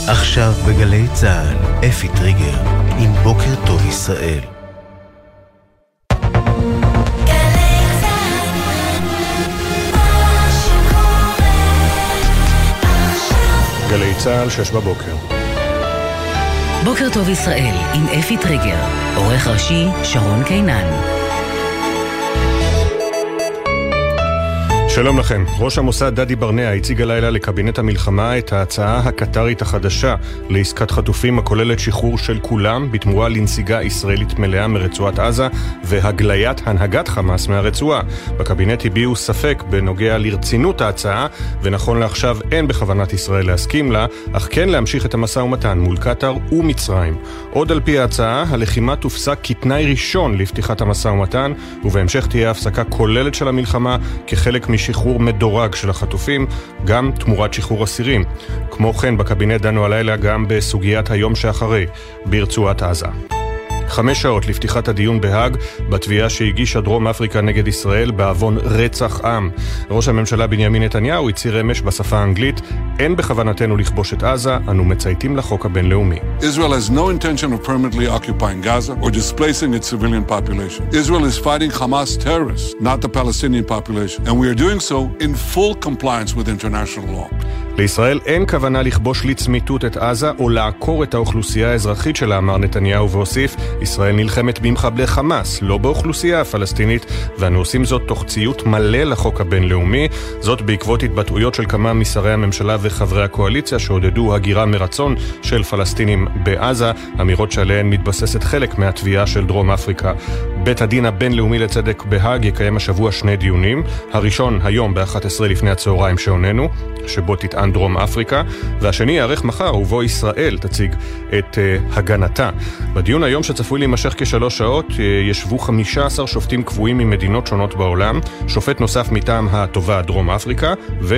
עכשיו בגלי צהל, אפי טריגר, עם בוקר טוב ישראל. גלי צהל, 6 בבוקר. בוקר טוב ישראל, עם אפי טריגר, עורך ראשי שרון קינן. שלום לכם. ראש המוסד דדי ברנע הציג הלילה לקבינט המלחמה את ההצעה הקטרית החדשה לעסקת חטופים הכוללת שחרור של כולם בתמורה לנסיגה ישראלית מלאה מרצועת עזה והגליית הנהגת חמאס מהרצועה. בקבינט הביעו ספק בנוגע לרצינות ההצעה, ונכון לעכשיו אין בכוונת ישראל להסכים לה, אך כן להמשיך את המשא ומתן מול קטר ומצרים. עוד על פי ההצעה, הלחימה תופסק כתנאי ראשון לפתיחת המשא ומתן, ובהמשך תהיה הפסקה כוללת של המלחמה כחלק שחרור מדורג של החטופים, גם תמורת שחרור אסירים. כמו כן, בקבינט דנו הלילה גם בסוגיית היום שאחרי, ברצועת עזה. 5 שעות לפתיחת הדיון בהאג, בתביעה שהגישה דרום אפריקה נגד ישראל בעוון רצח עם. ראש הממשלה בנימין נתניהו הצהיר אמש בשפה האנגלית, אין בכוונתנו לכבוש את עזה, אנו מצייתים לחוק הבינלאומי. Israel has no intention of permanently occupying Gaza or displacing its civilian population. Israel is fighting Hamas terrorists, not the Palestinian population, and we are doing so in full compliance with international law. לישראל אין כוונה לכבוש לצמיתות את עזה או לעקור את האוכלוסייה האזרחית שלה, אמר נתניהו והוסיף, ישראל נלחמת במחבלי חמאס, לא באוכלוסייה הפלסטינית, ואנו עושים זאת תוך ציות מלא לחוק הבינלאומי, זאת בעקבות התבטאויות של כמה משרי הממשלה וחברי הקואליציה שעודדו הגירה מרצון של פלסטינים בעזה, אמירות שעליהן מתבססת חלק מהתביעה של דרום אפריקה. בית הדין הבינלאומי לצדק בהאג יקיים השבוע 2 דיונים, הראשון היום ב-11 לפני הצהריים שעוננו, שבו תטען דרום אפריקה, והשני יערך מחר ובו ישראל תציג את הגנתה. בדיון היום שצפוי להימשך כ3 שעות ישבו 15 שופטים קבועים ממדינות שונות בעולם, שופט נוסף מטעם התובע דרום אפריקה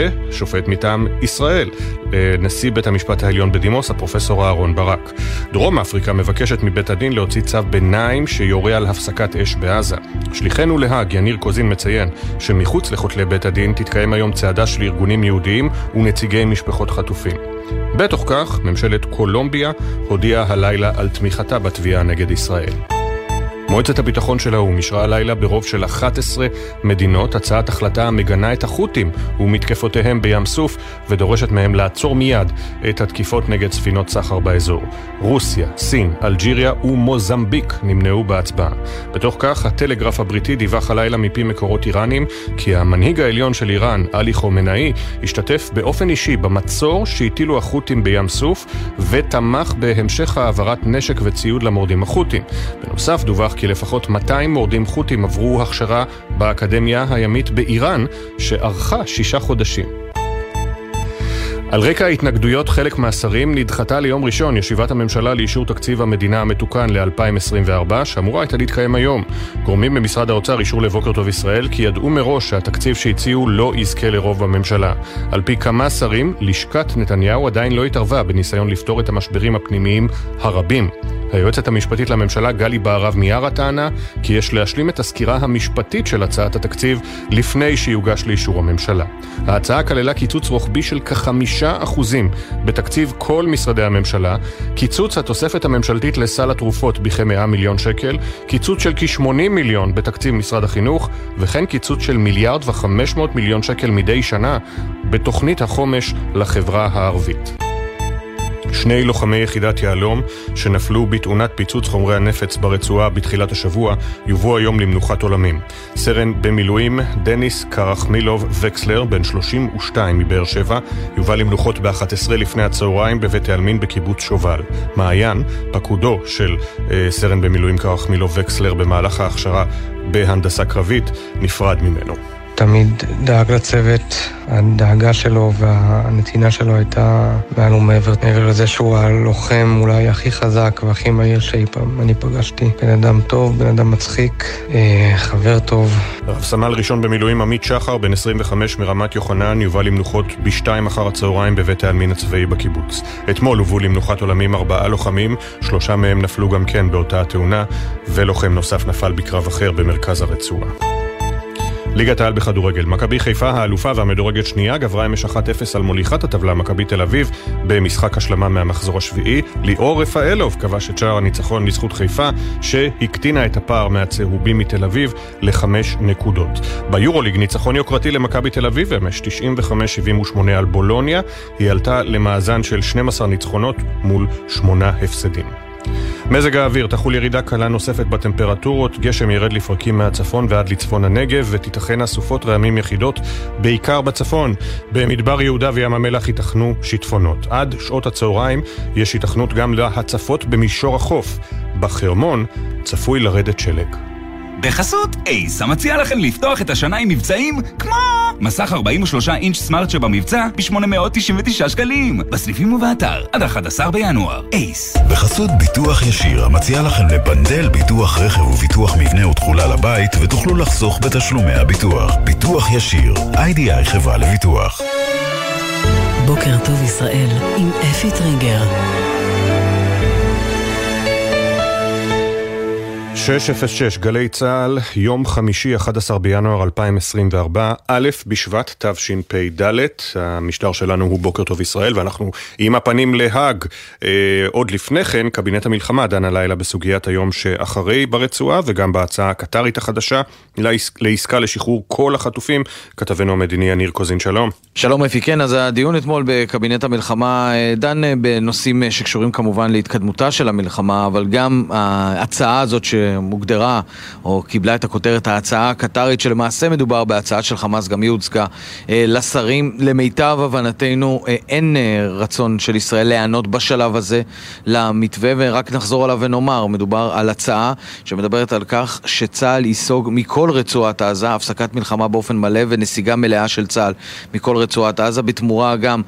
ושופט מטעם ישראל, נשיא בית המשפט העליון בדימוס הפרופסור אהרון ברק. דרום אפריקה מבקשת מבית הדין להוציא צו ביניים שיורה על הפסקת אש בעזה. שליחנו להאג יניר קוזין מציין שמחוץ לכותלי בית הדין תתקיים היום צעדה של ארגונים יהודיים ונציגי משפחות חטופים. בתוך כך, ממשלת קולומביה הודיעה הלילה על תמיכתה בתביעה נגד ישראל. מועצת הביטחון של האו"ם אישרה הלילה ברוב של 11 מדינות הצעת החלטה המגנה את החות'ים ומתקפותיהם בים סוף ודורשת מהם לעצור מיד את התקיפות נגד ספינות סחר באזור. רוסיה, סין, אלג'יריה ומוזמביק נמנעו בהצבעה. בתוך כך, הטלגרף הבריטי דיווח הלילה מפי מקורות איראנים כי המנהיג העליון של איראן, עלי חומנאי, השתתף באופן אישי במצור שהטילו החות'ים בים סוף ותמך בהמשך העברת נשק וציוד למורדים החות'ים. בנוסף, דווח כי לפחות 200 מורדים חות'ים עברו הכשרה באקדמיה הימית באיראן שערכה 6 חודשים. על רקע ההתנגדויות חלק מהשרים נדחתה ליום ראשון ישיבת הממשלה לאישור תקציב המדינה המתוקן ל-2024 שאמורה הייתה להתקיים היום. גורמים במשרד האוצר אישור לבוקר טוב ישראל כי ידעו מראש שהתקציב שהציעו לא יזכה לרוב בממשלה. על פי כמה שרים, לשכת נתניהו עדיין לא התערבה בניסיון לפתור את המשברים הפנימיים הרבים. היועצת המשפטית לממשלה גלי בהרב מיארה טענה כי יש להשלים את הסקירה המשפטית של הצעת התקציב לפני שיוגש לאישור הממשלה. ההצעה כללה קיצוץ רוחבי של כ5% בתקציב כל משרדי הממשלה, קיצוץ התוספת הממשלתית לסל התרופות בכ100 מיליון שקל, קיצוץ של כ80 מיליון בתקציב משרד החינוך, וכן קיצוץ של 1.5 מיליארד שקל מדי שנה בתוכנית החומש לחברה הערבית. 2 לוחמי יחידת יעלום שנפלו בתאונת פיצוץ חומרי הנפץ ברצועה בתחילת השבוע יובאו היום למנוחת עולמים. סרן במילואים דניס קרחמילוב וקסלר, בן 32 מבאר שבע, יובא למנוחות ב-11 לפני הצהריים בבית העלמין בקיבוץ שובל. מעיין, פקודו של סרן במילואים קרחמילוב וקסלר במהלך ההכשרה בהנדסה קרבית, נפרד ממנו. תמיד דאג לצוות, הדאגה שלו והנתינה שלו הייתה מעל ומעבר. מעבר לזה שהוא הלוחם אולי הכי חזק והכי מהיר שאי פעם אני פגשתי. בן אדם טוב, בן אדם מצחיק, חבר טוב. רב סמל ראשון במילואים עמית שחר, בן 25 מרמת יוחנן, יובא למנוחות ב-2 אחר הצהריים בבית העלמין הצבאי בקיבוץ. אתמול הובאו למנוחת עולמים 4 לוחמים, 3 מהם נפלו גם כן באותה התאונה, ולוחם נוסף נפל בקרב אחר במרכז הרצועה. ליגת העל בכדורגל. מכבי חיפה האלופה והמדורגת שנייה גברה אמש 1-0 על מוליכת הטבלה מכבי תל אביב במשחק השלמה מהמחזור השביעי. ליאור רפאלוב כבש את שער הניצחון לזכות חיפה שהקטינה את הפער מהצהובים מתל אביב ל5 נקודות. ביורוליג ניצחון יוקרתי למכבי תל אביב אמש 95-78 על בולוניה. היא עלתה למאזן של 12 ניצחונות מול 8 הפסדים. מזג האוויר, תחול ירידה קלה נוספת בטמפרטורות, גשם ירד לפרקים מהצפון ועד לצפון הנגב ותיתכן אסופות רעמים יחידות בעיקר בצפון. במדבר יהודה וים המלח ייתכנו שיטפונות. עד שעות הצהריים יש ייתכנות גם להצפות במישור החוף. בחרמון צפוי לרדת שלג. בחסות אייס, המציע לכם לפתוח את השנה עם מבצעים כמו מסך 43 אינץ' סמארט שבמבצע ב-899 שקלים. בסניפים ובאתר עד 11 בינואר. אייס. בחסות ביטוח ישיר, המציע לכם לבנדל ביטוח רכב וביטוח מבנה ותכולה לבית ותוכלו לחסוך בתשלומי הביטוח. ביטוח ישיר, איי-די-איי חברה לביטוח. בוקר טוב ישראל עם אפי טריגר. 606 גלי צהל, יום חמישי 11 בינואר 2024, א' בשבט תשפ"ד. המשדר שלנו הוא בוקר טוב ישראל, ואנחנו עם הפנים להאג. עוד לפני כן, קבינט המלחמה דן הלילה בסוגיית היום שאחרי ברצועה, וגם בהצעה הקטרית החדשה לעסקה לשחרור כל החטופים. כתבנו המדיני יניר קוזין, שלום. שלום אפי, כן, אז הדיון אתמול בקבינט המלחמה דן בנושאים שקשורים כמובן להתקדמותה של המלחמה, אבל גם ההצעה הזאת שמוגדרה או קיבלה את הכותרת ההצעה הקטרית, שלמעשה מדובר בהצעה של חמאס, גם היא הוצגה לשרים. למיטב הבנתנו אין רצון של ישראל להיענות בשלב הזה למתווה, ורק נחזור עליו ונאמר, מדובר על הצעה שמדברת על כך שצה"ל ייסוג מכל רצועת עזה, הפסקת מלחמה באופן מלא ונסיגה מלאה של צה"ל מכל רצועת עזה. בתמורה גם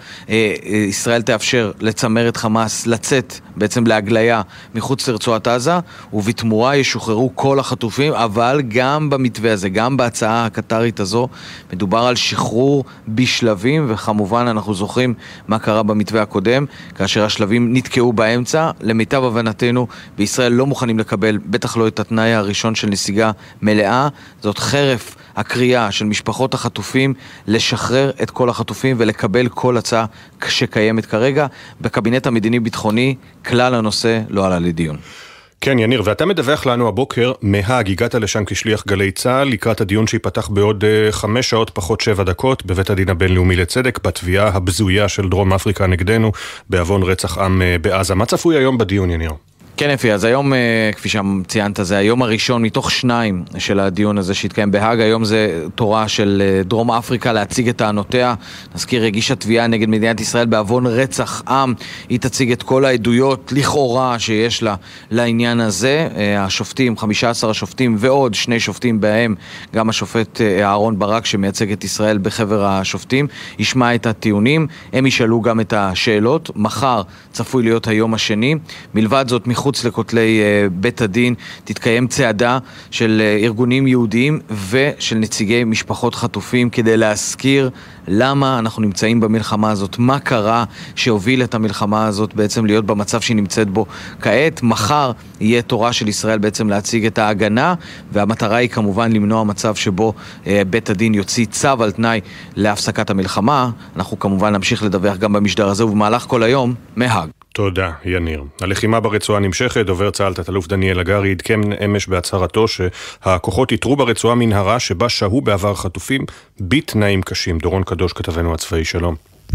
ישראל תאפשר לצמרת חמאס לצאת בעצם להגליה מחוץ לרצועת עזה, ובתמורה ישוחררו כל החטופים. אבל גם במתווה הזה, גם בהצעה הקטרית הזו, מדובר על שחרור בשלבים, וכמובן אנחנו זוכרים מה קרה במתווה הקודם, כאשר השלבים נתקעו באמצע. למיטב הבנתנו בישראל לא מוכנים לקבל, בטח לא את התנאי הראשון של נסיגה מלאה. זאת חרף הקריאה של משפחות החטופים לשחרר את כל החטופים ולקבל כל הצעה שקיימת כרגע. בקבינט המדיני-ביטחוני כלל הנושא לא עלה לדיון. כן, יניר, ואתה מדווח לנו הבוקר מהאג, הגעת לשם כשליח גלי צהל לקראת הדיון שיפתח בעוד 5 שעות פחות 7 דקות בבית הדין הבינלאומי לצדק בתביעה הבזויה של דרום אפריקה נגדנו בעוון רצח עם בעזה. מה צפוי היום בדיון, יניר? כן אפי, אז היום, כפי שציינת, זה היום הראשון מתוך 2 של הדיון הזה שהתקיים בהאג. היום זה תורה של דרום אפריקה להציג את טענותיה. נזכיר, הגישה תביעה נגד מדינת ישראל בעוון רצח עם. היא תציג את כל העדויות לכאורה שיש לה לעניין הזה. השופטים, 15 השופטים ועוד 2 שופטים בהם, גם השופט אהרון ברק שמייצג את ישראל בחבר השופטים, ישמע את הטיעונים. הם ישאלו גם את השאלות. מחר צפוי להיות היום השני. מלבד זאת, מחוץ לכותלי בית הדין תתקיים צעדה של ארגונים יהודיים ושל נציגי משפחות חטופים כדי להזכיר למה אנחנו נמצאים במלחמה הזאת, מה קרה שהוביל את המלחמה הזאת בעצם להיות במצב שהיא נמצאת בו כעת. מחר יהיה תורה של ישראל בעצם להציג את ההגנה, והמטרה היא כמובן למנוע מצב שבו בית הדין יוציא צו על תנאי להפסקת המלחמה. אנחנו כמובן נמשיך לדווח גם במשדר הזה ובמהלך כל היום מהאג. תודה, יניר. הלחימה ברצועה נמשכת. דובר צה"ל תת-אלוף דניאל הגרי עדכן אמש בהצהרתו שהכוחות יתרו ברצועה מנהרה שבה שהו בעבר חטופים בתנאים קשים. דורון קדוש, כתבנו הצבאי, שלום.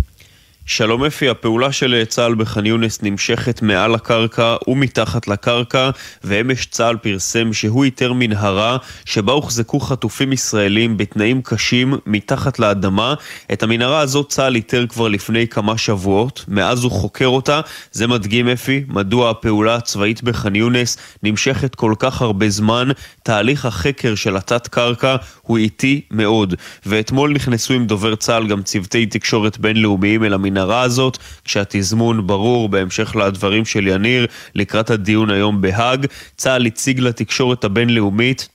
שלום אפי, הפעולה של צה"ל בח'אן יונס נמשכת מעל הקרקע ומתחת לקרקע, ואמש צה"ל פרסם שהוא איתר מנהרה שבה הוחזקו חטופים ישראלים בתנאים קשים מתחת לאדמה. את המנהרה הזאת צה"ל איתר כבר לפני כמה שבועות, מאז הוא חוקר אותה. זה מדגים אפי מדוע הפעולה הצבאית בח'אן יונס נמשכת כל כך הרבה זמן. תהליך החקר של התת קרקע הוא איטי מאוד, ואתמול נכנסו עם דובר צה"ל גם צוותי תקשורת בינלאומיים אל המנהרה הזאת, כשהתזמון ברור בהמשך לדברים של יניר לקראת הדיון היום בהאג. צה"ל הציג לתקשורת הבינלאומית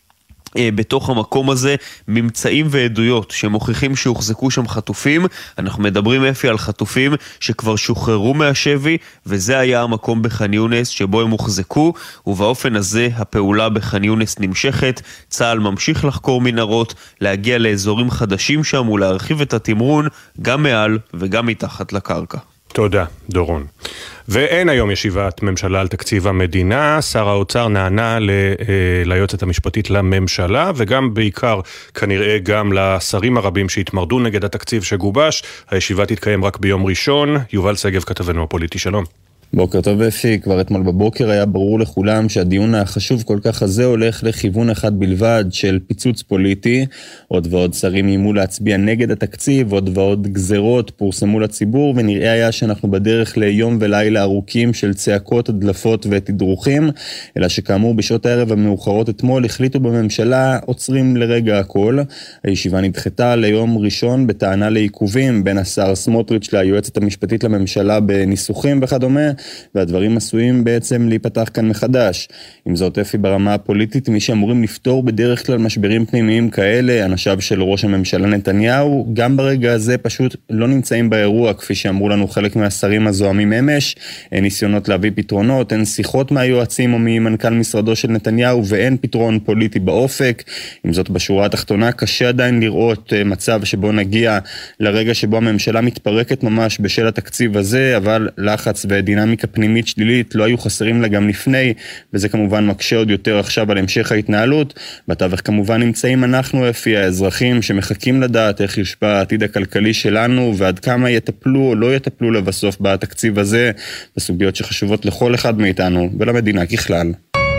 בתוך המקום הזה ממצאים ועדויות שמוכיחים שהוחזקו שם חטופים. אנחנו מדברים אפי על חטופים שכבר שוחררו מהשבי, וזה היה המקום בח'אן יונס שבו הם הוחזקו, ובאופן הזה הפעולה בח'אן יונס נמשכת. צה"ל ממשיך לחקור מנהרות, להגיע לאזורים חדשים שם ולהרחיב את התמרון גם מעל וגם מתחת לקרקע. תודה, דורון. ואין היום ישיבת ממשלה על תקציב המדינה. שר האוצר נענה ליועצת המשפטית לממשלה, וגם בעיקר כנראה גם לשרים הרבים שהתמרדו נגד התקציב שגובש. הישיבה תתקיים רק ביום ראשון. יובל סגב, כתבנו הפוליטי, שלום. בוקר טוב אפי, כבר אתמול בבוקר היה ברור לכולם שהדיון החשוב כל כך הזה הולך לכיוון אחד בלבד של פיצוץ פוליטי. עוד ועוד שרים יימו להצביע נגד התקציב, עוד ועוד גזרות פורסמו לציבור, ונראה היה שאנחנו בדרך ליום ולילה ארוכים של צעקות, הדלפות ותדרוכים, אלא שכאמור בשעות הערב המאוחרות אתמול החליטו בממשלה עוצרים לרגע הכל. הישיבה נדחתה ליום ראשון בטענה לעיכובים בין השר סמוטריץ' ליועצת המשפטית לממשלה בניסוחים וכדומה, והדברים עשויים בעצם להיפתח כאן מחדש. עם זאת אפי, ברמה הפוליטית, מי שאמורים לפתור בדרך כלל משברים פנימיים כאלה, אנשיו של ראש הממשלה נתניהו, גם ברגע הזה פשוט לא נמצאים באירוע, כפי שאמרו לנו חלק מהשרים הזוהמים אמש. אין ניסיונות להביא פתרונות, אין שיחות מהיועצים או ממנכ"ל משרדו של נתניהו, ואין פתרון פוליטי באופק. עם זאת, בשורה התחתונה קשה עדיין לראות מצב שבו נגיע לרגע שבו הממשלה מתפרקת ממש בשל התקציב הזה, אבל לחץ ודינמיקה פנימית שלילית לא היו חסרים לה גם לפני, וזה כמובן מקשה עוד יותר עכשיו על המשך ההתנהלות. בתווך כמובן נמצאים אנחנו אפי, האזרחים שמחכים לדעת איך יושפע העתיד הכלכלי שלנו, ועד כמה יטפלו או לא יטפלו לבסוף בתקציב הזה, בסוגיות שחשובות לכל אחד מאיתנו ולמדינה ככלל.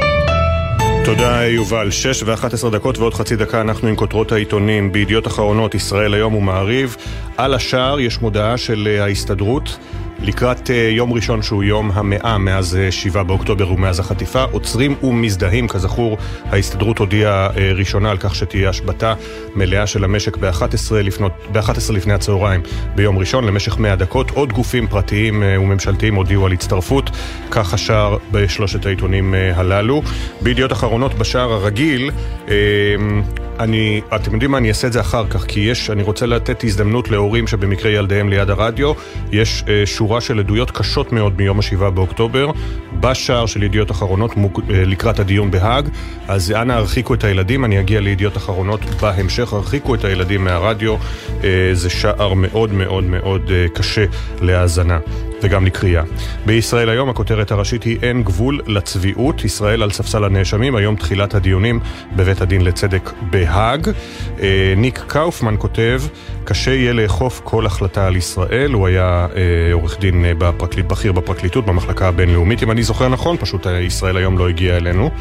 תודה יובל. 6:11 ועוד חצי דקה אנחנו עם כותרות העיתונים. בידיעות אחרונות, ישראל היום ומעריב. על השער יש מודעה של ההסתדרות לקראת יום ראשון שהוא יום ה100 מאז 7 באוקטובר ומאז החטיפה. עוצרים ומזדהים, כזכור ההסתדרות הודיעה ראשונה על כך שתהיה השבתה מלאה של המשק ב-11 לפני הצהריים ביום ראשון למשך 100 דקות. עוד גופים פרטיים וממשלתיים הודיעו על הצטרפות, כך השער בשלושת העיתונים הללו. בידיעות אחרונות בשער הרגיל, אתם יודעים מה, אני אעשה את זה אחר כך, כי אני רוצה לתת הזדמנות להורים שבמקרה ילדיהם ליד הרדיו. יש שורה של עדויות קשות מאוד מיום ה7 באוקטובר בשער של ידיעות אחרונות לקראת הדיון בהאג. אז אנא הרחיקו את הילדים, אני אגיע לידיעות אחרונות בהמשך. הרחיקו את הילדים מהרדיו, זה שער מאוד מאוד מאוד קשה להאזנה וגם לקריאה. בישראל היום הכותרת הראשית היא אין גבול לצביעות. ישראל על ספסל הנאשמים, היום תחילת הדיונים בבית הדין לצדק בהאג. ניק קאופמן כותב, קשה יהיה לאכוף כל החלטה על ישראל. הוא היה עורך דין בכיר בפרקליטות במחלקה הבינלאומית, אם אני זוכר נכון, פשוט ישראל היום לא הגיע אלינו.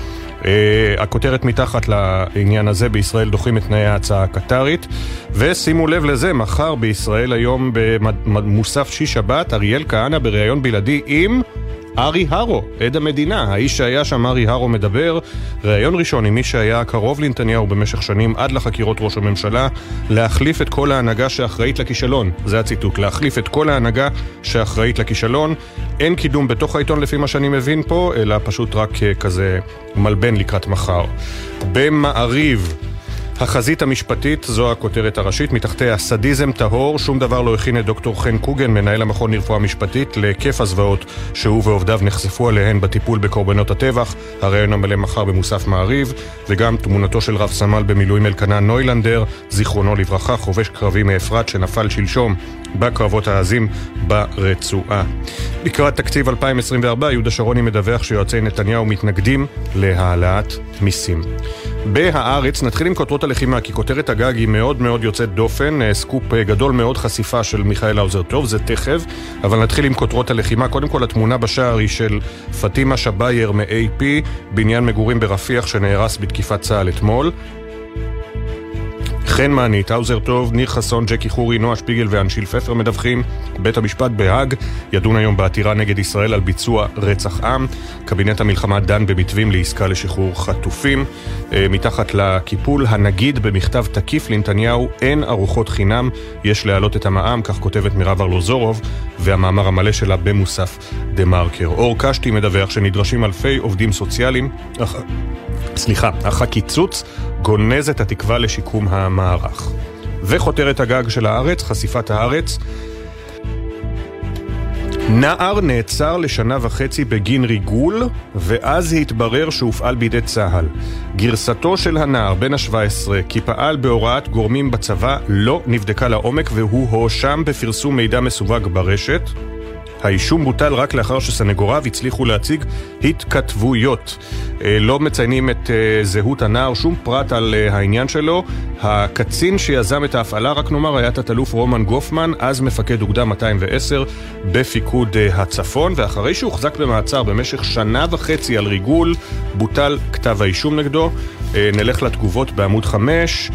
הכותרת מתחת לעניין הזה, בישראל דוחים את תנאי ההצעה הקטרית. ושימו לב לזה, מחר בישראל היום במוסף שיש שבת, אריאל כהנא בראיון בלעדי עם ארי הרו, עד המדינה. האיש שהיה שם, ארי הרו, מדבר ראיון ראשון עם מי שהיה קרוב לנתניהו במשך שנים עד לחקירות ראש הממשלה, להחליף את כל ההנהגה שאחראית לכישלון. זה הציטוט, להחליף את כל ההנהגה שאחראית לכישלון. אין קידום בתוך העיתון לפי מה שאני מבין פה, אלא פשוט רק כזה מלבן לקראת מחר. במעריב, החזית המשפטית, זו הכותרת הראשית, מתחתיה סדיזם טהור, שום דבר לא הכין את דוקטור חן קוגן, מנהל המכון לרפואה משפטית, להיקף הזוועות שהוא ועובדיו נחשפו עליהן בטיפול בקורבנות הטבח. הראיון המלא מחר במוסף מעריב, וגם תמונתו של רב סמל במילואים אלקנה נוילנדר, זיכרונו לברכה, חובש קרבי מאפרת שנפל שלשום בקרבות העזים ברצועה. לקראת תקציב 2024, יהודה שרוני מדווח שיועצי נתניהו מתנגדים להעלאת מיסים. בהארץ נתחיל עם כותרות הלחימה, כי כותרת הגג היא מאוד מאוד יוצאת דופן, סקופ גדול מאוד, חשיפה של מיכאל האוזר טוב, זה תכף, אבל נתחיל עם כותרות הלחימה. קודם כל התמונה בשער היא של פטימה שבייר מ-AP, בניין מגורים ברפיח שנהרס בתקיפת צה"ל אתמול. חן מענית, האוזר טוב, ניר חסון, ג'קי חורי, נועה שפיגל ואנשיל פפר מדווחים. בית המשפט בהאג ידון היום בעתירה נגד ישראל על ביצוע רצח עם. קבינט המלחמה דן במתווים לעסקה לשחרור חטופים. מתחת לקיפול, הנגיד במכתב תקיף לנתניהו, אין ארוחות חינם, יש להעלות את המע"מ, כך כותבת מירב ארלוזורוב, והמאמר המלא שלה במוסף דה מרקר. אור קשתי מדווח שנדרשים אלפי עובדים סוציאליים החקיצוץ גונז את התקווה לשיקום המערך. וחותרת הגג של הארץ, חשיפת הארץ. נער נעצר לשנה וחצי בגין ריגול, ואז התברר שהופעל בידי צהל. גרסתו של הנער בן ה-17 כי פעל בהוראת גורמים בצבא לא נבדקה לעומק, והוא הואשם בפרסום מידע מסווג ברשת. האישום בוטל רק לאחר שסנגוריו הצליחו להציג התכתבויות. לא מציינים את זהות הנער, שום פרט על העניין שלו. הקצין שיזם את ההפעלה, רק נאמר, היה תת-אלוף רומן גופמן, אז מפקד אוגדה 210 בפיקוד הצפון, ואחרי שהוחזק במעצר במשך שנה וחצי על ריגול, בוטל כתב האישום נגדו. נלך לתגובות בעמוד 5.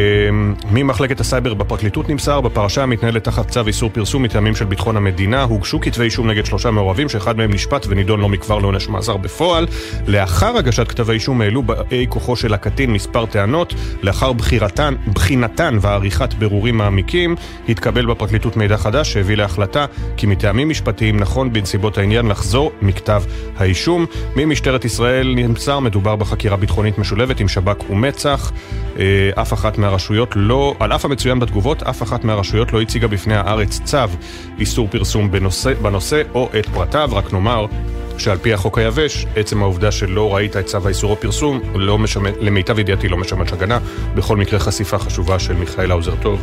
ממחלקת הסייבר בפרקליטות נמסר, בפרשה המתנהלת תחת צו איסור פרסום מטעמים של ביטחון המדינה, הוגשו כתבי אישום נגד 3 מעורבים, שאחד מהם נשפט ונידון לא מכבר לעונש מאסר בפועל. לאחר הגשת כתב האישום העלו באי כוחו של הקטין מספר טענות. לאחר בחינתן ועריכת בירורים מעמיקים, התקבל בפרקליטות מידע חדש שהביא להחלטה כי מטעמים משפטיים נכון בנסיבות העניין לחזור מכתב האישום. ממשטרת ישראל נמסר, מדובר בחקירה ביטחונית משולבת עם שב"כ ומצ"ח. אף אחת מהרשויות לא, על אף המצוין בתגובות, אף אחת מהרשויות לא הציגה בפני הארץ צו איסור פרסום בנושא או את פרטיו. רק נאמר שעל פי החוק היבש, עצם העובדה שלא ראית את צו האיסור או פרסום, למיטב ידיעתי לא משמש הגנה. בכל מקרה חשיפה חשובה של מיכאל האוזר טוב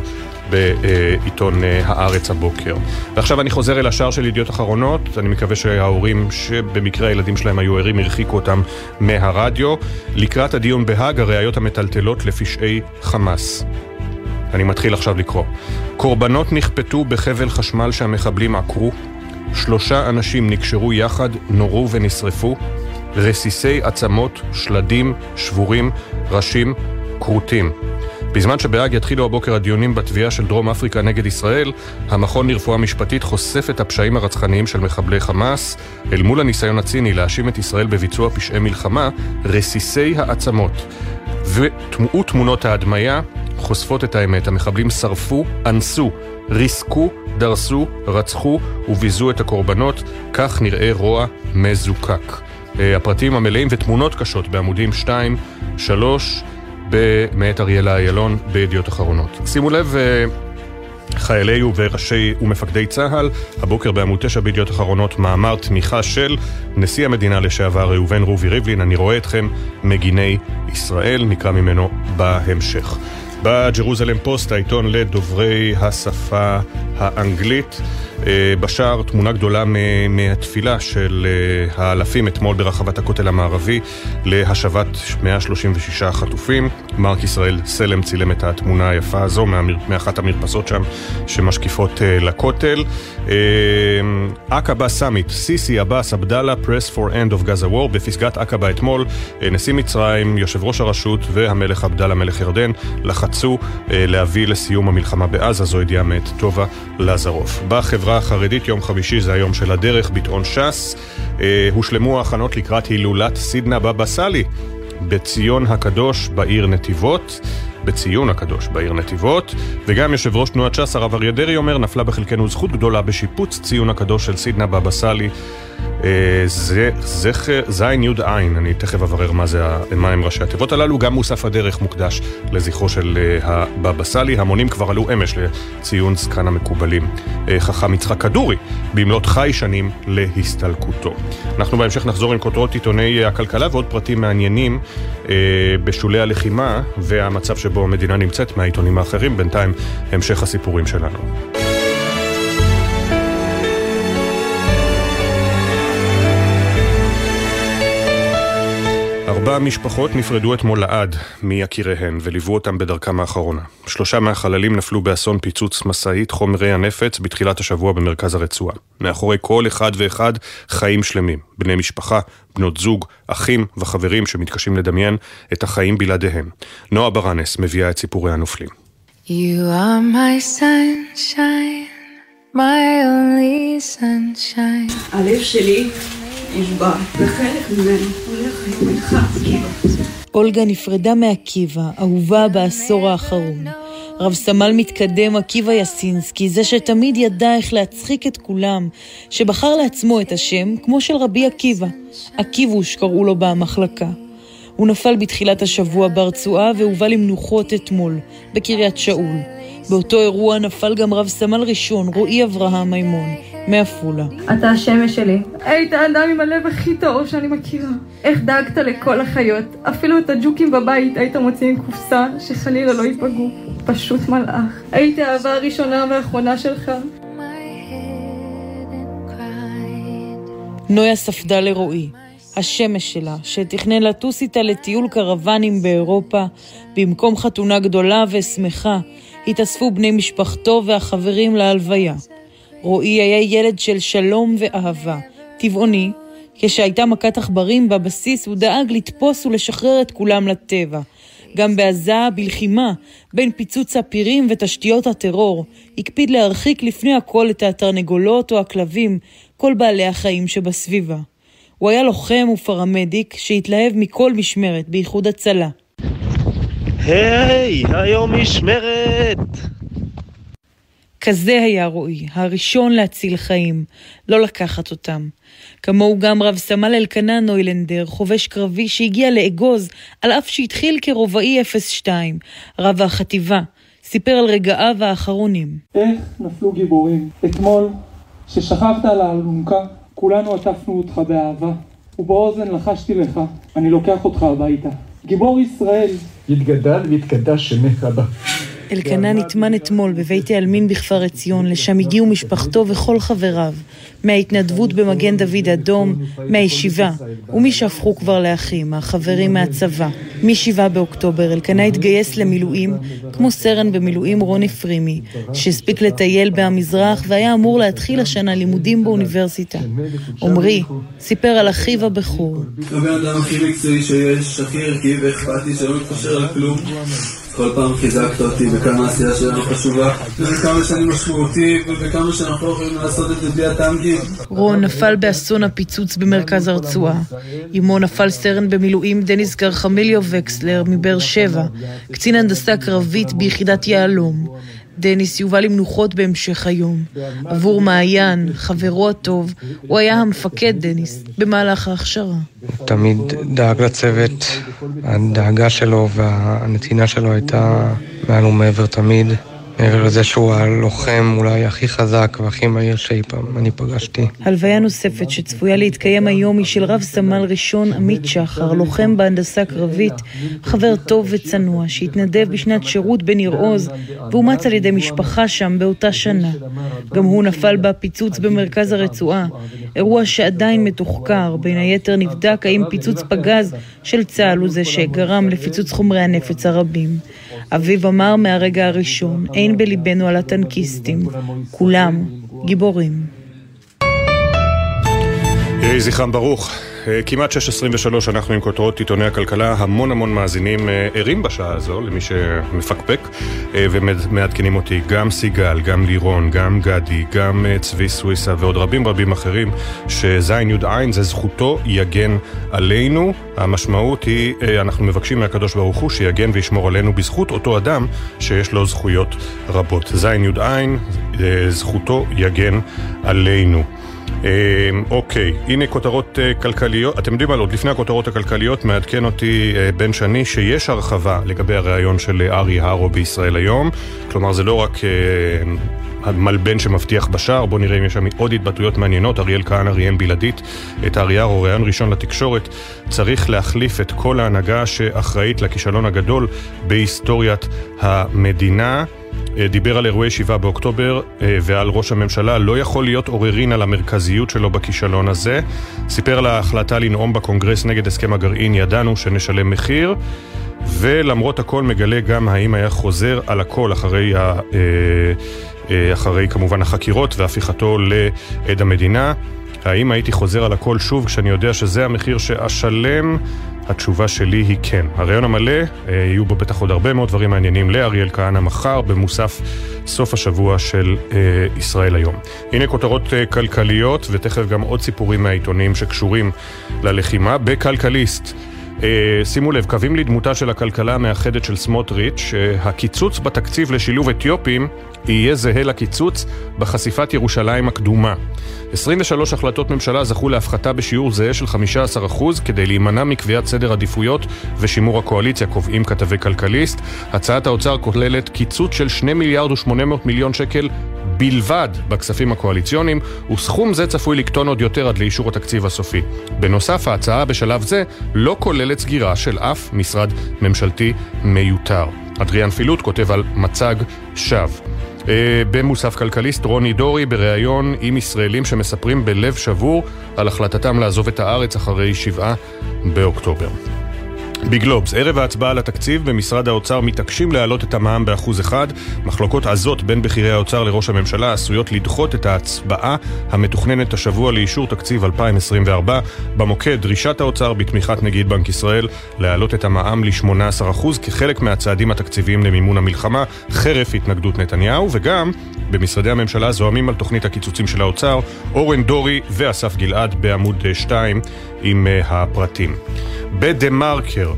בעיתון הארץ הבוקר. ועכשיו אני חוזר אל השאר של ידיעות אחרונות. אני מקווה שההורים שבמקרה הילדים שלהם היו ערים הרחיקו אותם מהרדיו. לקראת הדיון בהאג, הראיות המטלטלות לפשעי חמאס. אני מתחיל עכשיו לקרוא. קורבנות נכפתו בחבל חשמל שהמחבלים עקרו. 3 אנשים נקשרו יחד, נורו ונשרפו. רסיסי עצמות, שלדים, שבורים, ראשים, קרוטים. בזמן שבהאג יתחילו הבוקר הדיונים בתביעה של דרום אפריקה נגד ישראל, המכון לרפואה משפטית חושף את הפשעים הרצחניים של מחבלי חמאס. אל מול הניסיון הציני להאשים את ישראל בביצוע פשעי מלחמה, רסיסי העצמות ותמונות ההדמיה חושפות את האמת. המחבלים שרפו, אנסו, ריסקו, דרסו, רצחו וביזו את הקורבנות. כך נראה רוע מזוקק. הפרטים המלאים ותמונות קשות בעמודים 2-3 במאת אריאלה איילון בידיעות אחרונות. שימו לב, חיילי וראשי ומפקדי צהל, הבוקר בעמוד 9 בידיעות אחרונות, מאמר תמיכה של נשיא המדינה לשעבר ראובן רובי ריבלין, אני רואה אתכם מגיני ישראל, נקרא ממנו בהמשך. בג'רוזלם פוסט, העיתון לדוברי השפה האנגלית, בשער תמונה גדולה מהתפילה של האלפים אתמול ברחבת הכותל המערבי להשבת 136 חטופים. מרק ישראל סלם צילם את התמונה היפה הזו מאחת המרפסות שם שמשקיפות לכותל. עקבה סאמיט, סיסי אבאס עבדאללה press for end of Gaza war. בפסגת עקבה אתמול נשיא מצרים, יושב ראש הרשות והמלך עבדאללה מלך ירדן לחצו להביא לסיום המלחמה בעזה. זו ידיעה מאת טובה לזרוף. בחברה החרדית יום חמישי זה היום של הדרך ביטאון ש"ס. הושלמו ההכנות לקראת הילולת סידנה בבא סאלי בציון הקדוש בעיר נתיבות. בציון הקדוש בעיר נתיבות. וגם יושב ראש תנועת ש"ס הרב אריה דרעי אומר, נפלה בחלקנו זכות גדולה בשיפוץ ציון הקדוש של סידנה בבא סאלי. זין יוד עין, אני תכף אברר מה הם ראשי התיבות הללו. גם מוסף הדרך מוקדש לזכרו של הבבא סאלי. המונים כבר עלו אמש לציון זקן המקובלים חכם יצחק כדורי במלאת חי שנים להסתלקותו. אנחנו בהמשך נחזור עם כותרות עיתוני הכלכלה ועוד פרטים מעניינים בשולי הלחימה והמצב שבו המדינה נמצאת מהעיתונים האחרים. בינתיים המשך הסיפורים שלנו. 4 משפחות נפרדו אתמול לעד מיקיריהן וליוו אותם בדרכם האחרונה. 3 מהחללים נפלו באסון פיצוץ משאית חומרי הנפץ בתחילת השבוע במרכז הרצועה. מאחורי כל אחד ואחד חיים שלמים, בני משפחה, בנות זוג, אחים וחברים שמתקשים לדמיין את החיים בלעדיהם. נועה ברנס מביאה את סיפורי הנופלים. You are my sunshine, my only sunshine. הלב שלי נשבע, וחלק ממנו הולך עם איתך, עקיבא. אולגה נפרדה מעקיבא, אהובה בעשור האחרון. רב סמל מתקדם עקיבא יסינסקי, זה שתמיד ידע איך להצחיק את כולם, שבחר לעצמו את השם כמו של רבי עקיבא. עקיבוש קראו לו במחלקה. הוא נפל בתחילת השבוע ברצועה והובא למנוחות אתמול, בקריית שאול. באותו אירוע נפל גם רב סמל ראשון, רועי אברהם מימון, מעפולה. אתה השמש שלי. היית האדם עם הלב הכי טהור שאני מכירה. איך דאגת לכל החיות. אפילו את הג'וקים בבית היית מוציא עם קופסה שחלילה לא ייפגעו. פשוט מלאך. היית האהבה הראשונה והאחרונה שלך. נויה ספדה לרועי, השמש שלה, שתכנן לטוס איתה לטיול קרוונים באירופה, במקום חתונה גדולה ושמחה, התאספו בני משפחתו והחברים להלוויה. רועי היה ילד של שלום ואהבה, טבעוני. כשהייתה מכת עכברים בבסיס הוא דאג לתפוס ולשחרר את כולם לטבע. גם בעזה, בלחימה, בין פיצוץ הפירים ותשתיות הטרור, הקפיד להרחיק לפני הכל את התרנגולות או הכלבים, כל בעלי החיים שבסביבה. הוא היה לוחם ופרמדיק שהתלהב מכל משמרת בייחוד הצלה. היי, היום משמרת! כזה היה רועי, הראשון להציל חיים, לא לקחת אותם. כמוהו גם רב סמל אלקנה נוילנדר, חובש קרבי שהגיע לאגוז, על אף שהתחיל כרובעי 02, רב החטיבה, סיפר על רגעיו האחרונים. איך נפלו גיבורים? אתמול, ששכבת על האלונקה, כולנו עטפנו אותך באהבה, ובאוזן לחשתי לך, אני לוקח אותך הביתה. גיבור ישראל, יתגדל ויתקדש שמך בה. אלקנה נטמן אתמול בבית העלמין בכפר עציון, לשם הגיעו משפחתו וכל חבריו, מההתנדבות במגן דוד אדום, מהישיבה, ומי שהפכו כבר לאחים, החברים מהצבא. מ-7 באוקטובר אלקנה התגייס למילואים, כמו סרן במילואים רוני פרימי, שהספיק לטייל במזרח והיה אמור להתחיל השנה לימודים באוניברסיטה. עומרי סיפר על אחיו הבכור. הבן אדם הכי מקצועי שיש, הכי ערכי ואכפתי שלא מתקשר על כלום. כל פעם חיזקת אותי בכמה עשייה שלנו חשובה, וכמה שאני משמעותי, וכמה שאנחנו יכולים לעשות את זה בלי הטנקים. רון נפל באסון הפיצוץ במרכז הרצועה. עמו נפל סרן במילואים דניס גרחמיליו וקסלר מבאר שבע, קצין הנדסה קרבית ביחידת יעלום. דניס יובל למנוחות בהמשך היום. עבור מעיין, חברו הטוב, הוא היה המפקד דניס במהלך ההכשרה. תמיד דאג לצוות, הדאגה שלו והנתינה שלו הייתה מעל ומעבר תמיד. מעבר לזה שהוא הלוחם אולי הכי חזק והכי מהיר שאי פעם אני פגשתי. הלוויה נוספת שצפויה להתקיים היום היא של רב סמל ראשון עמית שחר, לוחם בהנדסה קרבית, חבר טוב וצנוע שהתנדב בשנת שירות בניר עוז ואומץ על ידי משפחה שם באותה שנה. גם הוא נפל בפיצוץ במרכז הרצועה, אירוע שעדיין מתוחקר. בין היתר נבדק האם פיצוץ פגז של צה"ל הוא זה שגרם לפיצוץ חומרי הנפץ הרבים. אביב אמר מהרגע הראשון, אין בליבנו על הטנקיסטים, כולם גיבורים. יהי זכרם ברוך. כמעט 6:23 אנחנו עם כותרות עיתוני הכלכלה, המון מאזינים ערים בשעה הזו, למי שמפקפק, ומעדכנים אותי גם סיגל, גם לירון, גם גדי, גם צבי סוויסה ועוד רבים אחרים, שזין י' עין זה זכותו יגן עלינו. המשמעות היא, אנחנו מבקשים מהקדוש ברוך הוא שיגן וישמור עלינו בזכות אותו אדם שיש לו זכויות רבות. זין י' עין, זכותו יגן עלינו. אוקיי, הנה כותרות כלכליות. אתם יודעים על עוד לפני הכותרות הכלכליות מעדכן אותי בן שני שיש הרחבה לגבי הרעיון של ארי הרו בישראל היום. כלומר זה לא רק המלבן שמבטיח בשער. בוא נראה אם יש שם עוד התבטאויות מעניינות. אריאל כהנא ראיין בלעדית את ארי הרו, ראיון ראשון לתקשורת. צריך להחליף את כל ההנהגה שאחראית לכישלון הגדול בהיסטוריית המדינה. דיבר על אירועי 7 באוקטובר ועל ראש הממשלה, לא יכול להיות עוררין על המרכזיות שלו בכישלון הזה. סיפר על ההחלטה לנאום בקונגרס נגד הסכם הגרעין, ידענו שנשלם מחיר, ולמרות הכל מגלה גם האם היה חוזר על הכל אחרי כמובן החקירות והפיכתו לעד המדינה. האם הייתי חוזר על הכל שוב כשאני יודע שזה המחיר שאשלם? התשובה שלי היא כן. הרעיון המלא, יהיו בו בטח עוד הרבה מאוד דברים מעניינים לאריאל כהנא מחר במוסף סוף השבוע של ישראל היום. הנה כותרות כלכליות ותכף גם עוד סיפורים מהעיתונים שקשורים ללחימה. בכלכליסט, שימו לב, קווים לדמותה של הכלכלה המאחדת של סמוטריץ', הקיצוץ בתקציב לשילוב אתיופים יהיה זהה לקיצוץ בחשיפת ירושלים הקדומה. 23 החלטות ממשלה זכו להפחתה בשיעור זהה של 15% כדי להימנע מקביעת סדר עדיפויות ושימור הקואליציה, קובעים כתבי כלכליסט. הצעת האוצר כוללת קיצוץ של 2,800 מיליון שקל בלבד בכספים הקואליציוניים, וסכום זה צפוי לקטון עוד יותר עד לאישור התקציב הסופי. בנוסף, ההצעה בשלב זה לא כוללת סגירה של אף משרד ממשלתי מיותר. אדריאן פילוט כותב על מצג שווא. במוסף כלכליסט רוני דורי בריאיון עם ישראלים שמספרים בלב שבור על החלטתם לעזוב את הארץ אחרי 7 באוקטובר. בגלובס, ערב ההצבעה על התקציב במשרד האוצר מתעקשים להעלות את המע"מ ב1%. מחלוקות עזות בין בכירי האוצר לראש הממשלה עשויות לדחות את ההצבעה המתוכננת השבוע לאישור תקציב 2024. במוקד דרישת האוצר בתמיכת נגיד בנק ישראל להעלות את המע"מ ל18% כחלק מהצעדים התקציביים למימון המלחמה, חרף התנגדות נתניהו, וגם במשרדי הממשלה זוהמים על תוכנית הקיצוצים של האוצר. אורן דורי ואסף גלעד בעמוד 2 עם הפרטים. בדה-מרקר,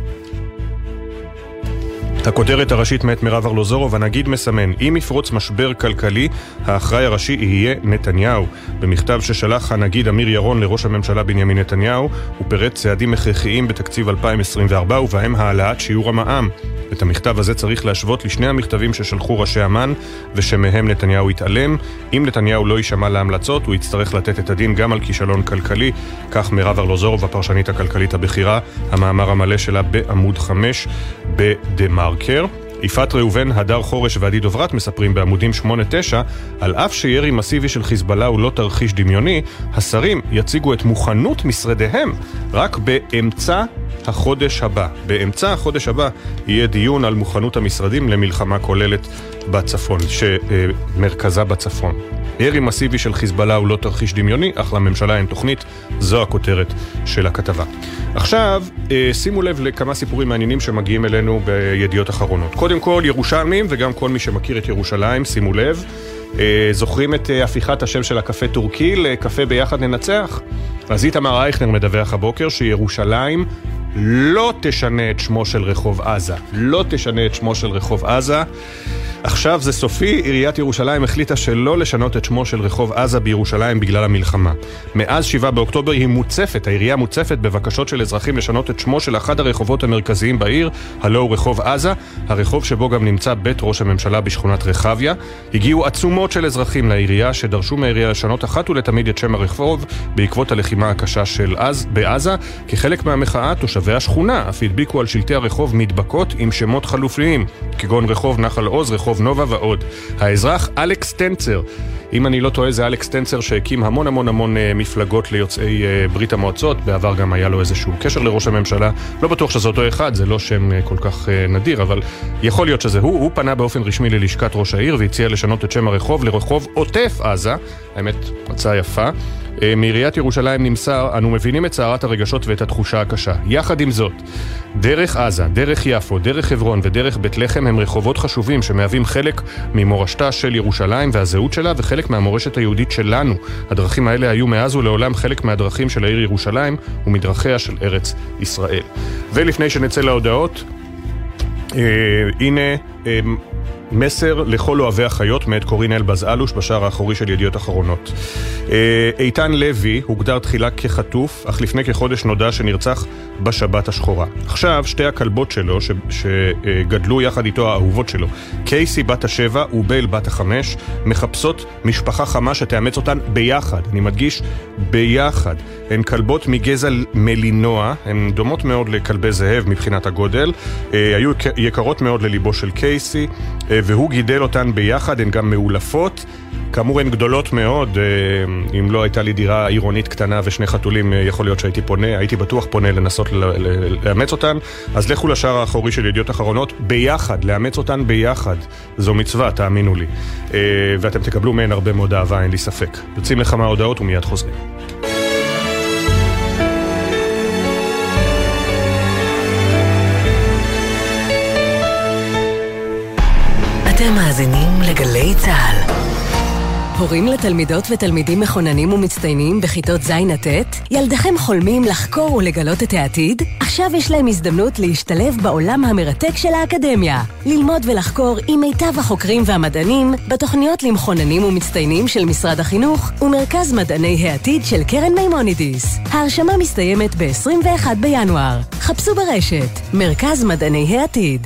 הכותרת הראשית מאת מירב ארלוזורוב, הנגיד מסמן, אם יפרוץ משבר כלכלי, האחראי הראשי יהיה נתניהו. במכתב ששלח הנגיד אמיר ירון לראש הממשלה בנימין נתניהו, הוא פירט צעדים הכרחיים בתקציב 2024 ובהם העלאת שיעור המע"מ. את המכתב הזה צריך להשוות לשני המכתבים ששלחו ראשי אמ"ן ושמהם נתניהו התעלם. אם נתניהו לא יישמע להמלצות, הוא יצטרך לתת את הדין גם על כישלון כלכלי. כך מירב ארלוזורוב, הפרשנית הכלכלית הבכירה, המאמר המלא שלה בעמוד 5 בדה-מרקר. יפעת ראובן, הדר חורש ועדי דוברת מספרים בעמודים 8-9, על אף שירי מסיבי של חיזבאללה הוא לא תרחיש דמיוני, השרים יציגו את מוכנות משרדיהם רק באמצע החודש הבא. באמצע החודש הבא יהיה דיון על מוכנות המשרדים למלחמה כוללת בצפון, שמרכזה בצפון. ירי מסיבי של חיזבאללה הוא לא תרחיש דמיוני, אך לממשלה אין תוכנית, זו הכותרת של הכתבה. עכשיו, שימו לב לכמה סיפורים מעניינים שמגיעים אלינו בידיעות אחרונות. קודם כל, ירושלמים וגם כל מי שמכיר את ירושלים, שימו לב, זוכרים את הפיכת השם של הקפה טורקי לקפה ביחד ננצח? אז איתמר אייכנר מדווח הבוקר שירושלים לא תשנה את שמו של רחוב עזה. לא תשנה את שמו של רחוב עזה. עכשיו זה סופי, עיריית ירושלים החליטה שלא לשנות את שמו של רחוב עזה בירושלים בגלל המלחמה. מאז 7 באוקטובר היא מוצפת, העירייה מוצפת בבקשות של אזרחים לשנות את שמו של אחד הרחובות המרכזיים בעיר, הלא הוא רחוב עזה, הרחוב שבו גם נמצא בית ראש הממשלה בשכונת רחביה. הגיעו עצומות של אזרחים לעירייה שדרשו מהעירייה לשנות אחת ולתמיד את שם הרחוב בעקבות הלחימה הקשה של בעזה. כחלק מהמחאה, תושבי השכונה אף הדביקו על שלטי הרחוב מדבקות עם שמות חלופיים, כגון רחוב נחל עוז, רחוב נובה ועוד. האזרח אלכס טנצר, אם אני לא טועה זה אלכס טנצר שהקים המון מפלגות ליוצאי ברית המועצות, בעבר גם היה לו איזשהו קשר לראש הממשלה, לא בטוח שזה אותו אחד, זה לא שם כל כך נדיר, אבל יכול להיות שזה הוא פנה באופן רשמי ללשכת ראש העיר והציע לשנות את שם הרחוב לרחוב עוטף עזה, האמת הצעה יפה. מעיריית ירושלים נמסר, אנו מבינים את סערת הרגשות ואת התחושה הקשה. יחד עם זאת, דרך עזה, דרך יפו, דרך חברון ודרך בית לחם הם רחובות חשובים שמהווים חלק ממורשתה של ירושלים והזהות שלה וחלק מהמורשת היהודית שלנו. הדרכים האלה היו מאז ולעולם חלק מהדרכים של העיר ירושלים ומדרכיה של ארץ ישראל. ולפני שנצא להודעות, הנה מסר לכל אוהבי החיות מאת קורין אלבז אלוש בשער האחורי של ידיעות אחרונות. איתן לוי הוגדר תחילה כחטוף, אך לפני כחודש נודע שנרצח בשבת השחורה. עכשיו שתי הכלבות שלו שגדלו יחד איתו, האהובות שלו, קייסי בת 7 ובל בת 5, מחפשות משפחה חמה שתאמץ אותן ביחד. אני מדגיש ביחד. הן כלבות מגזע מלינוע, הן דומות מאוד לכלבי זהב מבחינת הגודל, היו יקרות מאוד לליבו של קייסי, והוא גידל אותן ביחד, הן גם מעולפות, כאמור הן גדולות מאוד. אם לא הייתה לי דירה עירונית קטנה ושני חתולים, יכול להיות הייתי בטוח פונה לנסות לאמץ אותן. אז לכו לשער האחורי של ידיעות אחרונות, ביחד, לאמץ אותן ביחד, זו מצווה, תאמינו לי, ואתם תקבלו מהן הרבה מאוד אהבה, אין לי ספק. יוצאים לכמה הודעות ומיד חוזרים. אתם מאזינים לגלי צהל. הורים לתלמידות ותלמידים מכוננים ומצטיינים בכיתות ז' עד ט'? ילדיכם חולמים לחקור ולגלות את העתיד? עכשיו יש להם הזדמנות להשתלב בעולם המרתק של האקדמיה. ללמוד ולחקור עם מיטב החוקרים והמדענים בתוכניות למכוננים ומצטיינים של משרד החינוך ומרכז מדעני העתיד של קרן מימונידיס. ההרשמה מסתיימת ב-21 בינואר. חפשו ברשת מרכז מדעני העתיד.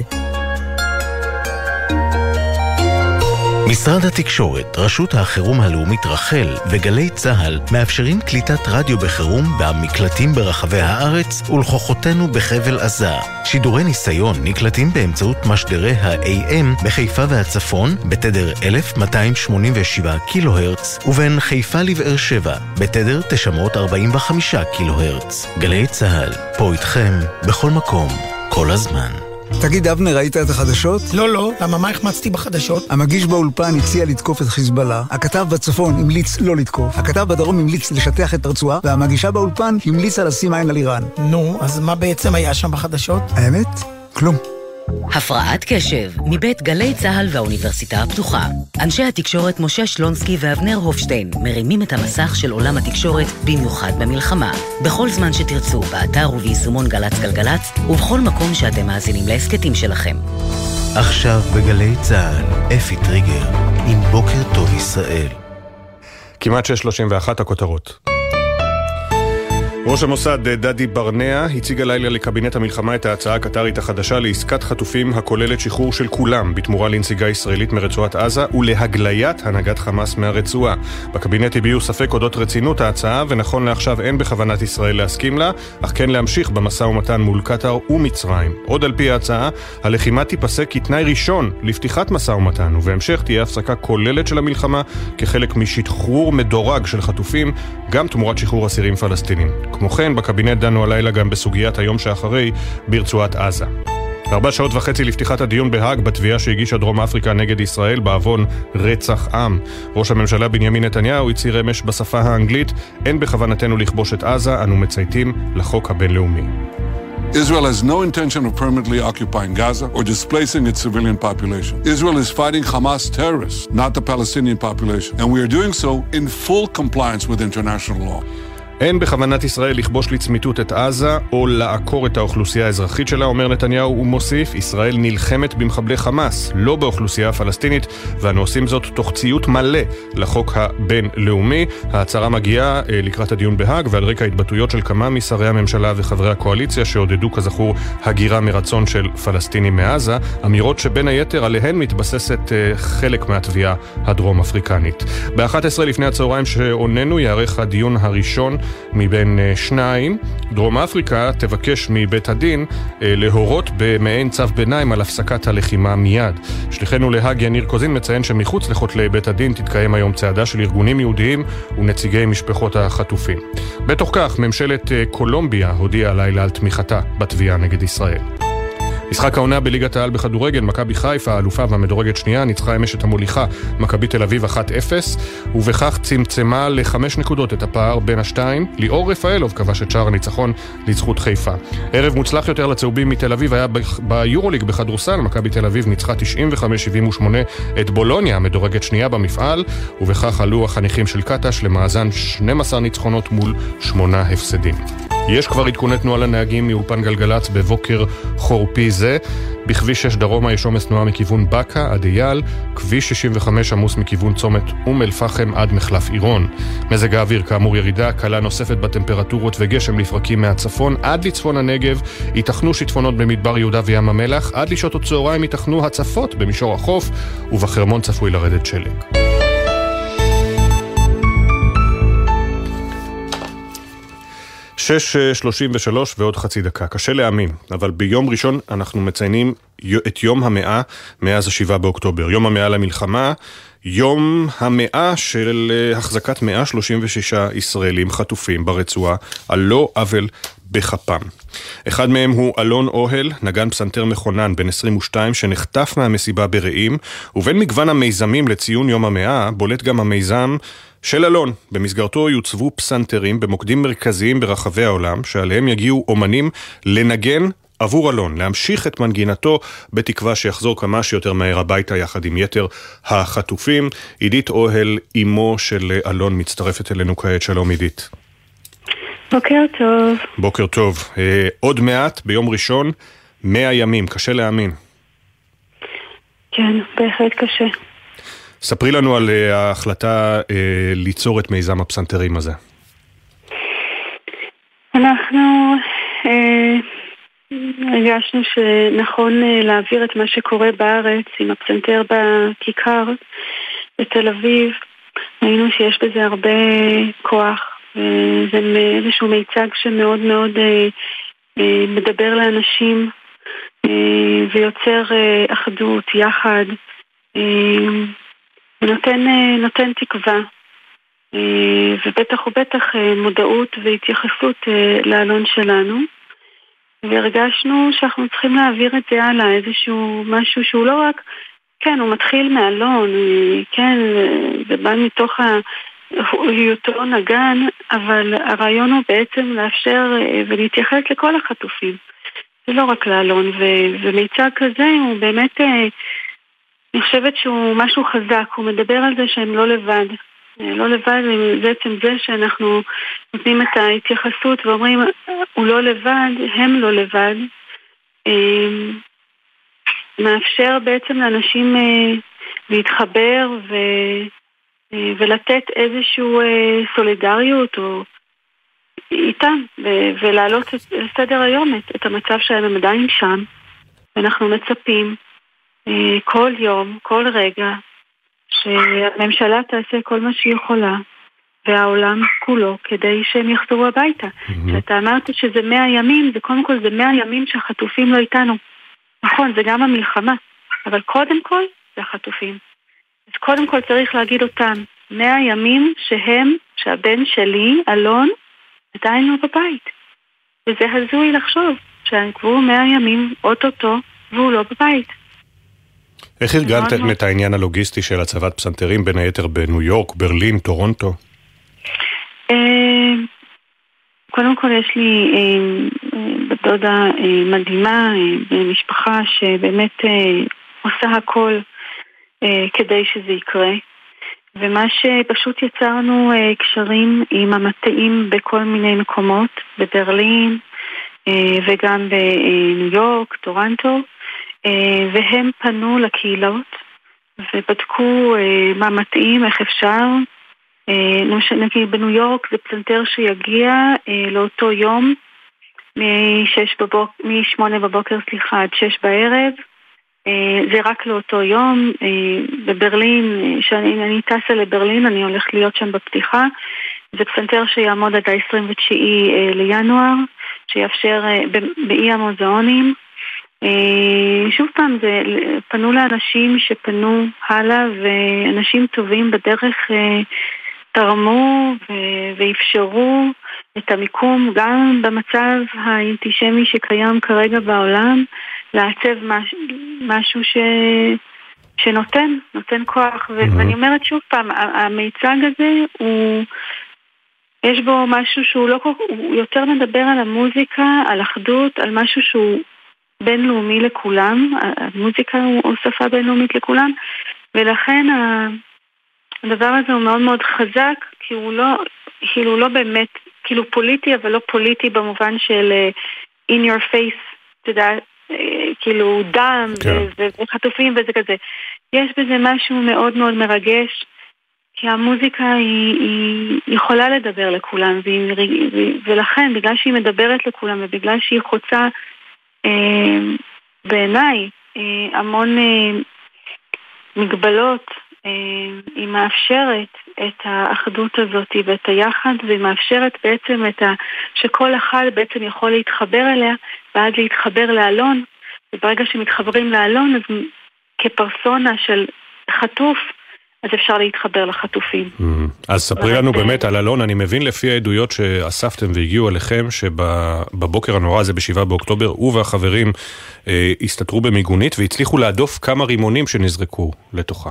משרד התקשורת, רשות החירום הלאומית רחל וגלי צהל מאפשרים קליטת רדיו בחירום במקלטים ברחבי הארץ ולכוחותינו בחבל עזה. שידורי ניסיון נקלטים באמצעות משדרי ה-AM בחיפה והצפון בתדר 1287 קילו-הרץ ובין חיפה לבאר שבע בתדר 945 קילו-הרץ. גלי צהל, פה איתכם בכל מקום, כל הזמן. תגיד, אבנר, ראית את החדשות? לא, למה מה החמצתי בחדשות? המגיש באולפן הציע לתקוף את חיזבאללה, הכתב בצפון המליץ לא לתקוף, הכתב בדרום המליץ לשטח את הרצועה, והמגישה באולפן המליצה לשים עין על איראן. נו, אז מה בעצם היה שם בחדשות? האמת? כלום. הפרעת קשב, מבית גלי צהל והאוניברסיטה הפתוחה. אנשי התקשורת משה שלונסקי ואבנר הופשטיין מרימים את המסך של עולם התקשורת במיוחד במלחמה. בכל זמן שתרצו, באתר וביישומון גלץ גלגלץ, ובכל מקום שאתם מאזינים להסקטים שלכם. עכשיו בגלי צהל, אפי טריגר, עם בוקר טוב ישראל. כמעט 6:31 הכותרות. ראש המוסד דדי ברנע הציג הלילה לקבינט המלחמה את ההצעה הקטרית החדשה לעסקת חטופים הכוללת שחרור של כולם בתמורה לנסיגה ישראלית מרצועת עזה ולהגליית הנהגת חמאס מהרצועה. בקבינט הביעו ספק אודות רצינות ההצעה, ונכון לעכשיו אין בכוונת ישראל להסכים לה, אך כן להמשיך במשא ומתן מול קטר ומצרים. עוד על פי ההצעה, הלחימה תיפסק כתנאי ראשון לפתיחת משא ומתן, ובהמשך תהיה הפסקה כוללת של המלחמה כחלק משחרור מדורג של חטופים, גם תמורת שחרור אסירים פלסטינים. כמו כן, בקבינט דנו הלילה גם בסוגיית היום שאחרי ברצועת עזה. 4 שעות וחצי לפתיחת הדיון בהאג בתביעה שהגישה דרום אפריקה נגד ישראל בעוון רצח עם. ראש הממשלה בנימין נתניהו הצהיר אמש בשפה האנגלית, אין בכוונתנו לכבוש את עזה, אנו מצייתים לחוק הבינלאומי. Israel has no intention of permanently occupying Gaza or displacing its civilian population. Israel is fighting Hamas terrorists, not the Palestinian population, and we are doing so in full compliance with international law. אין בכוונת ישראל לכבוש לצמיתות את עזה או לעקור את האוכלוסייה האזרחית שלה, אומר נתניהו ומוסיף, ישראל נלחמת במחבלי חמאס, לא באוכלוסייה הפלסטינית, ואנו עושים זאת תוך ציות מלא לחוק הבינלאומי. ההצהרה מגיעה לקראת הדיון בהאג ועל רקע התבטאויות של כמה משרי הממשלה וחברי הקואליציה שעודדו כזכור הגירה מרצון של פלסטינים מעזה, אמירות שבין היתר עליהן מתבססת חלק מהתביעה הדרום אפריקנית. ב-11 לפני הצהריים שעוננו יערך הדיון הראשון מבין שניים. דרום אפריקה תבקש מבית הדין להורות במעין צו ביניים על הפסקת הלחימה מיד. שליחנו להאג יניר קוזין מציין שמחוץ לכותלי בית הדין תתקיים היום צעדה של ארגונים יהודיים ונציגי משפחות החטופים. בתוך כך, ממשלת קולומביה הודיעה הלילה על תמיכתה בתביעה נגד ישראל. משחק העונה בליגת העל בכדורגל, מכבי חיפה, האלופה והמדורגת שנייה, ניצחה אמש את המוליכה מכבי תל אביב 1-0, ובכך צמצמה ל5 נקודות את הפער בין השתיים. ליאור רפאלוב כבש את שער הניצחון לזכות חיפה. ערב מוצלח יותר לצהובים מתל אביב היה ביורוליג בכדורסל, מכבי תל אביב ניצחה 95-78 את בולוניה, המדורגת שנייה במפעל, ובכך עלו החניכים של קטש למאזן 12 ניצחונות מול 8 הפסדים. יש כבר עדכוני תנועה לנהגים מאולפן גלגלץ בבוקר חורפי זה. בכביש 6 דרומה יש עומס תנועה מכיוון בקה עד אייל, כביש 65 עמוס מכיוון צומת אום אל פחם עד מחלף עירון. מזג האוויר כאמור ירידה קלה נוספת בטמפרטורות וגשם לפרקים מהצפון עד לצפון הנגב, ייתכנו שיטפונות במדבר יהודה וים המלח, עד לשעות הצהריים ייתכנו הצפות במישור החוף, ובחרמון צפוי לרדת שלג. 6:33 ועוד חצי דקה. קשה להאמין, אבל ביום ראשון אנחנו מציינים את יום המאה מאז 7 באוקטובר. יום המאה למלחמה, יום המאה של החזקת 136 ישראלים חטופים ברצועה, על לא עוול בחפם. אחד מהם הוא אלון אוהל, נגן פסנתר מכונן בן 22 שנחטף מהמסיבה ברעים, ובין מגוון המיזמים לציון יום המאה בולט גם המיזם של אלון. במסגרתו יוצבו פסנתרים במוקדים מרכזיים ברחבי העולם, שעליהם יגיעו אומנים לנגן עבור אלון, להמשיך את מנגינתו בתקווה שיחזור כמה שיותר מהר הביתה יחד עם יתר החטופים. עידית אוהל, אמו של אלון, מצטרפת אלינו כעת. שלום עידית. בוקר טוב. בוקר טוב. עוד מעט, ביום ראשון, 100 ימים, קשה להאמין. כן, בהחלט קשה. ספרי לנו על ההחלטה ליצור את מיזם הפסנתרים הזה. אנחנו הרגשנו שנכון להעביר את מה שקורה בארץ עם הפסנתר בכיכר בתל אביב. ראינו שיש בזה הרבה כוח, זה איזשהו מיצג שמאוד מאוד מדבר לאנשים ויוצר אחדות יחד, ונותן תקווה, ובטח ובטח מודעות והתייחסות לאלון שלנו. והרגשנו שאנחנו צריכים להעביר את זה הלאה, איזשהו משהו שהוא לא רק, כן, הוא מתחיל מאלון, כן, זה בא מתוך היותו נגן, אבל הרעיון הוא בעצם לאפשר ולהתייחס לכל החטופים. זה לא רק לאלון, ומיצג כזה הוא באמת, אני חושבת שהוא משהו חזק, הוא מדבר על זה שהם לא לבד. לא לבד, בעצם זה שאנחנו נותנים את ההתייחסות ואומרים, הוא לא לבד, הם לא לבד, מאפשר בעצם לאנשים להתחבר ולתת איזשהו סולידריות או איתם, ולהעלות לסדר היום את המצב שהם עדיין שם, ואנחנו מצפים כל יום, כל רגע, שהממשלה תעשה כל מה שהיא יכולה, והעולם כולו, כדי שהם יחזרו הביתה. שאתה אמרת שזה 100 ימים, זה קודם כל זה 100 ימים שהחטופים לא איתנו. נכון, זה גם המלחמה, אבל קודם כל זה החטופים. אז קודם כל צריך להגיד אותם, 100 ימים שהבן שלי, אלון, עדיין לא בבית. וזה הזוי לחשוב, שעקבו 100 ימים, אוטוטו, והוא לא בבית. איך הרגלתם את העניין הלוגיסטי של הצבת פסנתרים, בין היתר בניו יורק, ברלין, טורונטו? קודם כל יש לי בדודה מדהימה, משפחה שבאמת עושה הכל כדי שזה יקרה. ומה שפשוט יצרנו קשרים עם המטעים בכל מיני מקומות, בברלין וגם בניו יורק, טורונטו, והם פנו לקהילות ובדקו מה מתאים, איך אפשר. נגיד בניו יורק זה פסנתר שיגיע לאותו יום מ-8 בבוקר עד 6 בערב. זה רק לאותו יום. בברלין, שאני טסה לברלין, אני הולך להיות שם בפתיחה. זה פסנתר שיעמוד עד ה-29 לינואר, שיאפשר באי המוזיאונים. שוב פעם, פנו לאנשים שפנו הלאה, ואנשים טובים בדרך תרמו ואפשרו את המיקום, גם במצב האנטישמי שקיים כרגע בעולם, לעצב משהו שנותן כוח. ואני אומרת שוב פעם, המיצג הזה יש בו משהו שהוא הוא יותר מדבר על המוזיקה, על אחדות, על משהו שהוא בינלאומי לכולם. המוזיקה הוא שפה בינלאומית לכולם, ולכן הדבר הזה הוא מאוד מאוד חזק, כי הוא לא באמת, כאילו פוליטי, אבל לא פוליטי במובן של in your face, אתה יודע, כאילו דם וחטופים וזה כזה. יש בזה משהו מאוד מאוד מרגש, כי המוזיקה היא יכולה לדבר לכולם, ולכן, בגלל שהיא מדברת לכולם, ובגלל שהיא חוצה בעיניי המון מגבלות, היא מאפשרת את האחדות הזאת ואת היחד, והיא מאפשרת בעצם שכל אחד בעצם יכול להתחבר אליה, ואז להתחבר לאלון, וברגע שמתחברים לאלון, אז כפרסונה של חטוף, אז אפשר להתחבר לחטופים. אז ספרי לנו באמת על אלון. אני מבין לפי העדויות שאספתם והגיעו אליכם, שבבוקר הנורא הזה ב7 באוקטובר, הוא והחברים הסתתרו במיגונית, והצליחו להדוף כמה רימונים שנזרקו לתוכה.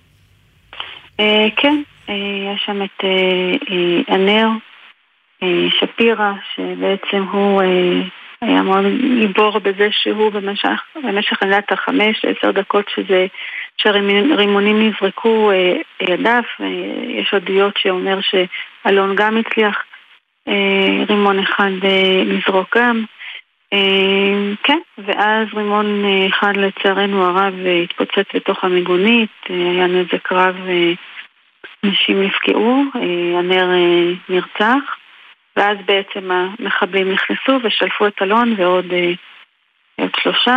כן, יש שם את ענר שפירה, שבעצם הוא היה מאוד גיבור בזה שהוא במשך עד 5-10 דקות שהרימונים נזרקו לידיו. יש עדויות שאומר שאלון גם הצליח רימון אחד לזרוק גם. כן, ואז רימון אחד לצערנו הרב התפוצץ בתוך המיגונית, היה נזק רב, אנשים נפגעו, הנר נרצח, ואז בעצם המחבלים נכנסו ושלפו את אלון ועוד 3,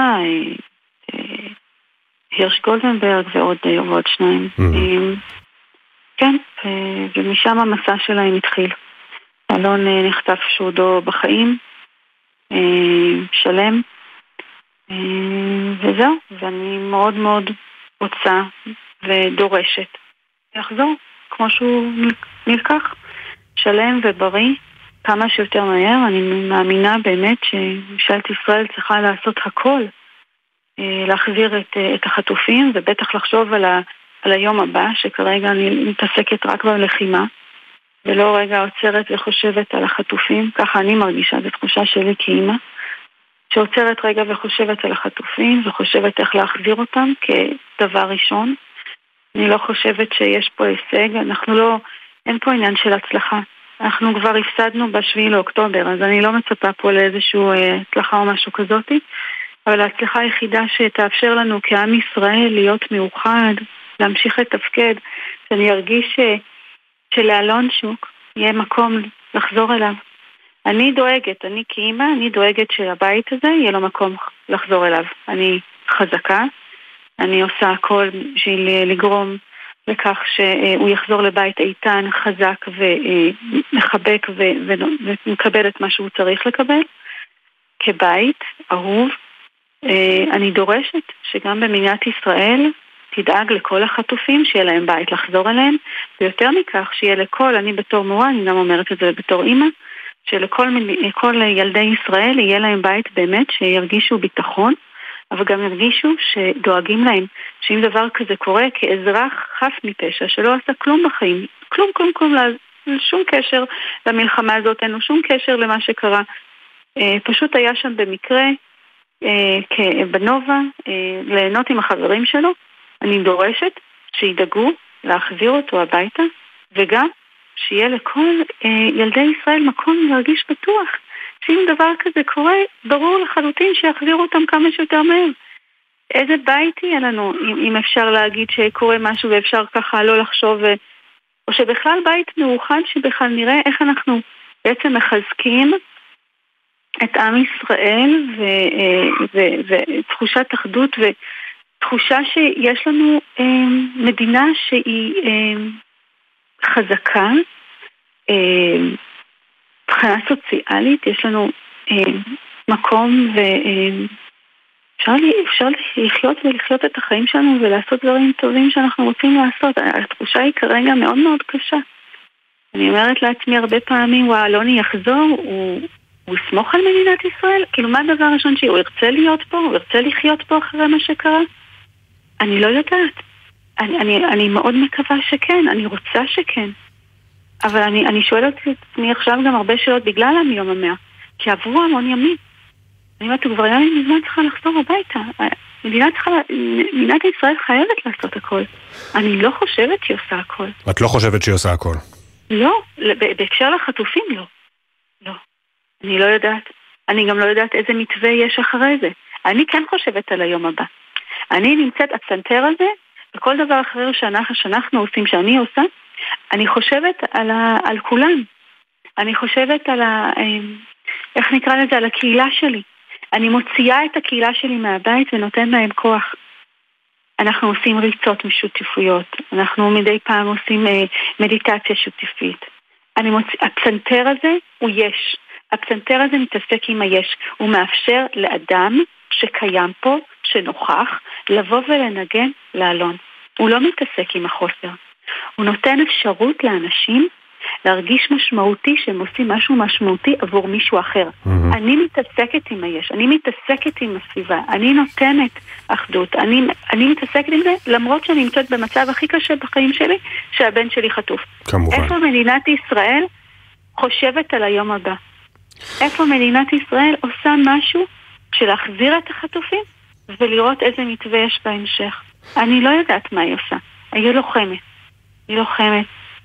הירש גולדנברג ועוד 2. כן, ומשם המסע שלהם התחיל. אלון נחטף שודו בחיים, שלם, וזהו, ואני מאוד מאוד רוצה ודורשת לחזור כמו שהוא נלקח, שלם ובריא, כמה שיותר מהר. אני מאמינה באמת שממשלת ישראל צריכה לעשות הכל להחזיר את החטופים, ובטח לחשוב על היום הבא, שכרגע אני מתעסקת רק בלחימה ולא רגע עוצרת וחושבת על החטופים. ככה אני מרגישה, זו תחושה שלי כאימא, שעוצרת רגע וחושבת על החטופים וחושבת איך להחזיר אותם כדבר ראשון. אני לא חושבת שיש פה הישג, אין פה עניין של הצלחה. אנחנו כבר הפסדנו ב7 לאוקטובר, אז אני לא מצפה פה לאיזשהו הצלחה או משהו כזאתי, אבל ההצלחה היחידה שתאפשר לנו כעם ישראל להיות מאוחד, להמשיך לתפקד, שאני ארגיש שלאלון שוק יהיה מקום לחזור אליו. אני דואגת, אני כאימא, אני דואגת שהבית הזה יהיה לו מקום לחזור אליו. אני חזקה, אני עושה הכל בשביל לגרום לכך שהוא יחזור לבית איתן, חזק ומחבק ומקבל את מה שהוא צריך לקבל. כבית אהוב, אני דורשת שגם במדינת ישראל תדאג לכל החטופים, שיהיה להם בית לחזור אליהם, ויותר מכך שיהיה לכל, אני בתור מורה, אני גם אומרת את זה בתור אימא, שלכל ילדי ישראל יהיה להם בית באמת, שירגישו ביטחון, אבל גם ירגישו שדואגים להם, שאם דבר כזה קורה כאזרח חף מפשע, שלא עשה כלום בחיים, כלום, שום קשר למלחמה הזאת, אין לו שום קשר למה שקרה, פשוט היה שם במקרה, בנובה, ליהנות עם החברים שלו. אני דורשת שידאגו להחזיר אותו הביתה, וגם שיהיה לכל ילדי ישראל מקום להרגיש בטוח, שאם דבר כזה קורה, ברור לחלוטין שיחזירו אותם כמה שיותר מהר. איזה בית יהיה לנו, אם אפשר להגיד שקורה משהו ואפשר ככה לא לחשוב, או שבכלל בית מאוחד, שבכלל נראה איך אנחנו בעצם מחזקים את עם ישראל ותחושת אחדות ותחושה שיש לנו מדינה שהיא חזקה, מבחינה סוציאלית, יש לנו מקום ואפשר לחיות את החיים שלנו ולעשות דברים טובים שאנחנו רוצים לעשות. התחושה היא כרגע מאוד מאוד קשה. אני אומרת לעצמי הרבה פעמים, אלוני יחזור, הוא יסמוך על מדינת ישראל? כאילו, מה הדבר הראשון שהוא ירצה להיות פה? הוא ירצה לחיות פה אחרי מה שקרה? אני לא יודעת. אני מאוד מקווה שכן, אני רוצה שכן. אבל אני שואלת את עצמי עכשיו גם הרבה שאלות בגלל היום 100, כי עברו המון ימים. אני אומרת, כבר ימים מזמן צריכה לחזור הביתה. מדינת ישראל חייבת לעשות הכל. אני לא חושבת שהיא עושה הכל. את לא חושבת שהיא עושה הכל? לא, בהקשר לחטופים לא. לא. אני לא יודעת. אני גם לא יודעת איזה מתווה יש אחרי זה. אני כן חושבת על היום הבא. אני נמצאת הפסנתר הזה, וכל דבר אחר שאנחנו עושים, שאני עושה, אני חושבת על כולם. אני חושבת על איך נקרא לזה? על הקהילה שלי. אני מוציאה את הקהילה שלי מהבית ונותן להם כוח. אנחנו עושים ריצות משותפויות. אנחנו מדי פעם עושים מדיטציה שותפית. הפסנתר הזה הוא יש. הפסנתר הזה מתעסק עם היש. הוא מאפשר לאדם שקיים פה, שנוכח, לבוא ולנגן לאלון. הוא לא מתעסק עם החוסר. הוא נותן אפשרות לאנשים להרגיש משמעותי שהם עושים משהו משמעותי עבור מישהו אחר. אני מתעסקת עם היש, אני מתעסקת עם הסביבה, אני נותנת אחדות, אני מתעסקת עם זה למרות שאני נמצאת במצב הכי קשה בחיים שלי שהבן שלי חטוף. כמובן. איפה מדינת ישראל חושבת על היום הבא? איפה מדינת ישראל עושה עושה משהו של להחזיר את החטופים ולראות איזה מתווה יש בהמשך. אני לא יודעת מה היא עושה. היא לוחמת.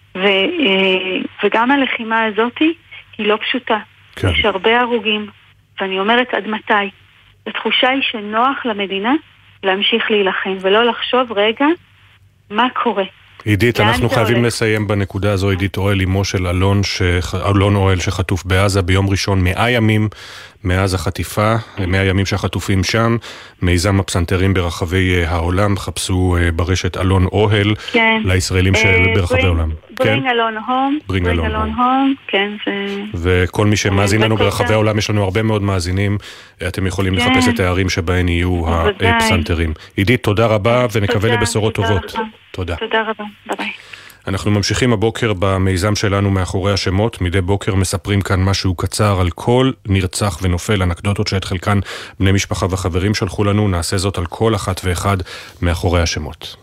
וגם הלחימה הזאת היא לא פשוטה. כן. יש הרבה הרוגים, ואני אומרת עד מתי. התחושה היא שנוח למדינה להמשיך להילחם, ולא לחשוב רגע מה קורה. עידית, אנחנו חייבים לסיים בנקודה הזו. עידית אוהל, אמו של אלון אוהל שחטוף בעזה ביום ראשון, 100 ימים מאז החטיפה, 100 ימים שהחטופים שם. מיזם הפסנתרים ברחבי העולם, חפשו ברשת אלון אוהל, כן. לישראלים ברחבי העולם. Bring אלון הום. Bring אלון הום, כן. וכל מי שמאזין לנו ברחבי העולם, יש לנו הרבה מאוד מאזינים, אתם יכולים לחפש את הערים שבהן יהיו הפסנתרים. עידית, תודה רבה, ונקווה לבשורות טובות. תודה. תודה רבה, ביי. אנחנו ממשיכים הבוקר במיזם שלנו מאחורי השמות. מדי בוקר מספרים כאן משהו קצר על כל נרצח ונופל, אנקדוטות שאת חלקן בני משפחה וחברים שלחו לנו. נעשה זאת על כל אחת ואחד מאחורי השמות.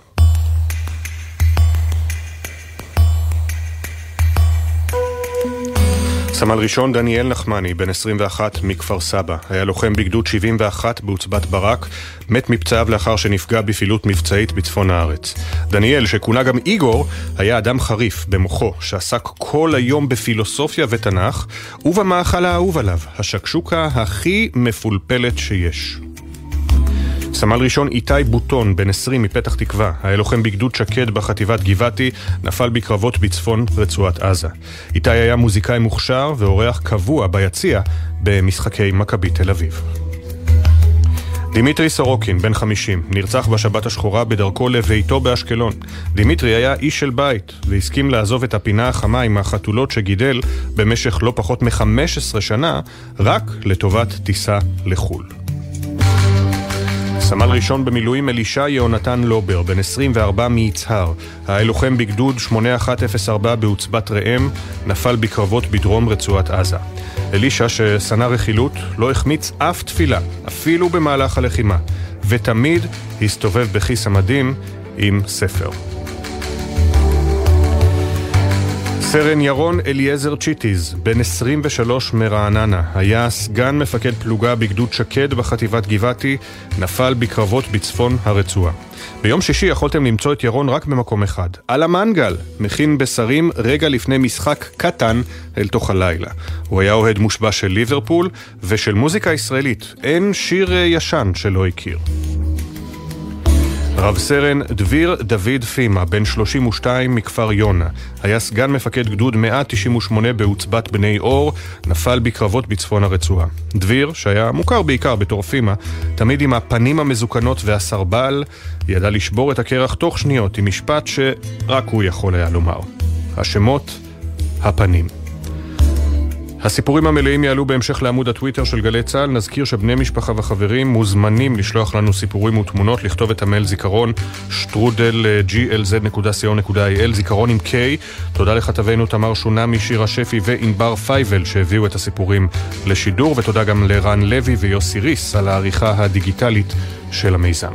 סמל ראשון דניאל נחמני, בן 21 מכפר סבא, היה לוחם בגדוד 71 בעוצבת ברק, מת מפצעיו לאחר שנפגע בפעילות מבצעית בצפון הארץ. דניאל, שכונה גם איגור, היה אדם חריף במוחו, שעסק כל היום בפילוסופיה ותנ"ך, ובמאכל האהוב עליו, השקשוקה הכי מפולפלת שיש. סמל ראשון איתי בוטון, בן 20 מפתח תקווה, היה לוחם בגדוד שקד בחטיבת גבעתי, נפל בקרבות בצפון רצועת עזה. איתי היה מוזיקאי מוכשר ואורח קבוע ביציע במשחקי מכבי תל אביב. דימיטרי סורוקין, בן 50, נרצח בשבת השחורה בדרכו לביתו באשקלון. דימיטרי היה איש של בית, והסכים לעזוב את הפינה החמה עם החתולות שגידל במשך לא פחות מ-15 שנה, רק לטובת טיסה לחול. סמל ראשון במילואים אלישע יהונתן לובר, בן 24 מיצהר, היה לוחם בגדוד 8104 בעוצבת ראם, נפל בקרבות בדרום רצועת עזה. אלישע, ששנא רכילות, לא החמיץ אף תפילה, אפילו במהלך הלחימה, ותמיד הסתובב בכיס המדים עם ספר. סרן ירון אליעזר צ'יטיז, בן 23 מרעננה, היה סגן מפקד פלוגה בגדוד שקד בחטיבת גבעתי, נפל בקרבות בצפון הרצועה. ביום שישי יכולתם למצוא את ירון רק במקום אחד, על המנגל, מכין בשרים רגע לפני משחק קטן אל תוך הלילה. הוא היה אוהד מושבע של ליברפול ושל מוזיקה ישראלית, אין שיר ישן שלא הכיר. רב סרן דביר דוד פימה, בן 32 מכפר יונה, היה סגן מפקד גדוד 198 בעוצבת בני אור, נפל בקרבות בצפון הרצועה. דביר, שהיה מוכר בעיקר בתור פימה, תמיד עם הפנים המזוקנות והסרבל, ידע לשבור את הקרח תוך שניות עם משפט שרק הוא יכול היה לומר. השמות, הפנים. הסיפורים המלאים יעלו בהמשך לעמוד הטוויטר של גלי צהל. נזכיר שבני משפחה וחברים מוזמנים לשלוח לנו סיפורים ותמונות, לכתוב את המייל זיכרון @glz.co.il, זיכרון עם K. תודה לכתבנו תמר שונמי, שירה שפי ואינבר פייבל שהביאו את הסיפורים לשידור, ותודה גם לרן לוי ויוסי ריס על העריכה הדיגיטלית של המיזם.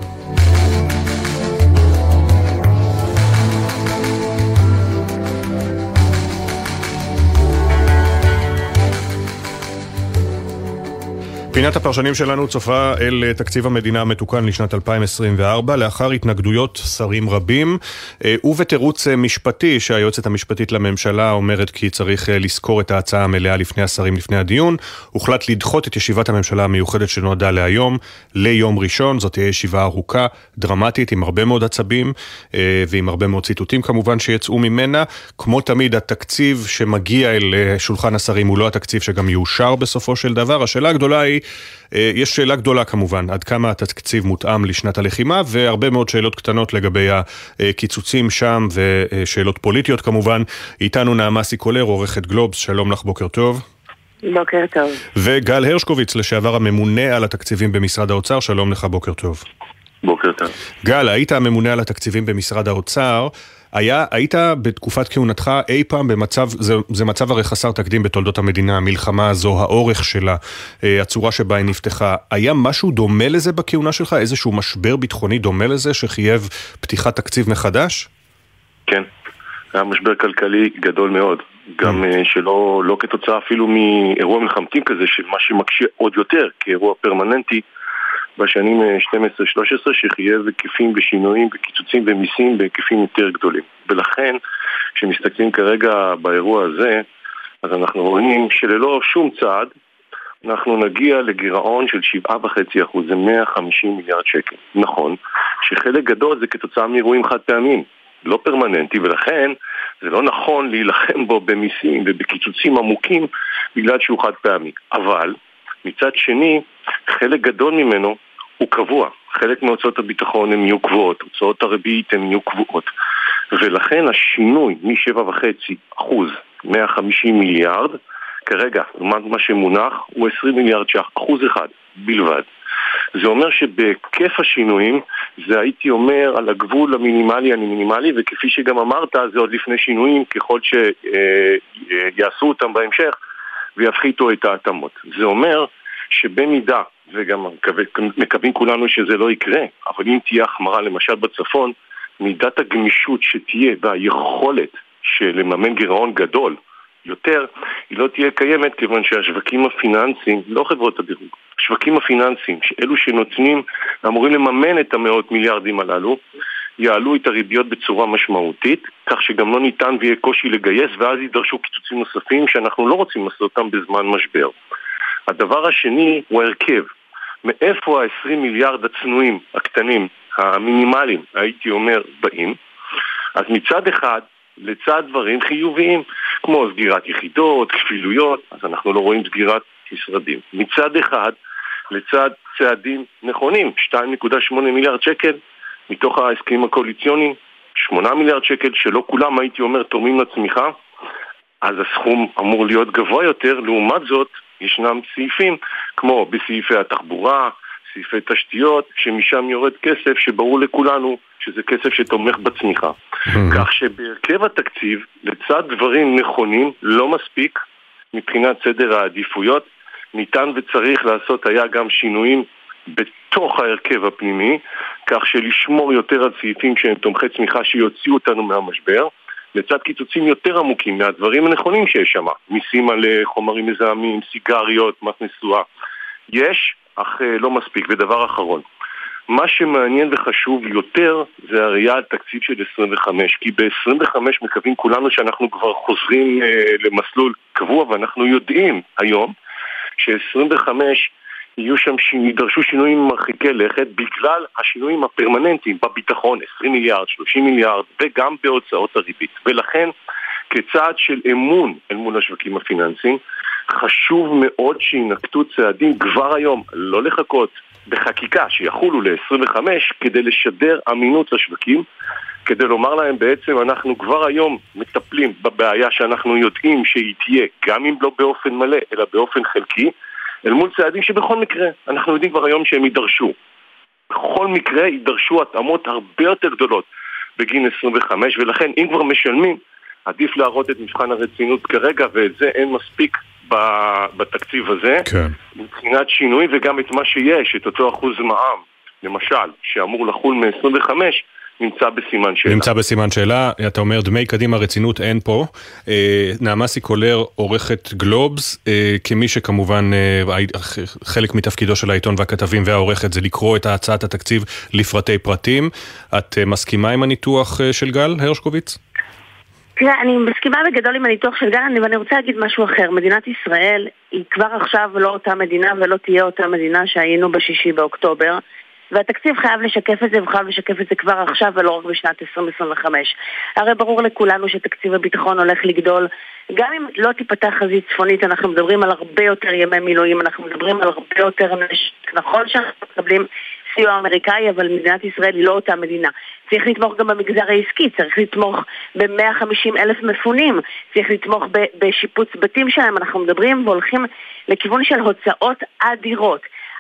פינת הפרשנים שלנו צופה אל תקציב המדינה המתוקן לשנת 2024, לאחר התנגדויות שרים רבים, ובתירוץ משפטי שהיועצת המשפטית לממשלה אומרת כי צריך לזכור את ההצעה המלאה לפני השרים לפני הדיון, הוחלט לדחות את ישיבת הממשלה המיוחדת שנועדה להיום, ליום ראשון. זאת תהיה ישיבה ארוכה, דרמטית, עם הרבה מאוד עצבים, ועם הרבה מאוד ציטוטים כמובן שיצאו ממנה. כמו תמיד, התקציב שמגיע אל שולחן השרים הוא לא התקציב שגם יאושר בסופו של דבר. השאלה הגדולה היא, יש שאלה גדולה כמובן, עד כמה התקציב מותאם לשנת הלחימה, והרבה מאוד שאלות קטנות לגבי הקיצוצים שם, ושאלות פוליטיות כמובן. איתנו נעמה סיקולר, עורכת גלובס, שלום לך, בוקר טוב. בוקר טוב. וגל הרשקוביץ, לשעבר הממונה על התקציבים במשרד האוצר, שלום לך, בוקר טוב. בוקר טוב. גל, היית הממונה על התקציבים במשרד האוצר, היית בתקופת כהונתך אי פעם במצב, זה מצב הרי חסר תקדים בתולדות המדינה, המלחמה הזו, האורך שלה, הצורה שבה היא נפתחה, היה משהו דומה לזה בכהונה שלך? איזשהו משבר ביטחוני דומה לזה שחייב פתיחת תקציב מחדש? כן, היה משבר כלכלי גדול מאוד, גם שלא כתוצאה אפילו מאירוע מלחמתי כזה, מה שמקשה עוד יותר כאירוע פרמננטי בשנים 12-13, שחייב היקפים ושינויים וקיצוצים ומיסים בהיקפים יותר גדולים. ולכן, כשמסתכלים כרגע באירוע הזה, אז אנחנו רואים שללא שום צעד, אנחנו נגיע לגירעון של 7.5%, זה 150 מיליארד שקל. נכון, שחלק גדול זה כתוצאה מאירועים חד פעמים, לא פרמננטי, ולכן זה לא נכון להילחם בו במיסים ובקיצוצים עמוקים בגלל שהוא חד פעמי. אבל מצד שני, חלק גדול ממנו הוא קבוע. חלק מהוצאות הביטחון הן יהיו קבועות, הוצאות הריבית הן יהיו קבועות. ולכן השינוי מ-7.5%, 150 מיליארד, כרגע, מה שמונח, הוא 20 מיליארד ש"ח, 1% בלבד. זה אומר שבכיף השינויים, זה הייתי אומר על הגבול המינימלי, וכפי שגם אמרת, זה עוד לפני שינויים, ככל שיעשו אותם בהמשך, ויפחיתו את ההתאמות. זה אומר שבמידה, וגם מקווים כולנו שזה לא יקרה, אבל אם תהיה החמרה למשל בצפון, מידת הגמישות שתהיה והיכולת של לממן גירעון גדול יותר, היא לא תהיה קיימת, כיוון שהשווקים הפיננסיים, לא חברות הדירוג, השווקים הפיננסיים, שאלו שנותנים, אמורים לממן את המאות מיליארדים הללו, יעלו את הריביות בצורה משמעותית, כך שגם לא ניתן ויהיה קושי לגייס, ואז יידרשו קיצוצים נוספים שאנחנו לא רוצים לעשות אותם בזמן משבר. הדבר השני הוא הרכב. מאיפה ה-20 מיליארד הצנועים, הקטנים, המינימליים, הייתי אומר, באים? אז מצד אחד, לצד דברים חיוביים, כמו סגירת יחידות, כפילויות, אז אנחנו לא רואים סגירת משרדים. מצד אחד, לצד צעדים נכונים, 2.8 מיליארד שקל, מתוך ההסכמים הקואליציוניים, 8 מיליארד שקל, שלא כולם, הייתי אומר, תורמים לצמיחה, אז הסכום אמור להיות גבוה יותר. לעומת זאת, ישנם סעיפים, כמו בסעיפי התחבורה, סעיפי תשתיות, שמשם יורד כסף שברור לכולנו שזה כסף שתומך בצמיחה. כך שבהרכב התקציב, לצד דברים נכונים, לא מספיק מבחינת סדר העדיפויות, ניתן וצריך לעשות היה גם שינויים בתוך ההרכב הפנימי, כך שלשמור יותר על סעיפים שהם תומכי צמיחה שיוציאו אותנו מהמשבר, לצד קיצוצים יותר עמוקים מהדברים הנכונים שיש שם, מיסים על חומרים מזהמים, סיגריות, מס נסועה. יש, אך לא מספיק. ודבר אחרון, מה שמעניין וחשוב יותר זה הראייה על תקציב של 25, כי ב-25 מקווים כולנו שאנחנו כבר חוזרים למסלול קבוע, ואנחנו יודעים היום ש-25 יהיו שם ידרשו שינויים מרחיקי לכת בגלל השינויים הפרמננטיים בביטחון, 20 מיליארד, 30 מיליארד, וגם בהוצאות הריבית. ולכן, כצעד של אמון אל מול השווקים הפיננסיים, חשוב מאוד שינקטו צעדים כבר היום, לא לחכות בחקיקה שיחולו ל-25, כדי לשדר אמינות לשווקים, כדי לומר להם בעצם אנחנו כבר היום מטפלים בבעיה שאנחנו יודעים שהיא תהיה, גם אם לא באופן מלא, אלא באופן חלקי, אל מול צעדים שבכל מקרה אנחנו יודעים כבר היום שהם יידרשו. בכל מקרה יידרשו התאמות הרבה יותר גדולות בגין 25, ולכן אם כבר משלמים, עדיף להראות את מבחן הרצינות כרגע, ואת זה אין מספיק בתקציב הזה. כן. מבחינת שינוי, וגם את מה שיש, את אותו אחוז מע"מ, למשל, שאמור לחול מ-25, נמצא בסימן שאלה. נמצא בסימן שאלה, אתה אומר דמי קדימה רצינות אין פה. נעמה סיקולר, עורכת גלובס, כמי שכמובן חלק מתפקידו של העיתון והכתבים והעורכת זה לקרוא את הצעת התקציב לפרטי פרטים. את מסכימה עם הניתוח של גל הרשקוביץ? תראה, אני מסכימה בגדול עם הניתוח של גל, ואני רוצה להגיד משהו אחר. מדינת ישראל היא כבר עכשיו לא אותה מדינה ולא תהיה אותה מדינה שהיינו ב6 באוקטובר. והתקציב חייב לשקף את זה, וחייב לשקף את זה כבר עכשיו ולא רק בשנת 2025. הרי ברור לכולנו שתקציב הביטחון הולך לגדול. גם אם לא תיפתח חזית צפונית, אנחנו מדברים על הרבה יותר ימי מילואים, אנחנו מדברים על הרבה יותר נשק. נכון שאנחנו מקבלים סיוע אמריקאי, אבל מדינת ישראל היא לא אותה מדינה. צריך לתמוך גם במגזר העסקי, צריך לתמוך ב-150,000 מפונים, צריך לתמוך בשיפוץ בתים שלהם. אנחנו מדברים והולכים לכיוון של הוצאות אדירות.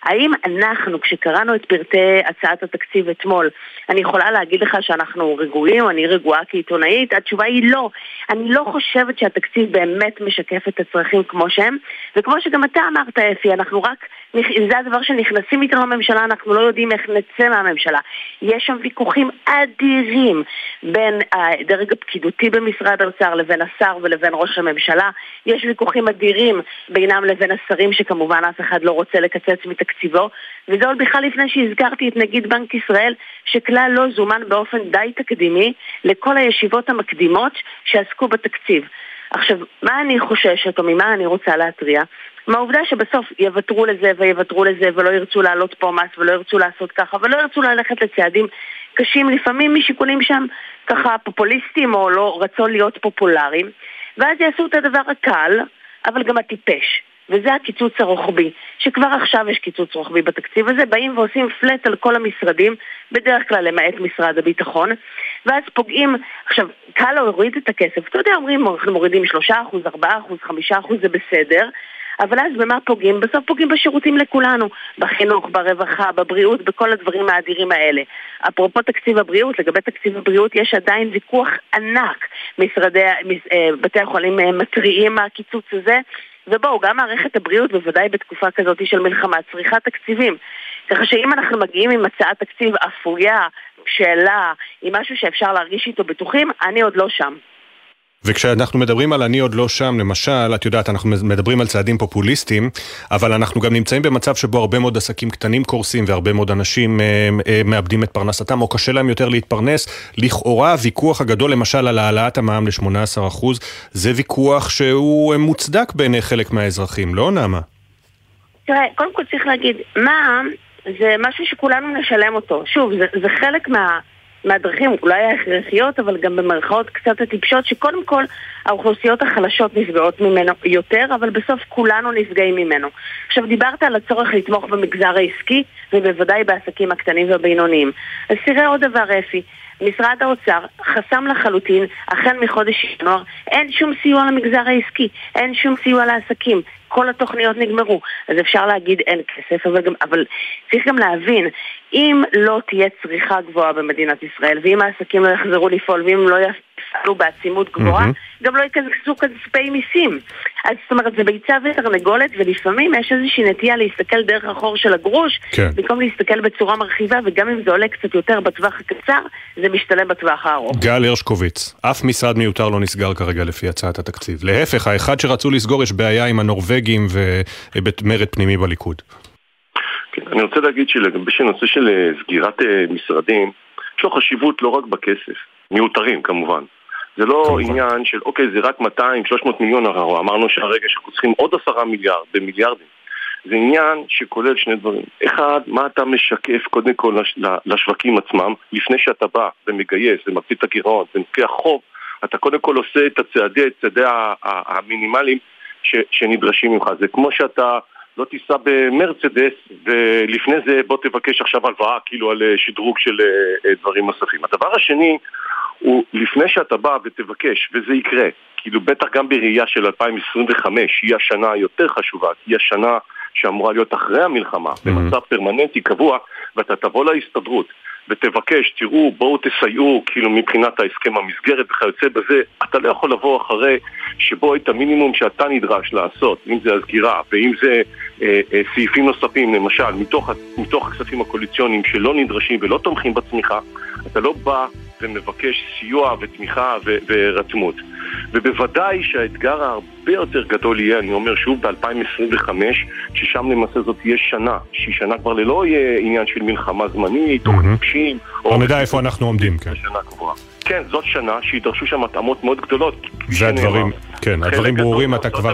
האם אנחנו, כשקראנו את פרטי הצעת התקציב אתמול, אני יכולה להגיד לך שאנחנו רגועים, אני רגועה כעיתונאית? התשובה היא לא. אני לא חושבת שהתקציב באמת משקף את הצרכים כמו שהם, וכמו שגם אתה אמרת, אפי, אנחנו רק, זה הדבר שנכנסים איתנו לממשלה, אנחנו לא יודעים איך נצא מהממשלה. יש שם ויכוחים אדירים בין הדרג הפקידותי במשרד האוצר לבין השר ולבין ראש הממשלה. יש ויכוחים אדירים בינם לבין השרים, שכמובן אף אחד לא רוצה לקצץ מתקציבו, וזה עוד בכלל לפני שהזכרתי את נגיד בנק ישראל, שכלל לא זומן באופן די תקדימי לכל הישיבות המקדימות שעסקו בתקציב. עכשיו, מה אני חוששת או ממה אני רוצה להטריע? מהעובדה שבסוף יוותרו לזה ויוותרו לזה ולא ירצו לעלות פה מס ולא ירצו לעשות ככה ולא ירצו ללכת לצעדים קשים, לפעמים משיקולים שם ככה פופוליסטיים או לא רצון להיות פופולריים, ואז יעשו את הדבר הקל אבל גם הטיפש, וזה הקיצוץ הרוחבי, שכבר עכשיו יש קיצוץ רוחבי בתקציב הזה, באים ועושים פלט על כל המשרדים, בדרך כלל למעט משרד הביטחון, ואז פוגעים, עכשיו, קל להוריד את הכסף, אתה יודע, אומרים, אנחנו מורידים 3%, 4%, 5%, זה בסדר, אבל אז במה פוגעים? בסוף פוגעים בשירותים לכולנו, בחינוך, ברווחה, בבריאות, בכל הדברים האדירים האלה. אפרופו תקציב הבריאות, לגבי תקציב הבריאות יש עדיין ויכוח ענק, בתי החולים מטריעים מהקיצוץ הזה, ובואו, גם מערכת הבריאות, בוודאי בתקופה כזאת של מלחמה, צריכה תקציבים. ככה שאם אנחנו מגיעים עם הצעת תקציב אפויה, שאלה, עם משהו שאפשר להרגיש איתו בטוחים, אני עוד לא שם. וכשאנחנו מדברים על אני עוד לא שם, למשל, את יודעת, אנחנו מדברים על צעדים פופוליסטיים, אבל אנחנו גם נמצאים במצב שבו הרבה מאוד עסקים קטנים קורסים, והרבה מאוד אנשים מאבדים את פרנסתם, או קשה להם יותר להתפרנס. לכאורה, הוויכוח הגדול, למשל, על העלאת המע"מ ל-18%, זה ויכוח שהוא מוצדק בעיני חלק מהאזרחים, לא נעמה? תראה, קודם כל צריך להגיד, מע"מ זה משהו שכולנו נשלם אותו. שוב, זה חלק מהדרכים, אולי ההכרחיות, אבל גם במרכאות קצת הטיפשות, שקודם כל האוכלוסיות החלשות נפגעות ממנו יותר, אבל בסוף כולנו נפגעים ממנו. עכשיו, דיברת על הצורך לתמוך במגזר העסקי, ובוודאי בעסקים הקטנים והבינוניים. אז תראה עוד דבר, אפי. משרד האוצר חסם לחלוטין, החל מחודש ינואר, אין שום סיוע למגזר העסקי, אין שום סיוע לעסקים, כל התוכניות נגמרו. אז אפשר להגיד אין כסף, אבל צריך גם להבין, אם לא תהיה צריכה גבוהה במדינת ישראל, ואם העסקים לא יחזרו לפעול, ואם לא יפעלו בעצימות גבוהה, גם לא ייכנסו כספי מיסים. אז זאת אומרת, זה ביצה ותרנגולת, ולפעמים יש איזושהי נטייה להסתכל דרך החור של הגרוש, במקום להסתכל בצורה מרחיבה, וגם אם זה עולה קצת יותר בטווח הקצר, זה משתלם בטווח הארוך. גל הרשקוביץ, אף משרד מיותר לא נסגר כרגע לפי הצעת התקציב. להפך, האחד שרצו לסגור יש בעיה עם הנורווגים ומרד פנימי בליכוד. אני רוצה להגיד שלגבי שנושא של סגירת משרדים, יש לו חשיבות לא רק בכסף, מיותרים כמובן. זה לא עניין של, אוקיי, זה רק 200-300 מיליון, אמרנו שהרגע שאנחנו צריכים עוד 10 מיליארד במיליארדים. זה עניין שכולל שני דברים. אחד, מה אתה משקף קודם כל לשווקים עצמם, לפני שאתה בא ומגייס ומפסיד את הגירעון ומפקיע חוב, אתה קודם כל עושה את הצעדי המינימליים שנדרשים ממך. זה כמו שאתה לא תיסע במרצדס, ולפני זה בוא תבקש עכשיו הלוואה, כאילו על שדרוג של דברים נוספים. הדבר השני הוא לפני שאתה בא ותבקש, וזה יקרה, כאילו בטח גם בראייה של 2025, היא השנה היותר חשובה, היא השנה שאמורה להיות אחרי המלחמה, במצב פרמננטי קבוע, ואתה תבוא להסתדרות ותבקש, תראו, בואו תסייעו, כאילו מבחינת ההסכם המסגרת וכיוצא בזה, אתה לא יכול לבוא אחרי שבו את המינימום שאתה נדרש לעשות, אם זה הסגירה ואם זה סעיפים נוספים, למשל, מתוך הכספים הקואליציוניים שלא נדרשים ולא תומכים בצמיחה, אתה לא בא ומבקש סיוע ותמיכה ורתמות. ובוודאי שהאתגר הרבה יותר גדול יהיה, אני אומר שוב, ב-2025, ששם למעשה זאת תהיה שנה, שהיא שנה כבר ללא יהיה עניין של מלחמה זמנית, או חדשים, או נדע איפה אנחנו עומדים, כן. שנה קבועה. כן, זאת שנה שידרשו שם התאמות מאוד גדולות. זה הדברים, כן, הדברים ברורים, אתה כבר,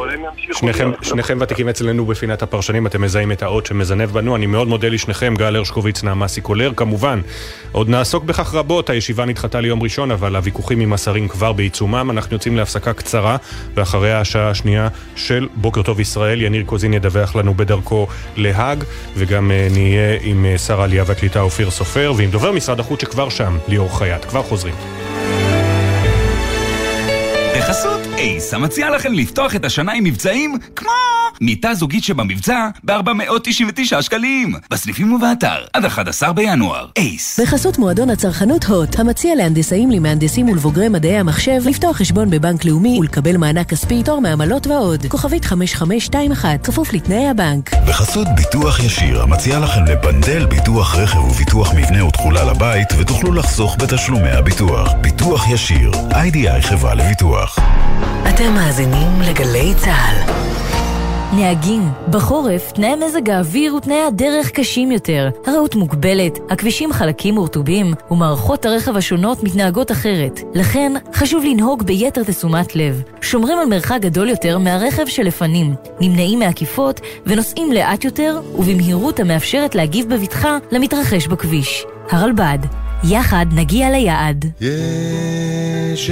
שניכם ותיקים אצלנו בפינת הפרשנים, אתם מזהים את האות שמזנב בנו, אני מאוד מודה לשניכם, גל הרשקוביץ, נעמה סיקולר, כמובן, עוד נעסוק בכך רבות, הישיבה נדחתה ליום ראשון, אבל הוויכוחים עם השרים כבר בעיצומם, אנחנו יוצאים להפסקה קצרה, ואחריה השעה השנייה של בוקר טוב ישראל, יניר קוזין ידווח לנו בדרכו להאג, וגם נהיה עם שר העלייה והקליטה אופיר סופר, ועם דובר משרד החוץ שכבר שם, ליאור חייט, כבר חוזרים. בחסות אייס, המציע לכם לפתוח את השנה עם מבצעים כמו מיטה זוגית שבמבצע ב-499 שקלים. בסניפים ובאתר עד 11 בינואר. אייס. בחסות מועדון הצרכנות הוט, המציע להנדסאים, למהנדסים ולבוגרי מדעי המחשב לפתוח חשבון בבנק לאומי ולקבל מענק כספי, תור מעמלות ועוד. כוכבית 5521, כפוף לתנאי הבנק. בחסות ביטוח ישיר, המציע לכם לבנדל ביטוח רכב וביטוח מבנה ותכולה לבית, ותוכלו לחסוך בתשלומי הביטוח. ביטוח ישיר, IDI חברה לביטוח. אתם מאזינים לגלי צהל. נהגים, בחורף תנאי מזג האוויר ותנאי הדרך קשים יותר. הראות מוגבלת, הכבישים חלקים ורטובים, ומערכות הרכב השונות מתנהגות אחרת. לכן חשוב לנהוג ביתר תשומת לב. שומרים על מרחק גדול יותר מהרכב שלפנים, נמנעים מעקיפות ונוסעים לאט יותר ובמהירות המאפשרת להגיב בבטחה למתרחש בכביש. הרלב"ד, יחד נגיע ליעד. יש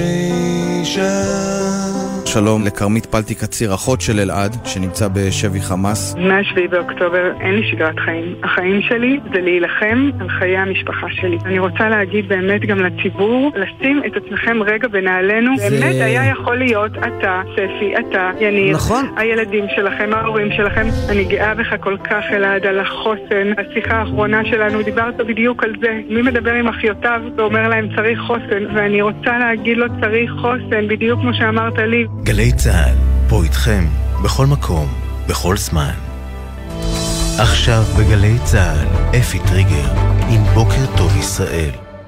שלום לקרמית פלטי קציר, אחות של אלעד, שנמצא בשבי חמאס. מה-7 באוקטובר אין לי שגרת חיים. החיים שלי זה להילחם על חיי המשפחה שלי. אני רוצה להגיד באמת גם לציבור, לשים את עצמכם רגע בנעלינו. באמת היה יכול להיות אתה, ספי, אתה, יניר, נכון. הילדים שלכם, ההורים שלכם. אני גאה בך כל כך, אלעד, על החוסן. השיחה האחרונה שלנו, דיברת בדיוק על זה. מי מדבר עם אחיותיו ואומר להם צריך חוסן, ואני רוצה להגיד לו צריך חוסן, בדיוק כמו שאמרת לי. גלי צהל, פה איתכם, בכל מקום, בכל זמן. עכשיו בגלי צהל, אפי טריגר, עם בוקר טוב ישראל.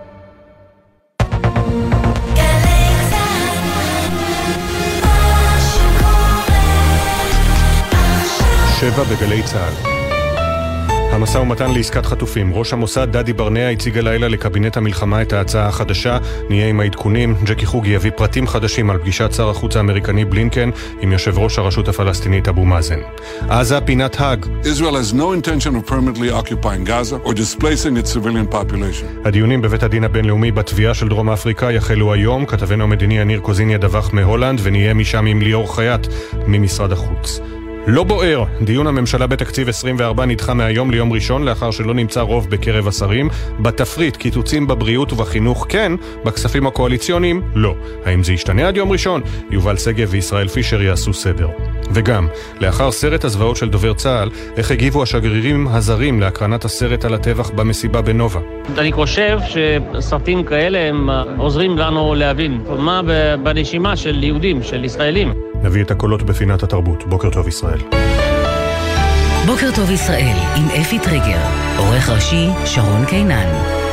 שבע בגלי צהל. המשא ומתן לעסקת חטופים. ראש המוסד דדי ברנע הציג הלילה לקבינט המלחמה את ההצעה החדשה. נהיה עם העדכונים. ג'קי חוגי יביא פרטים חדשים על פגישת שר החוץ האמריקני בלינקן עם יושב ראש הרשות הפלסטינית אבו מאזן. עזה פינת האג. Israel has no intention of permanently occupying Gaza or displacing its civilian population. הדיונים בבית הדין הבינלאומי בתביעה של דרום אפריקה יחלו היום. כתבנו המדיני יניר קוזיניה דווח מהולנד, ונהיה משם עם ליאור חייט ממשרד החוץ. לא בוער, דיון הממשלה בתקציב 24 נדחה מהיום ליום ראשון לאחר שלא נמצא רוב בקרב השרים. בתפריט קיצוצים בבריאות ובחינוך כן, בכספים הקואליציוניים לא. האם זה ישתנה עד יום ראשון? יובל סגב וישראל פישר יעשו סדר. וגם, לאחר סרט הזוועות של דובר צה"ל, איך הגיבו השגרירים הזרים להקרנת הסרט על הטבח במסיבה בנובה? אני חושב שסרטים כאלה הם עוזרים לנו להבין מה בנשימה של יהודים, של ישראלים. נביא את הקולות בפינת התרבות. בוקר טוב ישראל. בוקר טוב ישראל עם אפי טריגר, עורך ראשי שרון קינן.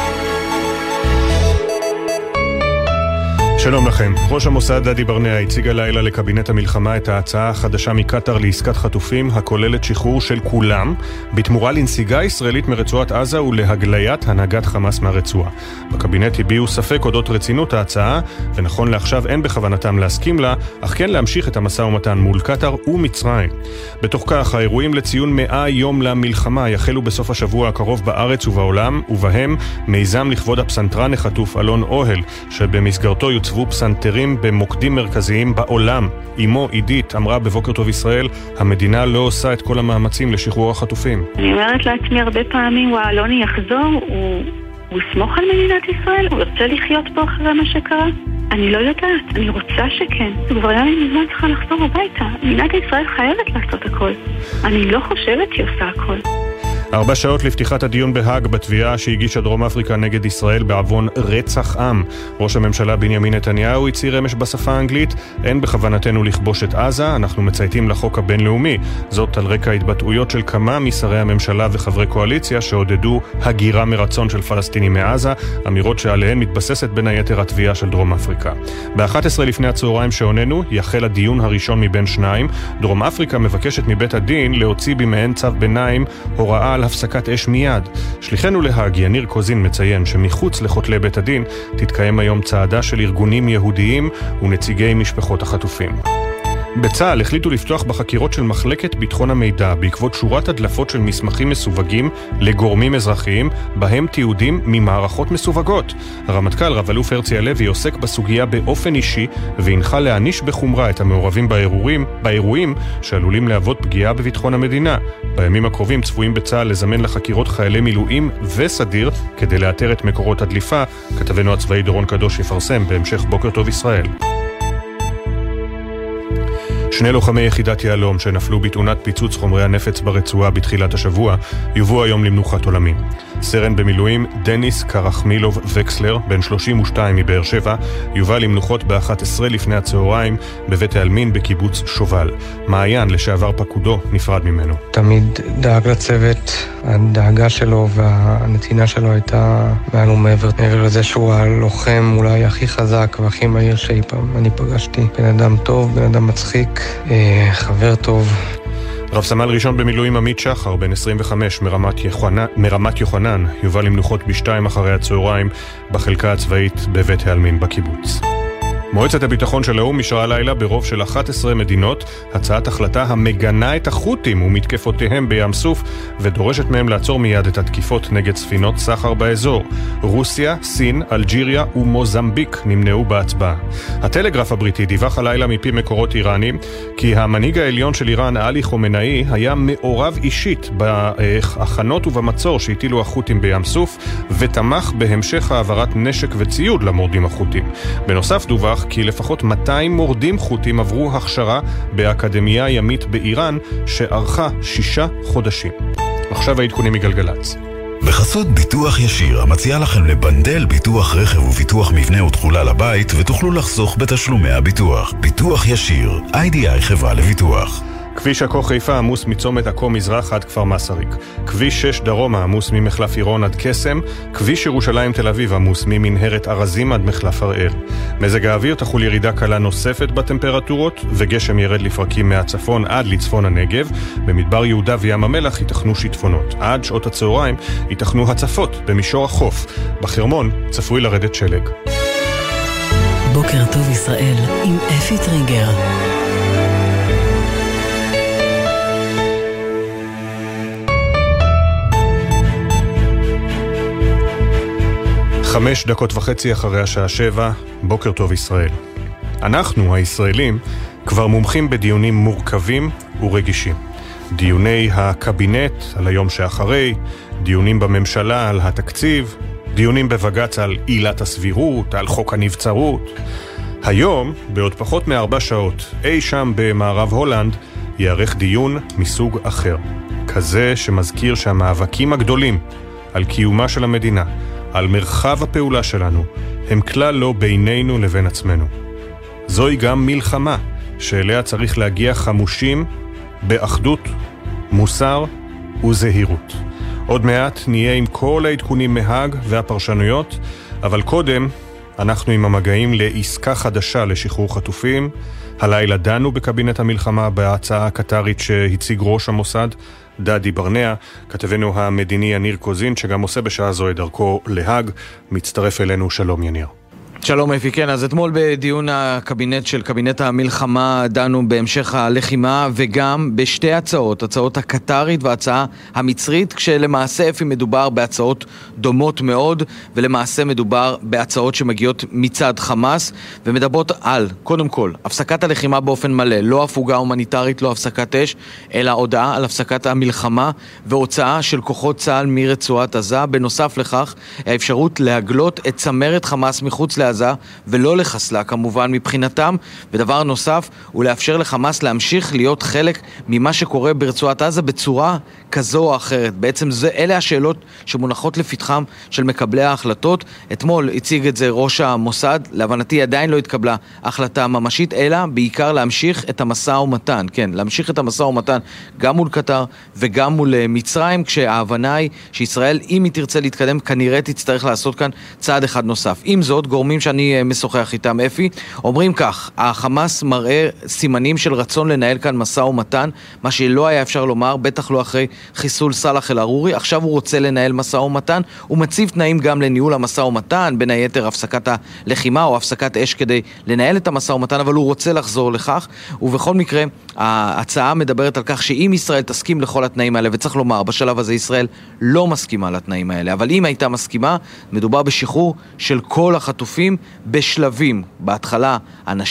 שלום לכם. ראש המוסד דדי ברנע הציג הלילה לקבינט המלחמה את ההצעה החדשה מקטר לעסקת חטופים, הכוללת שחרור של כולם, בתמורה לנסיגה ישראלית מרצועת עזה ולהגליית הנהגת חמאס מהרצועה. בקבינט הביעו ספק אודות רצינות ההצעה, ונכון לעכשיו אין בכוונתם להסכים לה, אך כן להמשיך את המשא ומתן מול קטר ומצרים. בתוך כך, האירועים לציון 100 יום למלחמה יחלו בסוף השבוע הקרוב בארץ ובעולם, ובהם מיזם לכבוד הפסנתרן החטוף אלון אוהל, שבמסגרתו יוצבו פסנתרים במוקדים מרכזיים בעולם. אמו עידית אמרה בבוקר טוב ישראל, המדינה לא עושה את כל המאמצים לשחרור החטופים. אני אומרת לעצמי הרבה פעמים, אלוני יחזור, הוא יסמוך על מדינת ישראל, הוא ירצה לחיות פה אחרי מה שקרה. אני לא יודעת, אני רוצה שכן. זה כבר היה לי מזמן צריכה לחזור הביתה. מדינת ישראל חייבת לעשות הכל. אני לא חושבת שהיא עושה הכל. 4 שעות לפתיחת הדיון בהאג בתביעה שהגישה דרום אפריקה נגד ישראל בעוון רצח עם. ראש הממשלה בנימין נתניהו הצהיר אמש בשפה האנגלית, אין בכוונתנו לכבוש את עזה, אנחנו מצייתים לחוק הבינלאומי. זאת על רקע התבטאויות של כמה משרי הממשלה וחברי קואליציה שעודדו הגירה מרצון של פלסטינים מעזה, אמירות שעליהן מתבססת בין היתר התביעה של דרום אפריקה. ב-11 לפני הצהריים שעוננו יחל הדיון הראשון מבין שניים. דרום אפריקה מבקשת מבית הדין להוציא במעין צו ביניים הוראה על הפסקת אש מיד. שליחנו להאג יניר קוזין מציין שמחוץ לחותלי בית הדין תתקיים היום צעדה של ארגונים יהודיים ונציגי משפחות החטופים. בצה"ל החליטו לפתוח בחקירות של מחלקת ביטחון המידע בעקבות שורת הדלפות של מסמכים מסווגים לגורמים אזרחיים, בהם תיעודים ממערכות מסווגות. הרמטכ"ל רב אלוף הרצי הלוי עוסק בסוגיה באופן אישי והנחה להעניש בחומרה את המעורבים באירועים שעלולים להוות פגיעה בביטחון המדינה. בימים הקרובים צפויים בצה"ל לזמן לחקירות חיילי מילואים וסדיר כדי לאתר את מקורות הדליפה. כתבנו הצבאי דורון קדוש יפרסם בהמשך בוקר טוב ישראל. 2 לוחמי יחידת יהלום שנפלו בתאונת פיצוץ חומרי הנפץ ברצועה בתחילת השבוע יובאו היום למנוחת עולמים. סרן במילואים דניס קרחמילוב וקסלר, בן 32 מבאר שבע, יובא למנוחות ב-11 לפני הצהריים בבית העלמין בקיבוץ שובל. מעיין, לשעבר פקודו, נפרד ממנו. תמיד דאג לצוות, הדאגה שלו והנתינה שלו הייתה מעל ומעבר. מעבר לזה שהוא הלוחם אולי הכי חזק והכי מהיר שאי פעם אני פגשתי. בן אדם טוב, בן אדם מצחיק, חבר טוב. רב סמל ראשון במילואים עמית שחר, בן 25 מרמת יוחנן, יובא למנוחות ב-2 אחרי הצהריים בחלקה הצבאית בבית העלמין בקיבוץ. מועצת הביטחון של האו"ם אישרה לילה ברוב של 11 מדינות הצעת החלטה המגנה את החות'ים ומתקפותיהם בים סוף ודורשת מהם לעצור מיד את התקיפות נגד ספינות סחר באזור. רוסיה, סין, אלג'יריה ומוזמביק נמנעו בהצבעה. הטלגרף הבריטי דיווח הלילה מפי מקורות איראנים כי המנהיג העליון של איראן, עלי חומנאי, היה מעורב אישית בהכנות ובמצור שהטילו החות'ים בים סוף ותמך בהמשך העברת נשק וציוד למורדים החות'ים. בנוסף דווח כי לפחות 200 מורדים חות'ים עברו הכשרה באקדמיה ימית באיראן שארכה 6 חודשים. עכשיו העדכונים מגלגלץ. בחסות ביטוח ישיר, המציע לכם לבנדל ביטוח רכב וביטוח מבנה ותכולה לבית ותוכלו לחסוך בתשלומי הביטוח. ביטוח ישיר, IDI חברה לביטוח. כביש עכו חיפה עמוס מצומת עכו מזרח עד כפר מסריק. כביש 6 דרומה עמוס ממחלף עירון עד קסם. כביש ירושלים תל אביב עמוס ממנהרת ארזים עד מחלף הראל. מזג האוויר תחול ירידה קלה נוספת בטמפרטורות וגשם ירד לפרקים מהצפון עד לצפון הנגב. במדבר יהודה וים המלח ייתכנו שיטפונות. עד שעות הצהריים ייתכנו הצפות במישור החוף. בחרמון צפוי לרדת שלג. בוקר טוב ישראל עם אפי טריגר. 5:30 אחרי השעה 7, בוקר טוב ישראל. אנחנו, הישראלים, כבר מומחים בדיונים מורכבים ורגישים. דיוני הקבינט על היום שאחרי, דיונים בממשלה על התקציב, דיונים בבג"ץ על עילת הסבירות, על חוק הנבצרות. היום, בעוד פחות מ4 שעות, אי שם במערב הולנד, יערך דיון מסוג אחר. כזה שמזכיר שהמאבקים הגדולים על קיומה של המדינה, על מרחב הפעולה שלנו, הם כלל לא בינינו לבין עצמנו. זוהי גם מלחמה שאליה צריך להגיע חמושים באחדות, מוסר וזהירות. עוד מעט נהיה עם כל העדכונים מהאג והפרשנויות, אבל קודם אנחנו עם המגעים לעסקה חדשה לשחרור חטופים. הלילה דנו בקבינט המלחמה בהצעה הקטרית שהציג ראש המוסד דדי ברנע. כתבנו המדיני יניר קוזין, שגם עושה בשעה זו את דרכו להאג, מצטרף אלינו. שלום יניר. שלום אפי, כן, אז אתמול בדיון הקבינט של קבינט המלחמה דנו בהמשך הלחימה וגם בשתי הצעות, הצעות הקטרית וההצעה המצרית, כשלמעשה אפי מדובר בהצעות דומות מאוד, ולמעשה מדובר בהצעות שמגיעות מצד חמאס, ומדברות על, קודם כל, הפסקת הלחימה באופן מלא, לא הפוגה הומניטרית, לא הפסקת אש, אלא הודעה על הפסקת המלחמה והוצאה של כוחות צה"ל מרצועת עזה. בנוסף לכך, האפשרות להגלות את צמרת חמאס מחוץ לעזה ולא לחסלה כמובן מבחינתם, ודבר נוסף הוא לאפשר לחמאס להמשיך להיות חלק ממה שקורה ברצועת עזה בצורה כזו או אחרת. בעצם אלה השאלות שמונחות לפתחם של מקבלי ההחלטות. אתמול הציג את זה ראש המוסד, להבנתי עדיין לא התקבלה החלטה ממשית, אלא בעיקר להמשיך את המשא ומתן, כן, להמשיך את המשא ומתן גם מול קטר וגם מול מצרים, כשההבנה היא שישראל, אם היא תרצה להתקדם, כנראה תצטרך לעשות כאן צעד אחד נוסף. עם זאת, גורמים שאני משוחח איתם אפי, אומרים כך, החמאס מראה סימנים של רצון לנהל כאן משא ומתן, מה שלא היה אפשר לומר, בטח לא אחרי חיסול סלאח אל-ערורי. עכשיו הוא רוצה לנהל משא ומתן, הוא מציב תנאים גם לניהול המשא ומתן, בין היתר הפסקת הלחימה או הפסקת אש כדי לנהל את המשא ומתן, אבל הוא רוצה לחזור לכך, ובכל מקרה ההצעה מדברת על כך שאם ישראל תסכים לכל התנאים האלה, וצריך לומר, בשלב הזה ישראל לא מסכימה לתנאים האלה, אבל אם הייתה מסכימה, מדובר בשחרור של כל החטופים בשלבים. בהתחלה אנשים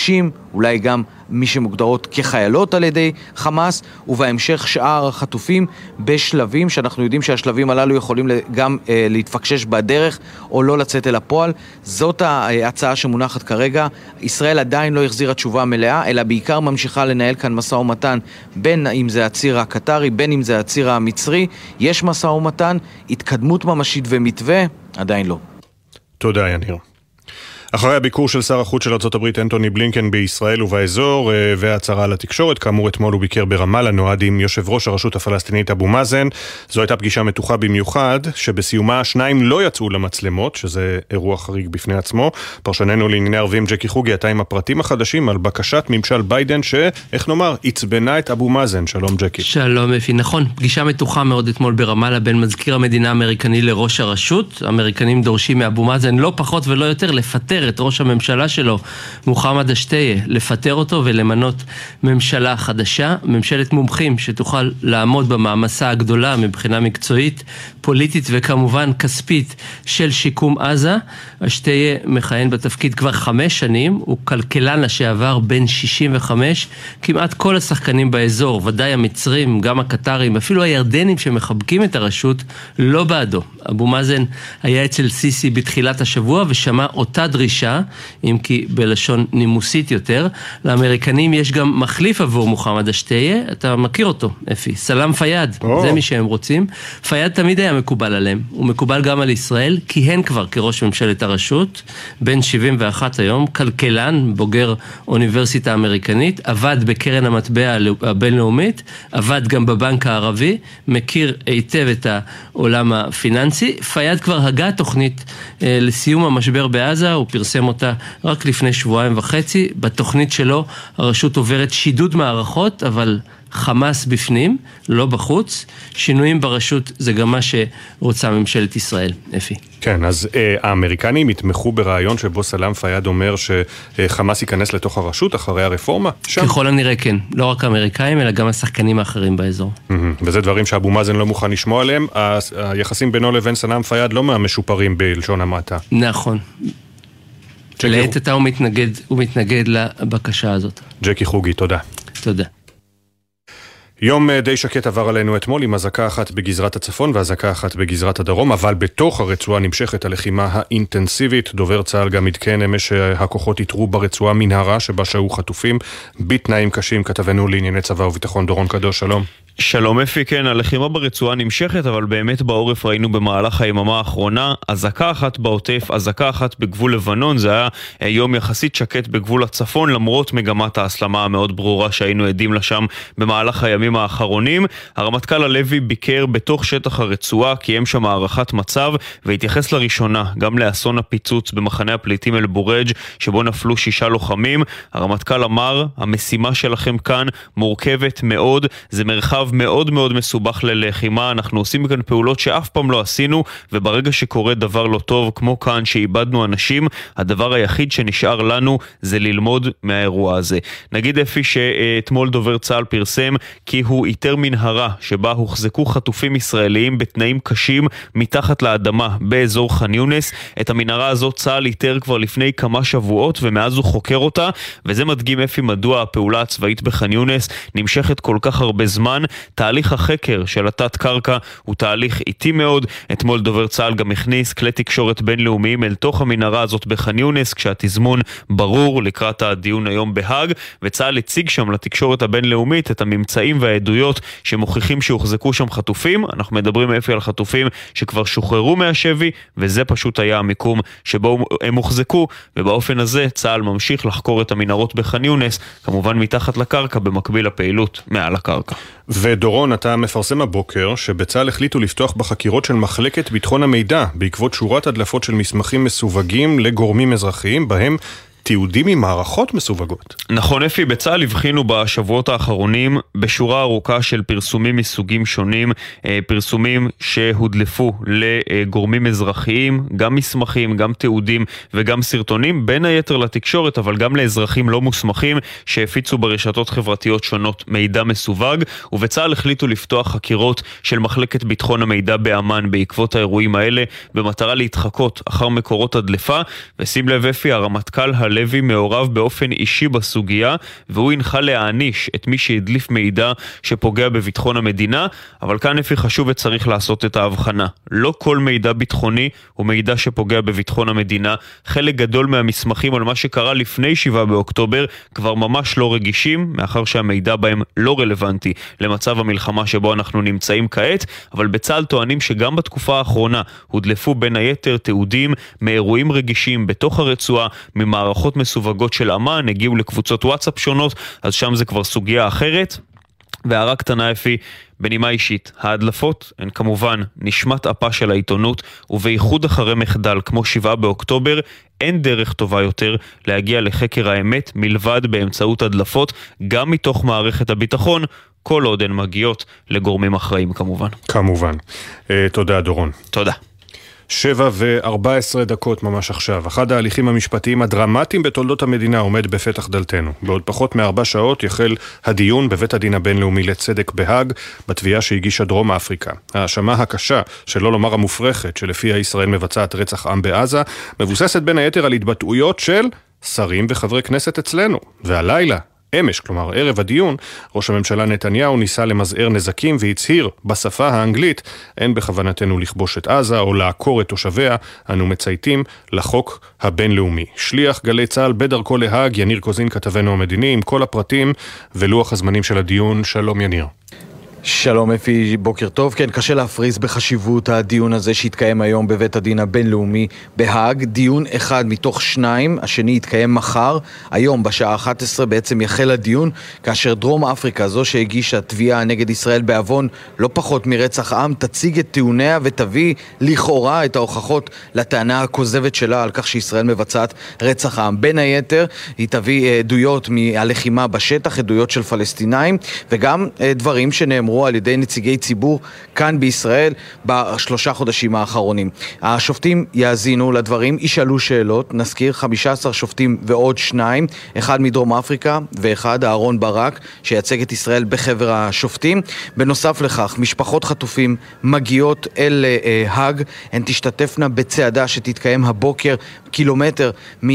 אולי גם מי שמוגדרות כחיילות על ידי חמאס, ובהמשך שאר החטופים בשלבים, שאנחנו יודעים שהשלבים הללו יכולים גם להתפקשש בדרך או לא לצאת אל הפועל. זאת ההצעה שמונחת כרגע. ישראל עדיין לא החזירה תשובה מלאה, אלא בעיקר ממשיכה לנהל כאן משא ומתן, בין אם זה הציר הקטרי, בין אם זה הציר המצרי. יש משא ומתן, התקדמות ממשית ומתווה, עדיין לא. תודה, יניר. אחרי הביקור של שר החוץ של ארצות הברית אנטוני בלינקן בישראל ובאזור והצהרה לתקשורת, כאמור אתמול הוא ביקר ברמאללה, נועד עם יושב ראש הרשות הפלסטינית אבו מאזן. זו הייתה פגישה מתוחה במיוחד, שבסיומה השניים לא יצאו למצלמות, שזה אירוע חריג בפני עצמו. פרשננו לענייני ערבים ג'קי חוגי, אתה עם הפרטים החדשים על בקשת ממשל ביידן איך נאמר, עצבנה את אבו מאזן. שלום ג'קי. שלום אפי, נכון, פגישה מתוחה מאוד אתמול ברמאללה בין מזכיר המדינה האמריקני לראש הרשות. האמריקנים דורשים מאבו מאזן לא פחות ולא יותר לפטר את ראש הממשלה שלו, מוחמד אשתיה, לפטר אותו ולמנות ממשלה חדשה, ממשלת מומחים שתוכל לעמוד במאמסה הגדולה מבחינה מקצועית, פוליטית וכמובן כספית של שיקום עזה. אשתיה מכהן בתפקיד כבר 5 שנים, הוא כלכלן לשעבר בן 65, כמעט כל השחקנים באזור, ודאי המצרים, גם הקטרים, אפילו הירדנים שמחבקים את הרשות, לא בעדו. אבו מאזן היה אצל סיסי בתחילת השבוע ושמע אותה דרישה, אם כי בלשון נימוסית יותר. לאמריקנים יש גם מחליף עבור מוחמד אשתיה, אתה מכיר אותו, אפי, סלאם פיאד, זה מי שהם רוצים. פיאד תמיד היה מקובל עליהם, הוא מקובל גם על ישראל, כיהן כבר כראש ממשלת הרשות, בן 71 היום, כלכלן, בוגר אוניברסיטה אמריקנית, עבד בקרן המטבע הבינלאומית, עבד גם בבנק הערבי, מכיר היטב את העולם הפיננסי. פיאד כבר הגה תוכנית לסיום המשבר בעזה, הוא פרסם אותה רק לפני 2.5 שבועות. בתוכנית שלו הרשות עוברת שידוד מערכות, אבל חמאס בפנים, לא בחוץ. שינויים ברשות זה גם מה שרוצה ממשלת ישראל, אפי. כן, אז האמריקנים יתמכו ברעיון שבו סלאם פיאד אומר שחמאס ייכנס לתוך הרשות אחרי הרפורמה? שם? ככל הנראה כן, לא רק האמריקאים אלא גם השחקנים האחרים באזור. וזה דברים שאבו מאזן לא מוכן לשמוע עליהם. היחסים בינו לבין סלאם פיאד לא מהמשופרים בלשון המעטה. נכון. לעת עתה הוא מתנגד לבקשה הזאת. ג'קי חוגי, תודה. תודה. יום די שקט עבר עלינו אתמול עם הזקה אחת בגזרת הצפון והזקה אחת בגזרת הדרום, אבל בתוך הרצועה נמשכת הלחימה האינטנסיבית. דובר צה"ל גם עדכן אמש שהכוחות יתרו ברצועה מנהרה שבה שהו חטופים בתנאים קשים. כתבנו לענייני צבא וביטחון דורון קדוש, שלום. שלום אפי, כן, הלחימה ברצועה נמשכת, אבל באמת בעורף ראינו במהלך היממה האחרונה הזקה אחת בעוטף, הזקה אחת בגבול לבנון. זה היה יום יחסית שקט בגבול הצפון, למרות מגמת ההסלמה המאוד ברורה שהיינו עדים לשם במהלך הימים האחרונים. הרמטכ"ל הלוי ביקר בתוך שטח הרצועה, קיים שם הערכת מצב, והתייחס לראשונה גם לאסון הפיצוץ במחנה הפליטים אל בורג' שבו נפלו 6 לוחמים. הרמטכ"ל אמר, המשימה שלכם כאן מורכבת מאוד, זה מרחב מאוד מאוד מסובך ללחימה, אנחנו עושים כאן פעולות שאף פעם לא עשינו, וברגע שקורה דבר לא טוב, כמו כאן שאיבדנו אנשים, הדבר היחיד שנשאר לנו זה ללמוד מהאירוע הזה. נגיד אפי שאתמול דובר צה"ל פרסם כי הוא איתר מנהרה שבה הוחזקו חטופים ישראלים בתנאים קשים מתחת לאדמה באזור ח'אן יונס. את המנהרה הזאת צה"ל איתר כבר לפני כמה שבועות, ומאז הוא חוקר אותה, וזה מדגים אפי מדוע הפעולה הצבאית בח'אן יונס נמשכת כל כך הרבה זמן. תהליך החקר של התת קרקע הוא תהליך איטי מאוד. אתמול דובר צה"ל גם הכניס כלי תקשורת בינלאומיים אל תוך המנהרה הזאת בח'אן יונס, כשהתזמון ברור לקראת הדיון היום בהאג, וצה"ל הציג שם לתקשורת הבינלאומית את הממצאים והעדויות שמוכיחים שהוחזקו שם חטופים. אנחנו מדברים אפי על חטופים שכבר שוחררו מהשבי, וזה פשוט היה המיקום שבו הם הוחזקו, ובאופן הזה צה"ל ממשיך לחקור את המנהרות בח'אן יונס, כמובן מתחת לקרקע, במקביל לפעילות מעל הקרקע. ודורון, אתה מפרסם הבוקר שבצה"ל החליטו לפתוח בחקירות של מחלקת ביטחון המידע בעקבות שורת הדלפות של מסמכים מסווגים לגורמים אזרחיים, בהם תיעודים ממערכות מסווגות. נכון אפי, בצה"ל הבחינו בשבועות האחרונים בשורה ארוכה של פרסומים מסוגים שונים, פרסומים שהודלפו לגורמים אזרחיים, גם מסמכים, גם תיעודים וגם סרטונים, בין היתר לתקשורת, אבל גם לאזרחים לא מוסמכים שהפיצו ברשתות חברתיות שונות מידע מסווג. ובצה"ל החליטו לפתוח חקירות של מחלקת ביטחון המידע באמן בעקבות האירועים האלה, במטרה להתחקות אחר מקורות הדלפה. ושים לב אפי, הרמטכ"ל הלוי הלוי מעורב באופן אישי בסוגיה, והוא ינחה להעניש את מי שהדליף מידע שפוגע בביטחון המדינה, אבל כאן אפי חשוב וצריך לעשות את ההבחנה. לא כל מידע ביטחוני הוא מידע שפוגע בביטחון המדינה. חלק גדול מהמסמכים על מה שקרה לפני 7 באוקטובר כבר ממש לא רגישים, מאחר שהמידע בהם לא רלוונטי למצב המלחמה שבו אנחנו נמצאים כעת, אבל בצה"ל טוענים שגם בתקופה האחרונה הודלפו בין היתר תיעודים מאירועים רגישים בתוך הרצועה, ממערכות מסווגות של אמן, הגיעו לקבוצות וואטסאפ שונות, אז שם זה כבר סוגיה אחרת. והערה קטנה אפי, בנימה אישית, ההדלפות הן כמובן נשמת אפה של העיתונות, ובייחוד אחרי מחדל כמו 7 באוקטובר, אין דרך טובה יותר להגיע לחקר האמת מלבד באמצעות הדלפות, גם מתוך מערכת הביטחון, כל עוד הן מגיעות לגורמים אחראים כמובן. כמובן. תודה דורון. תודה. 7:14 ממש עכשיו. אחד ההליכים המשפטיים הדרמטיים בתולדות המדינה עומד בפתח דלתנו. בעוד פחות מ4 שעות יחל הדיון בבית הדין הבינלאומי לצדק בהאג, בתביעה שהגישה דרום אפריקה. האשמה הקשה, שלא לומר המופרכת, שלפיה ישראל מבצעת רצח עם בעזה, מבוססת בין היתר על התבטאויות של שרים וחברי כנסת אצלנו. והלילה, אמש, כלומר ערב הדיון, ראש הממשלה נתניהו ניסה למזער נזקים והצהיר בשפה האנגלית, אין בכוונתנו לכבוש את עזה או לעקור את תושביה, אנו מצייתים לחוק הבינלאומי. שליח גלי צה"ל בדרכו להאג, יניר קוזין כתבנו המדיני, עם כל הפרטים ולוח הזמנים של הדיון. שלום יניר. שלום אפי, בוקר טוב. כן, קשה להפריז בחשיבות הדיון הזה שהתקיים היום בבית הדין הבינלאומי בהאג. דיון אחד מתוך 2, השני יתקיים מחר. היום בשעה 11 בעצם יחל הדיון, כאשר דרום אפריקה, זו שהגישה תביעה נגד ישראל בעוון לא פחות מרצח עם, תציג את טיעוניה ותביא לכאורה את ההוכחות לטענה הכוזבת שלה על כך שישראל מבצעת רצח עם. בין היתר היא תביא עדויות מהלחימה בשטח, עדויות של פלסטינאים, וגם דברים שנאמרו על ידי נציגי ציבור כאן בישראל ב3 חודשים האחרונים. השופטים יאזינו לדברים, ישאלו שאלות, נזכיר 15 שופטים ועוד 2, אחד מדרום אפריקה ואחד אהרון ברק שייצג את ישראל בחבר השופטים. בנוסף לכך, משפחות חטופים מגיעות אל האג, הן תשתתפנה בצעדה שתתקיים הבוקר קילומטר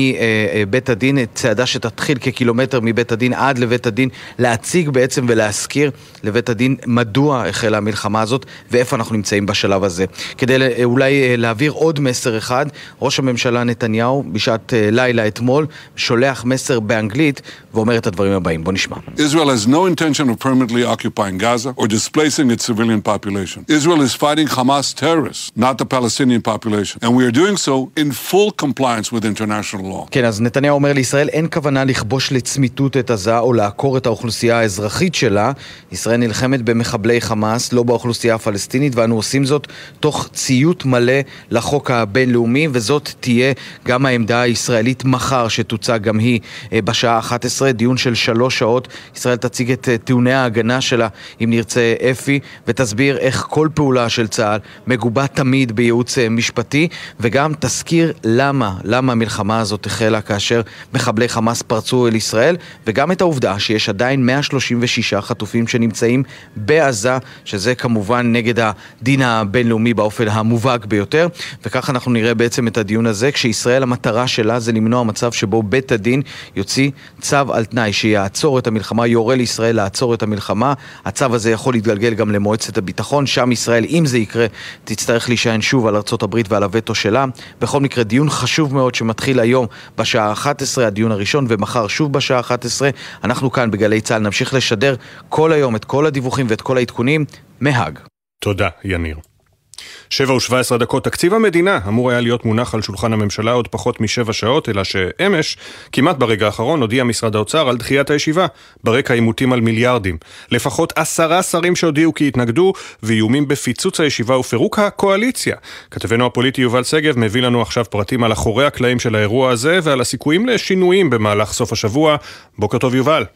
מבית הדין, צעדה שתתחיל כקילומטר מבית הדין עד לבית הדין, להציג בעצם ולהזכיר לבית הדין מדוע החלה המלחמה הזאת ואיפה אנחנו נמצאים בשלב הזה. כדי אולי להעביר עוד מסר אחד, ראש הממשלה נתניהו בשעת לילה אתמול שולח מסר באנגלית ואומר את הדברים הבאים. בוא נשמע. Israel has no intention of permanently occupying Gaza or displacing its civilian population. Israel is fighting Hamas terrorists, not the Palestinian population. And we are doing so in full compliance with international law. כן, אז נתניהו אומר לישראל אין כוונה לכבוש לצמיתות את עזה או לעקור את האוכלוסייה האזרחית שלה. ישראל נלחמת במחבלי חמאס, לא באוכלוסייה הפלסטינית, ואנו עושים זאת תוך ציות מלא לחוק הבינלאומי, וזאת תהיה גם העמדה הישראלית מחר שתוצג גם היא בשעה 11, דיון של 3 שעות. ישראל תציג את טיעוני ההגנה שלה, אם נרצה אפי, ותסביר איך כל פעולה של צה"ל מגובה תמיד בייעוץ משפטי, וגם תזכיר למה המלחמה הזאת החלה כאשר מחבלי חמאס פרצו אל ישראל, וגם את העובדה שיש עדיין 136 חטופים שנמצאים בעזה, שזה כמובן נגד הדין הבינלאומי באופן המובהק ביותר. וכך אנחנו נראה בעצם את הדיון הזה, כשישראל המטרה שלה זה למנוע מצב שבו בית הדין יוציא צו על תנאי שיעצור את המלחמה, יורה לישראל לעצור את המלחמה. הצו הזה יכול להתגלגל גם למועצת הביטחון, שם ישראל, אם זה יקרה, תצטרך להישען שוב על ארצות הברית ועל הווטו שלה. בכל מקרה, דיון חשוב מאוד שמתחיל היום בשעה 11, הדיון הראשון, ומחר שוב בשעה 11. אנחנו כאן בגלי צה"ל נמשיך לשדר כל היום את כל הדיווחים ואת כל העדכונים מהאג. תודה, יניר. 7:17, תקציב המדינה אמור היה להיות מונח על שולחן הממשלה עוד פחות מ7 שעות, אלא שאמש, כמעט ברגע האחרון, הודיע משרד האוצר על דחיית הישיבה, ברקע עימותים על מיליארדים. לפחות 10 שרים שהודיעו כי התנגדו, ואיומים בפיצוץ הישיבה ופירוק הקואליציה. כתבנו הפוליטי יובל סגב מביא לנו עכשיו פרטים על אחורי הקלעים של האירוע הזה, ועל הסיכויים לשינויים במהלך סוף השבוע. בוקר טוב יובל.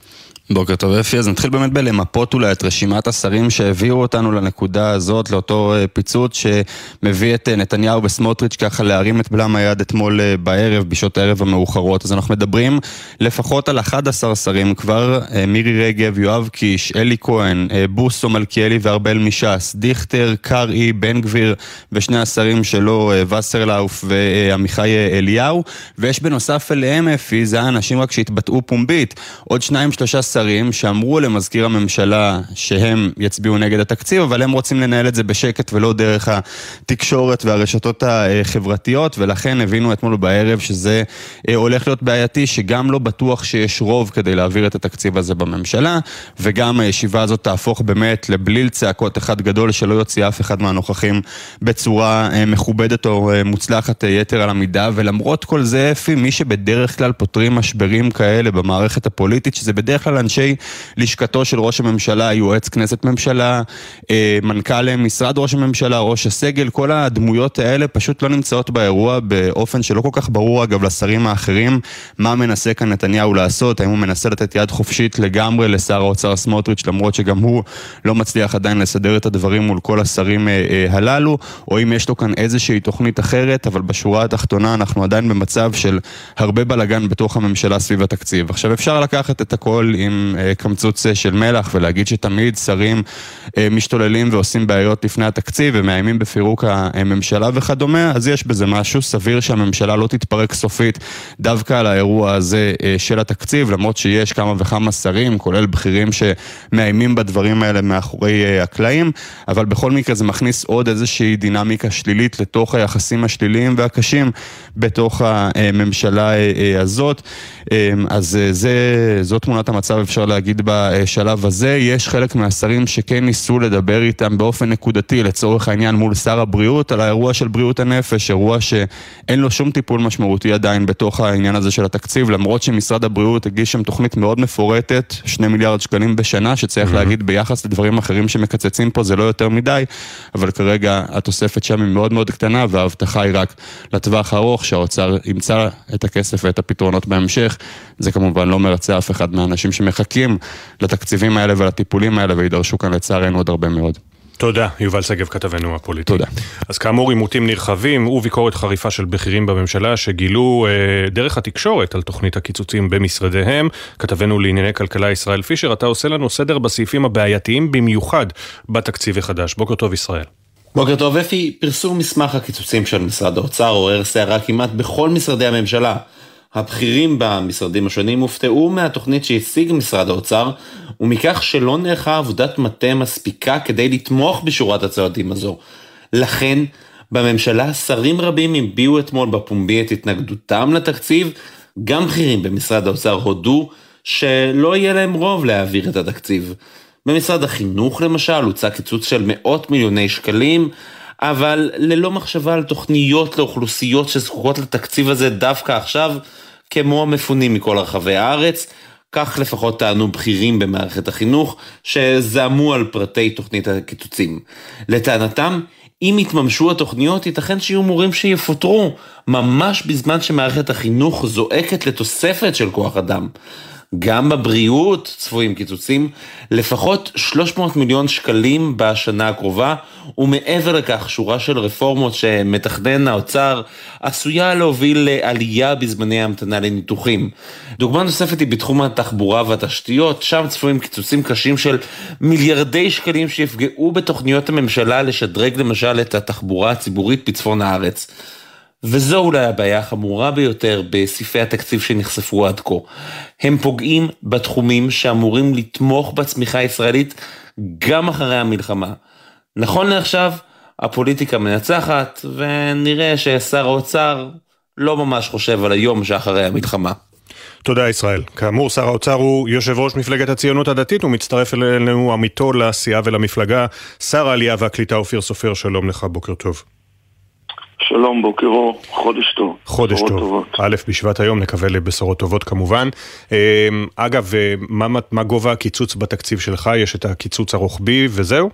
בוקר טוב אפי, אז נתחיל באמת בלמפות אולי את רשימת השרים שהביאו אותנו לנקודה הזאת, לאותו פיצוץ שמביא את נתניהו וסמוטריץ' ככה להרים את בלם היד אתמול בערב, בשעות הערב המאוחרות. אז אנחנו מדברים לפחות על 11 שרים כבר, מירי רגב, יואב קיש, אלי כהן, בוסו, מלכיאלי וארבל מש"ס, דיכטר, קרעי, בן גביר ושני השרים שלו, וסרלאוף ועמיחי אליהו, ויש בנוסף אליהם אפי, זה האנשים רק שהתבטאו פומבית, עוד 2-3 שרים שאמרו למזכיר הממשלה שהם יצביעו נגד התקציב, אבל הם רוצים לנהל את זה בשקט ולא דרך התקשורת והרשתות החברתיות, ולכן הבינו אתמול בערב שזה הולך להיות בעייתי, שגם לא בטוח שיש רוב כדי להעביר את התקציב הזה בממשלה, וגם הישיבה הזאת תהפוך באמת לבליל צעקות אחד גדול שלא יוציא אף אחד מהנוכחים בצורה מכובדת או מוצלחת יתר על המידה. ולמרות כל זה אפי, מי שבדרך כלל פותרים משברים כאלה במערכת הפוליטית, שזה בדרך כלל אנשי לשכתו של ראש הממשלה, יועץ כנסת ממשלה, מנכ"ל משרד ראש הממשלה, ראש הסגל, כל הדמויות האלה פשוט לא נמצאות באירוע באופן שלא כל כך ברור אגב לשרים האחרים מה מנסה כאן נתניהו לעשות, האם הוא מנסה לתת יד חופשית לגמרי לשר האוצר סמוטריץ' למרות שגם הוא לא מצליח עדיין לסדר את הדברים מול כל השרים הללו, או אם יש לו כאן איזושהי תוכנית אחרת, אבל בשורה התחתונה אנחנו עדיין במצב של הרבה בלגן בתוך הממשלה סביב התקציב. עכשיו אפשר לקחת את הכל עם קמצוץ של מלח ולהגיד שתמיד שרים משתוללים ועושים בעיות לפני התקציב ומאיימים בפירוק הממשלה וכדומה, אז יש בזה משהו. סביר שהממשלה לא תתפרק סופית דווקא על האירוע הזה של התקציב, למרות שיש כמה וכמה שרים, כולל בכירים שמאיימים בדברים האלה מאחורי הקלעים, אבל בכל מקרה זה מכניס עוד איזושהי דינמיקה שלילית לתוך היחסים השליליים והקשים בתוך הממשלה הזאת. אז זאת תמונת המצב אפשר להגיד בשלב הזה. יש חלק מהשרים שכן ניסו לדבר איתם באופן נקודתי לצורך העניין מול שר הבריאות על האירוע של בריאות הנפש, אירוע שאין לו שום טיפול משמעותי עדיין בתוך העניין הזה של התקציב, למרות שמשרד הבריאות הגיש שם תוכנית מאוד מפורטת, 2 מיליארד שקלים בשנה, שצריך להגיד ביחס לדברים אחרים שמקצצים פה זה לא יותר מדי, אבל כרגע התוספת שם היא מאוד מאוד קטנה, וההבטחה היא רק לטווח הארוך שהאוצר ימצא את הכסף ואת הפתרונות בהמשך. זה כמובן לא מרצה אף אחד מהאנשים שמחכים לתקציבים האלה ולטיפולים האלה, וידרשו כאן לצערנו עוד הרבה מאוד. תודה, יובל סגב כתבנו הפוליטי. תודה. אז כאמור, עימותים נרחבים וביקורת חריפה של בכירים בממשלה שגילו דרך התקשורת על תוכנית הקיצוצים במשרדיהם. כתבנו לענייני כלכלה ישראל פישר, אתה עושה לנו סדר בסעיפים הבעייתיים במיוחד בתקציב החדש. בוקר טוב ישראל. בוקר טוב אפי, פרסום מסמך הקיצוצים של משרד האוצר עורר סערה כמעט בכל משרדי הממשלה. הבכירים במשרדים השונים הופתעו מהתוכנית שהציג משרד האוצר, ומכך שלא נערכה עבודת מטה מספיקה כדי לתמוך בשורת הצעדים הזו. לכן, בממשלה שרים רבים הביעו אתמול בפומבי את התנגדותם לתקציב, גם בכירים במשרד האוצר הודו שלא יהיה להם רוב להעביר את התקציב. במשרד החינוך למשל הוצא קיצוץ של מאות מיליוני שקלים, אבל ללא מחשבה על תוכניות לאוכלוסיות שזקוקות לתקציב הזה דווקא עכשיו, כמו המפונים מכל רחבי הארץ. כך לפחות טענו בכירים במערכת החינוך שזעמו על פרטי תוכנית הקיצוצים. לטענתם, אם יתממשו התוכניות, ייתכן שיהיו מורים שיפוטרו, ממש בזמן שמערכת החינוך זועקת לתוספת של כוח אדם. גם בבריאות צפויים קיצוצים, לפחות 300 מיליון שקלים בשנה הקרובה, ומעבר לכך שורה של רפורמות שמתכנן האוצר עשויה להוביל לעלייה בזמני ההמתנה לניתוחים. דוגמה נוספת היא בתחום התחבורה והתשתיות, שם צפויים קיצוצים קשים של מיליארדי שקלים שיפגעו בתוכניות הממשלה לשדרג למשל את התחבורה הציבורית בצפון הארץ. וזו אולי הבעיה החמורה ביותר בסעיפי התקציב שנחשפו עד כה. הם פוגעים בתחומים שאמורים לתמוך בצמיחה הישראלית גם אחרי המלחמה. נכון לעכשיו, הפוליטיקה מנצחת, ונראה ששר האוצר לא ממש חושב על היום שאחרי המלחמה. תודה ישראל. כאמור, שר האוצר הוא יושב ראש מפלגת הציונות הדתית, הוא מצטרף אלינו עמיתו לסיעה ולמפלגה, שר העלייה והקליטה אופיר סופר, שלום לך, בוקר טוב. שלום, בוקר אור, חודש טוב. חודש טוב. א' בשבט היום, נקווה לבשורות טובות כמובן. אגב, מה גובה הקיצוץ בתקציב שלך? יש את הקיצוץ הרוחבי וזהו?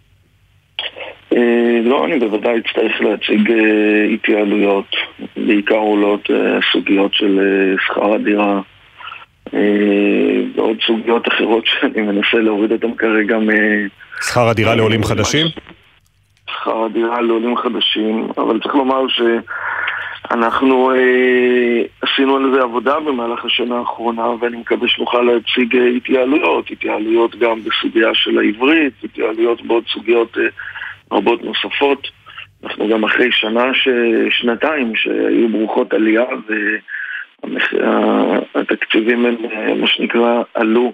לא, אני בוודאי אצטרך להציג התייעלויות, בעיקר עולות סוגיות של שכר הדירה, ועוד סוגיות אחרות שאני מנסה להוריד אותם כרגע שכר הדירה לעולים חדשים? שכר הדירה לעולים חדשים, אבל צריך לומר שאנחנו עשינו על זה עבודה במהלך השנה האחרונה, ואני מקווה שנוכל להציג התייעלויות גם בסוגיה של העברית, התייעלויות בעוד סוגיות רבות נוספות. אנחנו גם אחרי שנתיים שהיו ברוכות עלייה, והתקציבים הם מה שנקרא עלו,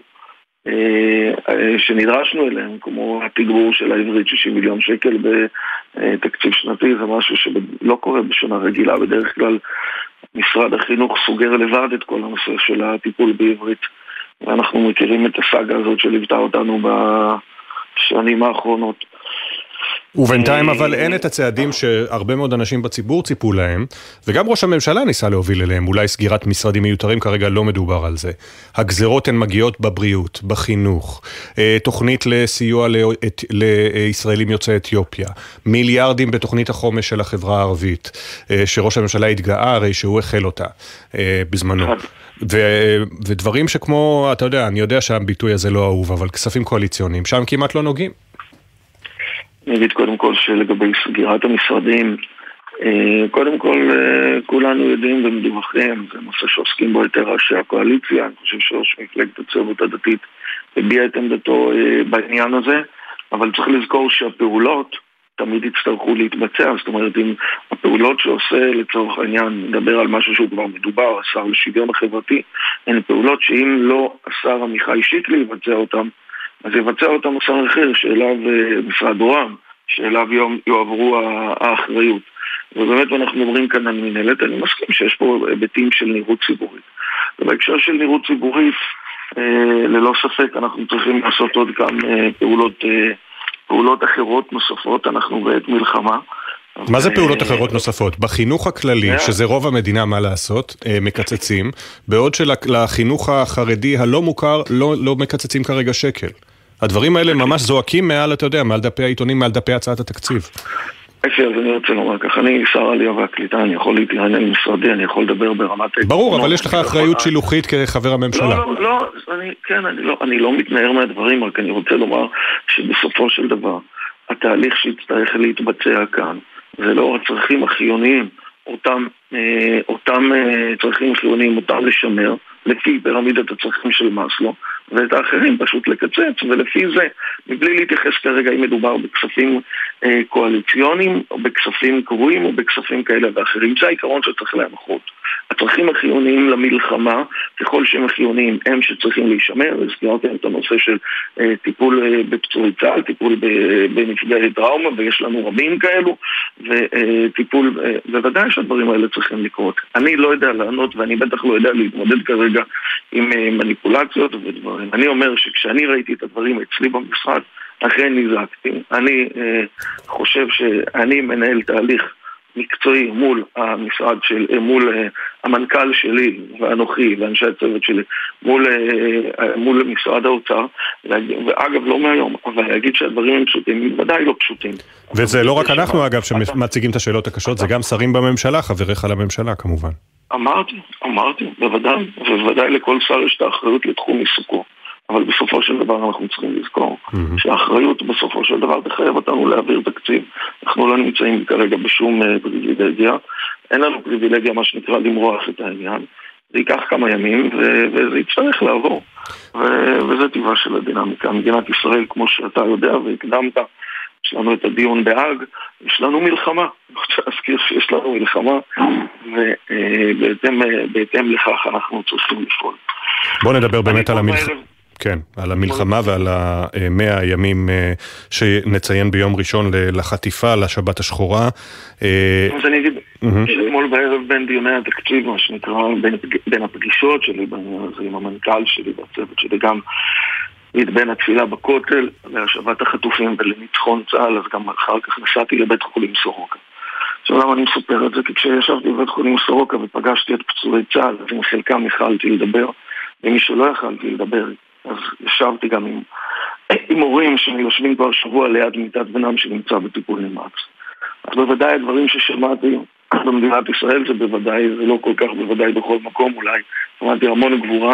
שנדרשנו אליהם, כמו התגבור של העברית 60 מיליון שקל בתקציב שנתי. זה משהו שלא קורה בשנה רגילה. בדרך כלל משרד החינוך סוגר לבד את כל הנושא של הטיפול בעברית, ואנחנו מכירים את הסאגה הזאת שליוותה אותנו בשנים האחרונות. ובינתיים אבל אין את הצעדים שהרבה מאוד אנשים בציבור ציפו להם, וגם ראש הממשלה ניסה להוביל אליהם. אולי סגירת משרדים מיותרים, כרגע לא מדובר על זה. הגזרות הן מגיעות בבריאות, בחינוך, תוכנית לסיוע לישראלים יוצאי אתיופיה, מיליארדים בתוכנית החומש של החברה הערבית, שראש הממשלה התגאה הרי שהוא החל אותה בזמנו. ודברים שכמו, אתה יודע, אני יודע שהביטוי הזה לא אהוב, אבל כספים קואליציוניים, שם כמעט לא נוגעים. אני אגיד קודם כל שלגבי סגירת המשרדים, קודם כל כולנו יודעים ומדווחים, זה נושא שעוסקים בו יותר ראשי הקואליציה. אני חושב שראש מפלגת הציונות הדתית הביע את עמדתו בעניין הזה, אבל צריך לזכור שהפעולות תמיד יצטרכו להתבצע. זאת אומרת, אם הפעולות שעושה לצורך העניין, נדבר על משהו שהוא כבר מדובר, השר לשוויון החברתי, הן פעולות שאם לא השר עמיחי שיקלי יבצע אותם, אז יבצע אותם שר אחר, שאליו משרד רוע"מ, שאליו יועברו האחריות. ובאמת אנחנו מדברים כאן על מנהלת, אני מסכים שיש פה היבטים של נראות ציבורית. ובהקשר של נראות ציבורית, ללא ספק אנחנו צריכים לעשות עוד כאן פעולות אחרות נוספות. אנחנו בעת מלחמה. מה זה פעולות אחרות נוספות? בחינוך הכללי, שזה רוב המדינה מה לעשות, מקצצים, בעוד שלחינוך החרדי הלא מוכר לא מקצצים כרגע שקל. הדברים האלה ממש זועקים מעל, אתה יודע, מעל דפי העיתונים, מעל דפי הצעת התקציב. אז אני רוצה לומר כך, אני שר העלייה והקליטה, אני יכול להתראיין עם משרדי, אני יכול לדבר ברמת... ברור, אבל יש לך אחריות שילוחית כחבר הממשלה. אני לא מתנער מהדברים, רק אני רוצה לומר שבסופו של דבר, התהליך שיצטרך להתבצע כאן, זה לא הצרכים החיוניים, אותם צרכים חיוניים, אותם לשמר, לפי פירמידת הצרכים של מאסלו, ואת האחרים פשוט לקצץ, ולפי זה, מבלי להתייחס כרגע אם מדובר בכספים קואליציוניים, או בכספים קבועים, או בכספים כאלה ואחרים. זה העיקרון שצריך להנחות. הצרכים החיוניים למלחמה, ככל שהם החיוניים, הם שצריכים להישמר. הזכרתם את הנושא של טיפול בפצועי צה"ל, טיפול בנפגעי טראומה, ויש לנו רבים כאלו, וטיפול, בוודאי שהדברים האלה צריכים לקרות. אני לא יודע לענות, ואני בטח לא יודע להתמודד כרגע עם מניפולציות ודברים. אני אומר שכשאני ראיתי את הדברים אצלי במשרד, אכן נזעקתי. אני חושב שאני מנהל תהליך מקצועי מול המשרד מול המנכ"ל שלי ואנוכי ואנשי הצוות שלי, מול משרד האוצר, ואגב לא מהיום, אבל להגיד שהדברים הם פשוטים, ודאי לא פשוטים. וזה לא רק אנחנו אגב שמציגים את השאלות הקשות, זה גם שרים בממשלה, חבריך לממשלה כמובן. אמרתי, בוודאי לכל שר יש את האחריות לתחום עיסוקו. אבל בסופו של דבר אנחנו צריכים לזכור שהאחריות בסופו של דבר תחייב אותנו להעביר תקציב. אנחנו לא נמצאים כרגע בשום פריבילגיה, אין לנו פריבילגיה מה שנקרא למרוח את העניין. זה ייקח כמה ימים וזה יצטרך לעבור, וזה טבעה של הדינמיקה. מדינת ישראל, כמו שאתה יודע והקדמת, יש לנו את הדיון בהאג, יש לנו מלחמה. אני רוצה להזכיר שיש לנו מלחמה, ובהתאם לכך אנחנו צריכים לפעול. בוא נדבר באמת על המלחמה. כן, על המלחמה ועל 100 הימים שנציין ביום ראשון לחטיפה, לשבת השחורה. אז אני אגיד, שאתמול בערב בין דיוני התקציב, מה שנקרא, בין הפגישות שלי, עם המנכ"ל שלי והצוות שלי, גם בין התפילה בכותל, להשבת החטופים ולניצחון צה"ל, אז גם אחר כך נסעתי לבית חולים סורוקה. עכשיו למה אני מספר את זה? כי כשישבתי בבית חולים סורוקה ופגשתי את פצועי צה"ל, אז עם חלקם יכלתי לדבר, ומי שלא יכלתי לדבר, אז ישבתי גם עם הורים שיושבים כבר שבוע ליד מיטת בנם שנמצא בטיפול נמרץ. אז בוודאי הדברים ששמעתי במדינת ישראל זה בוודאי, זה לא כל כך בוודאי בכל מקום אולי. שמעתי המון גבורה,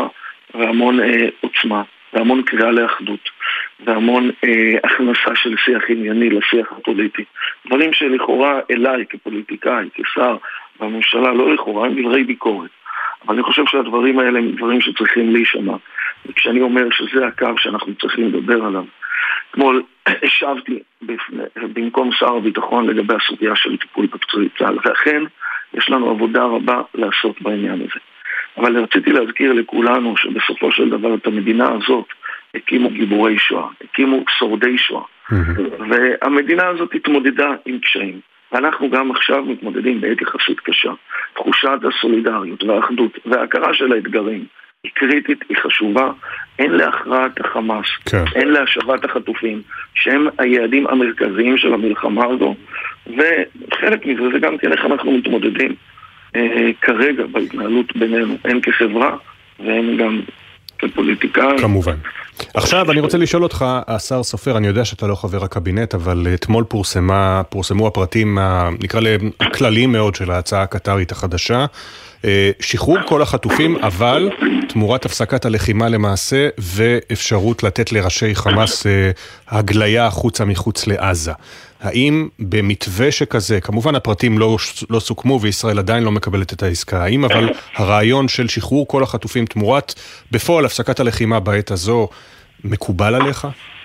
והמון עוצמה, והמון קריאה לאחדות, והמון הכנסה של שיח ענייני לשיח הפוליטי. דברים שלכאורה אליי כפוליטיקאי, כשר בממשלה, לא לכאורה, הם דברי ביקורת. אבל אני חושב שהדברים האלה הם דברים שצריכים להישמע. וכשאני אומר שזה הקו שאנחנו צריכים לדבר עליו, אתמול השבתי במקום שר הביטחון לגבי הסוגיה של טיפול בפצועי צה"ל, ואכן יש לנו עבודה רבה לעשות בעניין הזה. אבל רציתי להזכיר לכולנו שבסופו של דבר את המדינה הזאת הקימו גיבורי שואה, הקימו שורדי שואה, והמדינה הזאת התמודדה עם קשיים. ואנחנו גם עכשיו מתמודדים בעת יחסית קשה. תחושת הסולידריות והאחדות וההכרה של האתגרים היא קריטית, היא חשובה. אין להכרעת החמאס, אין להשבת החטופים, שהם היעדים המרכזיים של המלחמה הזו, וחלק מזה זה גם כן איך אנחנו מתמודדים כרגע בהתנהלות בינינו, הן כחברה והן גם כפוליטיקאים. כמובן. עכשיו אני רוצה לשאול אותך, השר סופר, אני יודע שאתה לא חבר הקבינט, אבל אתמול פורסמו הפרטים, נקרא להם כלליים מאוד של ההצעה הקטרית החדשה, שחרור כל החטופים, אבל תמורת הפסקת הלחימה למעשה, ואפשרות לתת לראשי חמאס הגליה החוצה מחוץ לעזה. האם במתווה שכזה, כמובן הפרטים לא סוכמו וישראל עדיין לא מקבלת את העסקה, האם אבל הרעיון של שחרור כל החטופים תמורת בפועל הפסקת הלחימה בעת הזו מקובל עליך?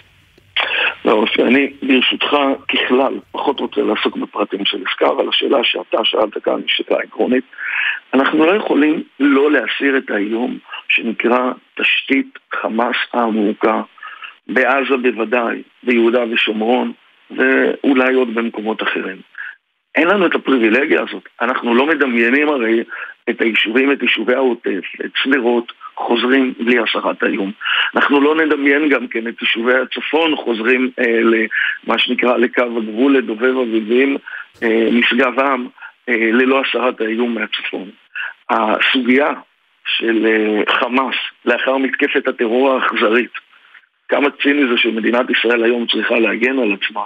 לא, אני ברשותך ככלל פחות רוצה לעסוק בפרטים של עסקה, אבל השאלה שאתה שאלת כאן היא שאלה עקרונית. אנחנו לא יכולים לא להסיר את האיום שנקרא תשתית חמאס העמוקה בעזה בוודאי, ביהודה ושומרון, ואולי עוד במקומות אחרים. אין לנו את הפריבילגיה הזאת. אנחנו לא מדמיינים הרי את היישובים, את יישובי העוטף, את סדרות, חוזרים בלי הסרת האיום. אנחנו לא נדמיין גם כן את יישובי הצפון, חוזרים למה שנקרא לקו הגבול, לדובב אביבים, משגב עם, ללא הסרת האיום מהצפון. הסוגיה של חמאס, לאחר מתקפת הטרור האכזרית, כמה ציני זה שמדינת ישראל היום צריכה להגן על עצמה,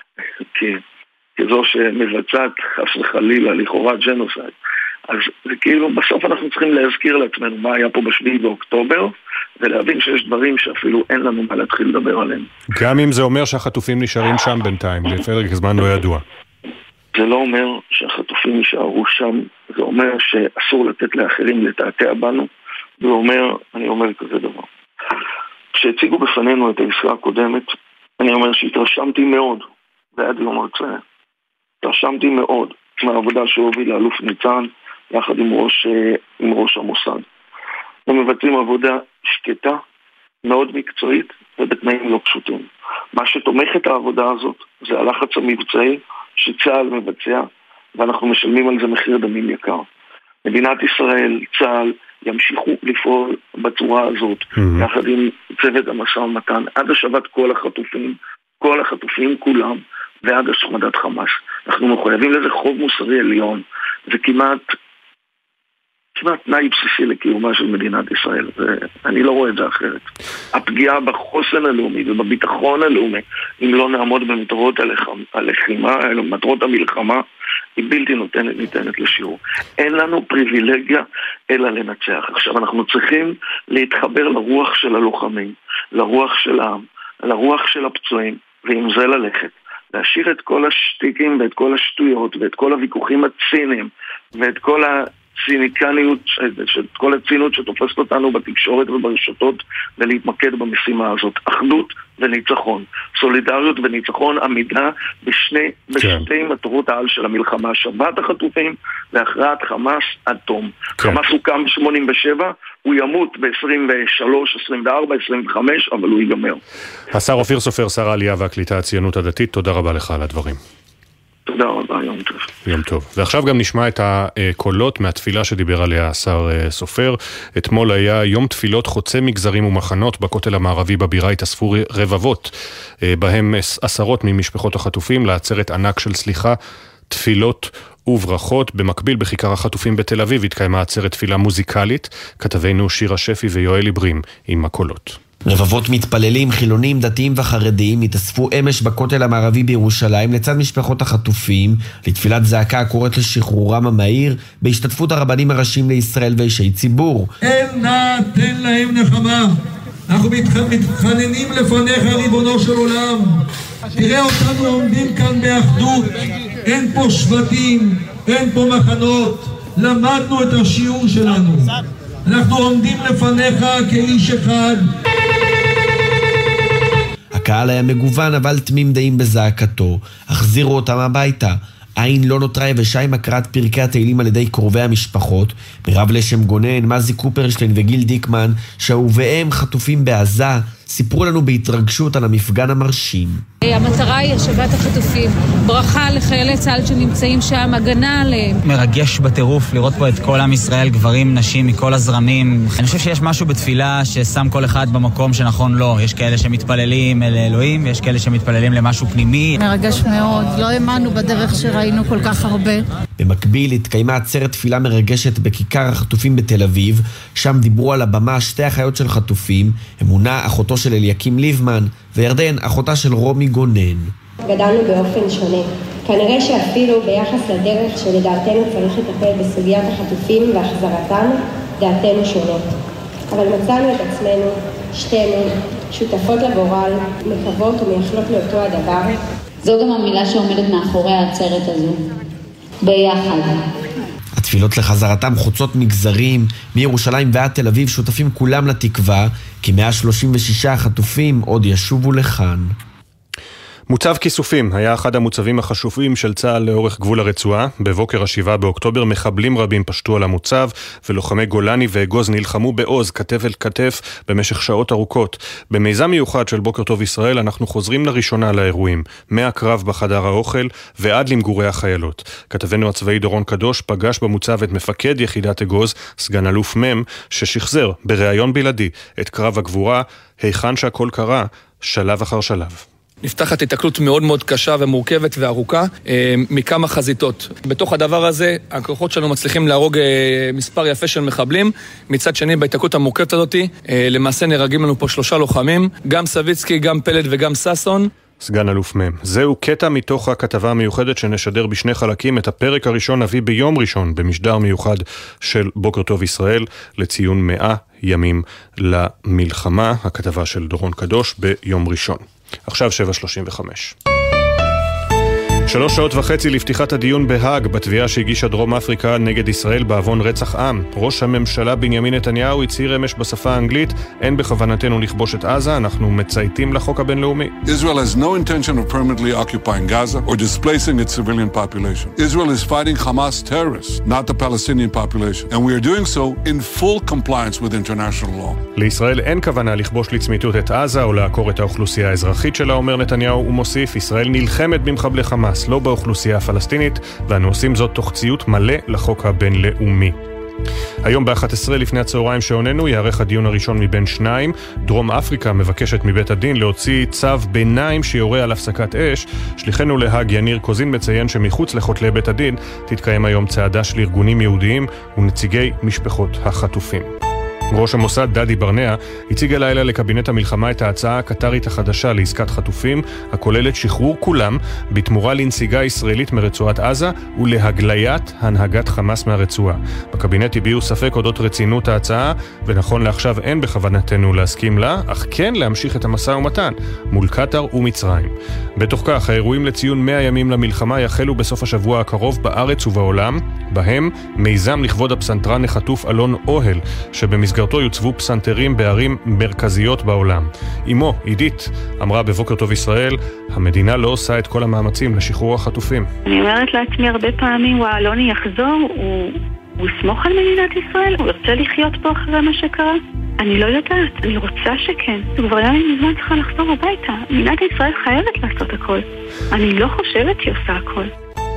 כזו שמבצעת חס וחלילה לכאורה ג'נוסייד. אז זה כאילו בסוף אנחנו צריכים להזכיר לעצמנו מה היה פה ב7 באוקטובר, ולהבין שיש דברים שאפילו אין לנו מה להתחיל לדבר עליהם. גם אם זה אומר שהחטופים נשארים שם בינתיים, לפרק זמן לא ידוע. זה לא אומר שהחטופים נשארו שם, זה אומר שאסור לתת לאחרים לתעתע בנו, זה אומר, אני אומר כזה דבר. כשהציגו בפנינו את העסקה הקודמת, אני אומר שהתרשמתי מאוד, ועד יום הרצאה, התרשמתי מאוד מהעבודה שהוביל לאלוף ניצן, יחד עם ראש המוסד. הם מבצעים עבודה שקטה, מאוד מקצועית, ובתנאים לא פשוטים. מה שתומך את העבודה הזאת, זה הלחץ המבצעי שצה"ל מבצע, ואנחנו משלמים על זה מחיר דמים יקר. מדינת ישראל, צה"ל, ימשיכו לפעול בצורה הזאת, יחד עם צוות המשא ומתן, עד השבת כל החטופים כולם, ועד השמדת חמאס. אנחנו מחויבים לזה חוב מוסרי עליון, זה כמעט תנאי בסיסי לקיומה של מדינת ישראל, ואני לא רואה את זה אחרת. הפגיעה בחוסן הלאומי ובביטחון הלאומי, אם לא נעמוד במטרות הלחימה, מטרות המלחמה, היא בלתי ניתנת לשיעור. אין לנו פריבילגיה אלא לנצח. עכשיו אנחנו צריכים להתחבר לרוח של הלוחמים, לרוח של העם, לרוח של הפצועים, ועם זה ללכת. להשאיר את כל השטיקים ואת כל השטויות ואת כל הוויכוחים הציניים ואת כל הציניקניות, את כל הצינות שתופסת אותנו בתקשורת וברשתות, ולהתמקד במשימה הזאת. אחדות וניצחון, סולידריות וניצחון, עמידה בשתי מטרות העל של המלחמה, השבת החטופים והכרעת חמאס עד תום. חמאס הוקם ב-87, הוא ימות ב-23, 24, 25, אבל הוא ייגמר. השר אופיר סופר, שר העלייה והקליטה הציונות הדתית, תודה רבה לך על הדברים. תודה רבה, יום טוב. יום טוב. ועכשיו גם נשמע את הקולות מהתפילה שדיבר עליה השר סופר. אתמול היה יום תפילות חוצה מגזרים ומחנות בכותל המערבי בבירה, התאספו רבבות, בהם עשרות ממשפחות החטופים, לעצרת ענק של סליחה, תפילות וברכות. במקביל בכיכר החטופים בתל אביב התקיימה עצרת תפילה מוזיקלית, כתבינו שירה שפי ויואל עברים עם הקולות. רבבות מתפללים, חילונים, דתיים וחרדים התאספו אמש בכותל המערבי בירושלים לצד משפחות החטופים לתפילת זעקה הקוראת לשחרורם המהיר בהשתתפות הרבנים הראשיים לישראל ואישי ציבור. אל נא תן להם נחמה, אנחנו מתחננים לפניך ריבונו של עולם, תראה אותנו עומדים כאן באחדות, אין פה שבטים, אין פה מחנות, למדנו את השיעור שלנו, אנחנו עומדים לפניך כאיש אחד. הקהל היה מגוון אבל תמים דעים בזעקתו, החזירו אותם הביתה. עין לא נותרה יבשה עם הקראת פרקי התהילים על ידי קרובי המשפחות, מירב לשם גונן, מזי קופרשטיין וגיל דיקמן, שאהוביהם חטופים בעזה, סיפרו לנו בהתרגשות על המפגן המרשים. המטרה היא השבת החטופים, ברכה לחיילי צה"ל שנמצאים שם, הגנה עליהם. מרגש בטירוף לראות פה את כל עם ישראל, גברים, נשים, מכל הזרמים. אני חושב שיש משהו בתפילה ששם כל אחד במקום שנכון לו. יש כאלה שמתפללים אל אלוהים, ויש כאלה שמתפללים למשהו פנימי. מרגש מאוד, לא האמנו בדרך שראינו כל כך הרבה. במקביל התקיימה עצרת תפילה מרגשת בכיכר החטופים בתל אביב, שם דיברו על הבמה שתי אחיות של חטופים, אמונה אחותו של אליקים ליבמן, וירדן אחותה של רומי גונן. גדלנו באופן שונה. כנראה שאפילו ביחס לדרך שלדעתנו צריך לטפל בסוגיית החטופים והחזרתם, דעתנו שונות. אבל מצאנו את עצמנו, שתינו, שותפות לגורל, מקוות ומייחלות לאותו הדבר. זו גם המילה שעומדת מאחורי העצרת הזו. ביחד. התפילות לחזרתם חוצות מגזרים, מירושלים ועד תל אביב שותפים כולם לתקווה, כי 136 החטופים עוד ישובו לכאן. מוצב כיסופים היה אחד המוצבים החשובים של צה"ל לאורך גבול הרצועה. בבוקר ה7 באוקטובר מחבלים רבים פשטו על המוצב, ולוחמי גולני ואגוז נלחמו בעוז כתף אל כתף במשך שעות ארוכות. במיזם מיוחד של בוקר טוב ישראל אנחנו חוזרים לראשונה לאירועים, מהקרב בחדר האוכל ועד למגורי החיילות. כתבנו הצבאי דורון קדוש פגש במוצב את מפקד יחידת אגוז, סגן אלוף מם, ששחזר בראיון בלעדי את קרב הגבורה, היכן שהכל קרה, שלב אחר שלב. נפתחת התקלות מאוד מאוד קשה ומורכבת וארוכה מכמה חזיתות. בתוך הדבר הזה, הכוחות שלנו מצליחים להרוג מספר יפה של מחבלים. מצד שני, בהתקלות המורכבת הזאת, למעשה נהרגים לנו פה 3 לוחמים, גם סביצקי, גם פלד וגם ססון. סגן אלוף מם. זהו קטע מתוך הכתבה המיוחדת שנשדר בשני חלקים. את הפרק הראשון נביא ביום ראשון במשדר מיוחד של בוקר טוב ישראל לציון 100 ימים למלחמה. הכתבה של דורון קדוש ביום ראשון. עכשיו 7:35. 3.5 שעות לפתיחת הדיון בהאג בתביעה שהגישה דרום אפריקה נגד ישראל בעוון רצח עם. ראש הממשלה בנימין נתניהו הצהיר אמש בשפה האנגלית, אין בכוונתנו לכבוש את עזה, אנחנו מצייתים לחוק הבינלאומי. Israel has no intention of permanently occupying Gaza or displacing its civilian population. Israel is fighting Hamas terrorists, not the Palestinian population, and we are doing so in full compliance with international law. לישראל אין כוונה לכבוש לצמיתות את עזה או לעקור את האוכלוסייה האזרחית שלה, אומר נתניהו, ומוסיף, ישראל נלחמת במחבלי חמאס, לא באוכלוסייה הפלסטינית, ואנו עושים זאת תוך ציות מלא לחוק הבינלאומי. היום ב-11 לפני הצהריים שעוננו יערך הדיון הראשון מבין שניים. דרום אפריקה מבקשת מבית הדין להוציא צו ביניים שיורה על הפסקת אש. שליחנו להאג יניר קוזין מציין שמחוץ לחותלי בית הדין תתקיים היום צעדה של ארגונים יהודיים ונציגי משפחות החטופים. ראש המוסד דדי ברנע הציג הלילה לקבינט המלחמה את ההצעה הקטרית החדשה לעסקת חטופים, הכוללת שחרור כולם בתמורה לנסיגה ישראלית מרצועת עזה ולהגליית הנהגת חמאס מהרצועה. בקבינט הביעו ספק אודות רצינות ההצעה, ונכון לעכשיו אין בכוונתנו להסכים לה, אך כן להמשיך את המשא ומתן מול קטר ומצרים. בתוך כך, האירועים לציון 100 ימים למלחמה יחלו בסוף השבוע הקרוב בארץ ובעולם, בהם מיזם לכבוד הפסנתרן החטוף אלון אוהל, שבמסגרתו יוצבו פסנתרים בערים מרכזיות בעולם. אמו, עידית, אמרה בבוקר טוב ישראל, המדינה לא עושה את כל המאמצים לשחרור החטופים. אני אומרת לעצמי הרבה פעמים, אלוני יחזור, הוא יסמוך על מדינת ישראל, הוא ירצה לחיות פה אחרי מה שקרה. אני לא יודעת, אני רוצה שכן. הוא כבר היה מזמן צריכה לחזור הביתה. מדינת ישראל חייבת לעשות הכל. אני לא חושבת שהיא עושה הכל.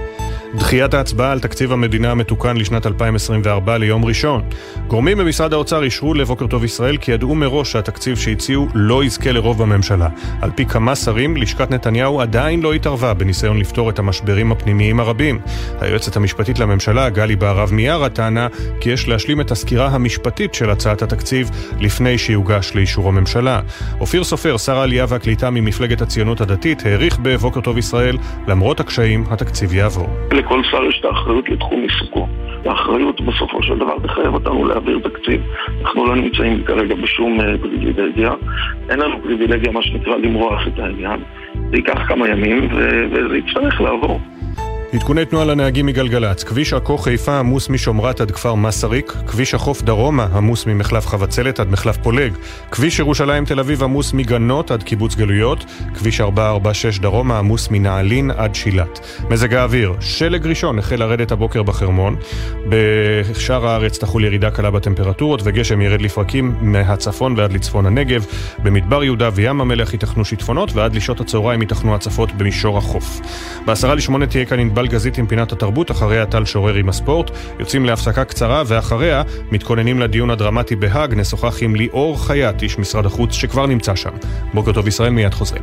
דחיית ההצבעה על תקציב המדינה המתוקן לשנת 2024 ליום ראשון. גורמים במשרד האוצר אישרו לבוקר טוב ישראל כי ידעו מראש שהתקציב שהציעו לא יזכה לרוב בממשלה. על פי כמה שרים, לשכת נתניהו עדיין לא התערבה בניסיון לפתור את המשברים הפנימיים הרבים. היועצת המשפטית לממשלה, גלי בהרב מיארה, טענה כי יש להשלים את הסקירה המשפטית של הצעת התקציב לפני שיוגש לאישור הממשלה. אופיר סופר, שר העלייה והקליטה ממפלגת הציונות הדתית, העריך בבוקר טוב ישראל, למרות הקשיים, התקציב יעבור. לכל שר יש את האחריות לתחום עיסוקו. האחריות בסופו של דבר תחייב אותנו להעביר תקציב. אנחנו לא נמצאים כרגע בשום פריבילגיה. אין לנו פריבילגיה, מה שנקרא, למרוח את העניין. זה ייקח כמה ימים וזה יצטרך לעבור. עדכוני תנועה לנהגים מגלגלץ. כביש עכו חיפה עמוס משומרת עד כפר מסריק, כביש החוף דרומה עמוס ממחלף חבצלת עד מחלף פולג, כביש ירושלים תל אביב עמוס מגנות עד קיבוץ גלויות, כביש 446 דרומה עמוס מנעלין עד שילת. מזג האוויר, שלג ראשון החל לרדת הבוקר בחרמון, בשאר הארץ תחול ירידה קלה בטמפרטורות וגשם ירד לפרקים מהצפון ועד לצפון הנגב, במדבר יהודה וים המלח ייתכנו שיטפונות ועד לשעות הצהריים ייתכנו הצפות במישור החוף. ב7:50 תהיה כאן בלגזית עם פינת התרבות, אחריה טל שורר עם הספורט. יוצאים להפסקה קצרה ואחריה מתכוננים לדיון הדרמטי בהאג. נשוחח עם ליאור חייט, איש משרד החוץ שכבר נמצא שם. בוקר טוב ישראל, מיד חוזרים.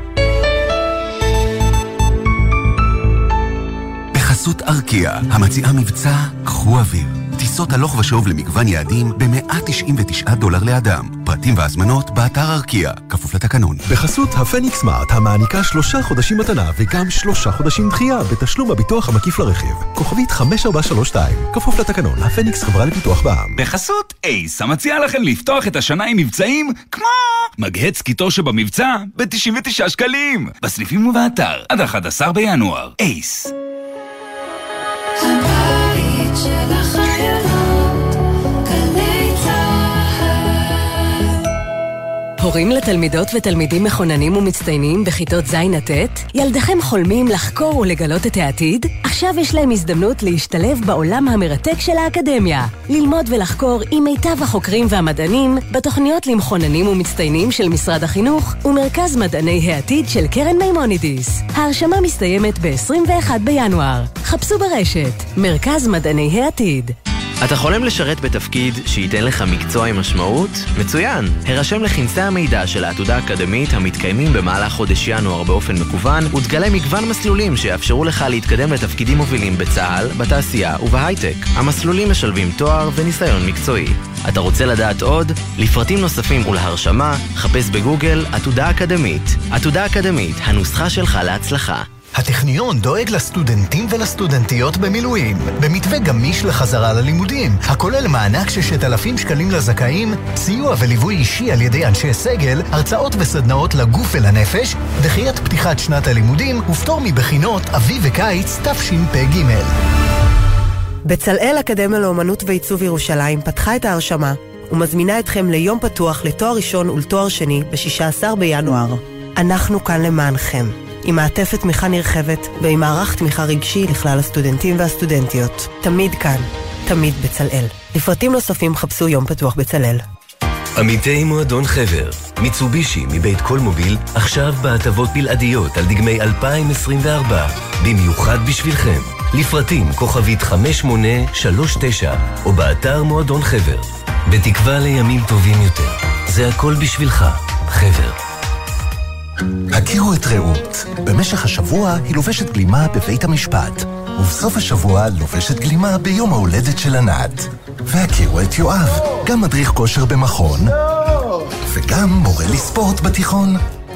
בחסות ארקיע, המציעה מבצע קחו אוויר. טיסות הלוך ושוב למגוון יעדים $199 לאדם. פרטים והזמנות באתר ארקיע, כפוף לתקנון. בחסות הפניקס סמארט, המעניקה 3 חודשים מתנה וגם 3 חודשים דחייה בתשלום הביטוח המקיף לרכיב. כוכבית 5432, כפוף לתקנון. הפניקס חברה לפיתוח בע"מ. בחסות אייס, המציע לכם לפתוח את השנה עם מבצעים כמו מגהץ קיטור שבמבצע ב-99 שקלים. בסניפים ובאתר עד 11 בינואר. אייס. הבית של החיילות, גלי צהל. הורים לתלמידות ותלמידים מכוננים ומצטיינים בכיתות ז' עד ט', ילדיכם חולמים לחקור ולגלות את העתיד? עכשיו יש להם הזדמנות להשתלב בעולם המרתק של האקדמיה. ללמוד ולחקור עם מיטב החוקרים והמדענים בתוכניות למכוננים ומצטיינים של משרד החינוך ומרכז מדעני העתיד של קרן מימונידיס. ההרשמה מסתיימת ב-21 בינואר. חפשו ברשת, מרכז מדעני העתיד. אתה חולם לשרת בתפקיד שייתן לך מקצוע עם משמעות? מצוין! הרשם לכנסי המידע של העתודה האקדמית המתקיימים במהלך חודש ינואר באופן מקוון ותגלה מגוון מסלולים שיאפשרו לך להתקדם לתפקידים מובילים בצה"ל, בתעשייה ובהייטק. המסלולים משלבים תואר וניסיון מקצועי. אתה רוצה לדעת עוד? לפרטים נוספים ולהרשמה, חפש בגוגל עתודה אקדמית. עתודה אקדמית, הנוסחה שלך להצלחה. הטכניון דואג לסטודנטים ולסטודנטיות במילואים, במתווה גמיש לחזרה ללימודים, הכולל מענק 6,000 שקלים לזכאים, סיוע וליווי אישי על ידי אנשי סגל, הרצאות וסדנאות לגוף ולנפש, דחיית פתיחת שנת הלימודים ופטור מבחינות אביב וקיץ תשפ"ג. בצלאל אקדמיה לאומנות ועיצוב ירושלים פתחה את ההרשמה ומזמינה אתכם ליום פתוח לתואר ראשון ולתואר שני ב-16 בינואר. אנחנו כאן למענכם. עם מעטפת תמיכה נרחבת ועם מערך תמיכה רגשי לכלל הסטודנטים והסטודנטיות. תמיד כאן, תמיד בצלאל. לפרטים נוספים חפשו יום פתוח בצלאל. עמיתי מועדון חבר, מיצובישי מבית כל מוביל, עכשיו בהטבות בלעדיות על דגמי 2024, במיוחד בשבילכם. לפרטים כוכבית 5839 או באתר מועדון חבר. בתקווה לימים טובים יותר. זה הכל בשבילך, חבר. הכירו את רעות. במשך השבוע היא לובשת גלימה בבית המשפט, ובסוף השבוע לובשת גלימה ביום ההולדת של ענת. והכירו את יואב, גם מדריך כושר במכון, וגם מורה לספורט בתיכון.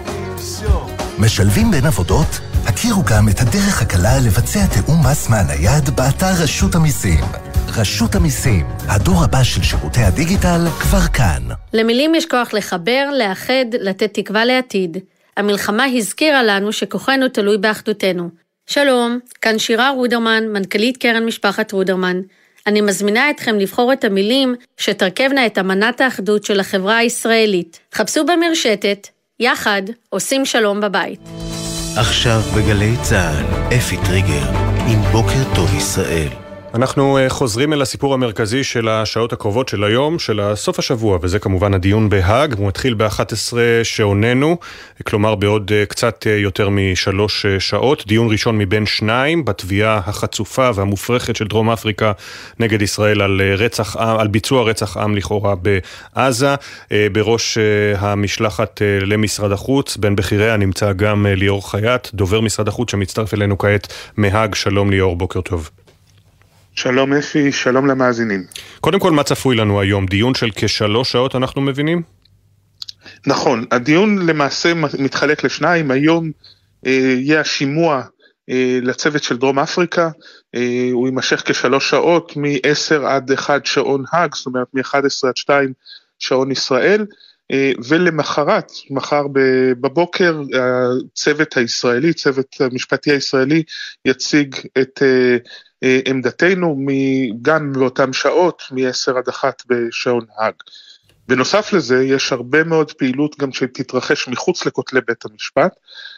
משלבים בין עבודות, הכירו גם את הדרך הקלה לבצע תיאום מס מהנייד באתר רשות המיסים. רשות המיסים, הדור הבא של שירותי הדיגיטל כבר כאן. למילים יש כוח לחבר, לאחד, לתת תקווה לעתיד. המלחמה הזכירה לנו שכוחנו תלוי באחדותנו. שלום, כאן שירה רודרמן, מנכ"לית קרן משפחת רודרמן. אני מזמינה אתכם לבחור את המילים שתרכבנה את אמנת האחדות של החברה הישראלית. חפשו במרשתת, יחד עושים שלום בבית. עכשיו בגלי צהל, אפי טריגר, עם בוקר טוב ישראל. אנחנו חוזרים אל הסיפור המרכזי של השעות הקרובות של היום, של הסוף השבוע, וזה כמובן הדיון בהאג. הוא מתחיל ב-11 שעוננו, כלומר בעוד קצת יותר מ3 שעות. דיון ראשון מבין 2 בתביעה החצופה והמופרכת של דרום אפריקה נגד ישראל על ביצוע רצח עם לכאורה בעזה. בראש המשלחת למשרד החוץ, בין בחיריה נמצא גם ליאור חייט, דובר משרד החוץ שמצטרף אלינו כעת מהאג. שלום ליאור, בוקר טוב. שלום אפי, שלום למאזינים. קודם כל, מה צפוי לנו היום? דיון של כ3 שעות, אנחנו מבינים? נכון, הדיון למעשה מתחלק לשניים. היום יהיה השימוע לצוות של דרום אפריקה, הוא יימשך כ3 שעות, מ-10 עד 1 שעון האג, זאת אומרת מ-11 עד 2 שעון ישראל, ולמחרת, מחר בבוקר, הצוות הישראלי, צוות המשפטי הישראלי, יציג את עמדתנו גם באותם שעות, מ-10 עד 1 בשעון האג. בנוסף לזה, יש הרבה מאוד פעילות גם שתתרחש מחוץ לכותלי בית המשפט,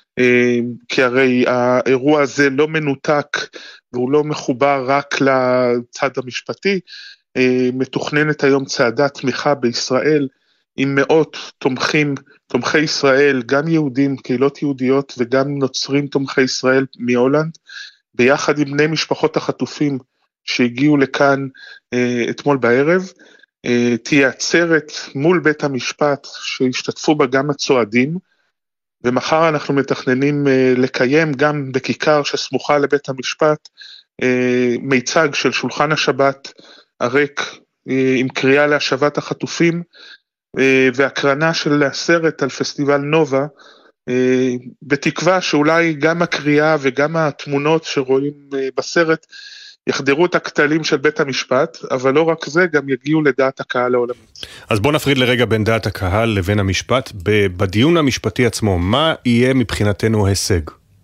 כי הרי האירוע הזה לא מנותק, והוא לא מחובר רק לצד המשפטי. מתוכננת היום צעדת תמיכה בישראל, עם מאות תומכי ישראל, גם יהודים, קהילות יהודיות, וגם נוצרים תומכי ישראל מהולנד, ביחד עם בני משפחות החטופים שהגיעו לכאן אתמול בערב. תהיה עצרת מול בית המשפט שהשתתפו בה גם הצועדים, ומחר אנחנו מתכננים לקיים גם בכיכר שסמוכה לבית המשפט מיצג של שולחן השבת הריק עם קריאה להשבת החטופים, והקרנה של הסרט על פסטיבל נובה, בתקווה שאולי גם הקריאה וגם התמונות שרואים בסרט יחדרו את הכתלים של בית המשפט, אבל לא רק זה, גם יגיעו לדעת הקהל העולמית. אז בוא נפריד לרגע בין דעת הקהל לבין המשפט. בדיון המשפטי עצמו, מה יהיה מבחינתנו הישג?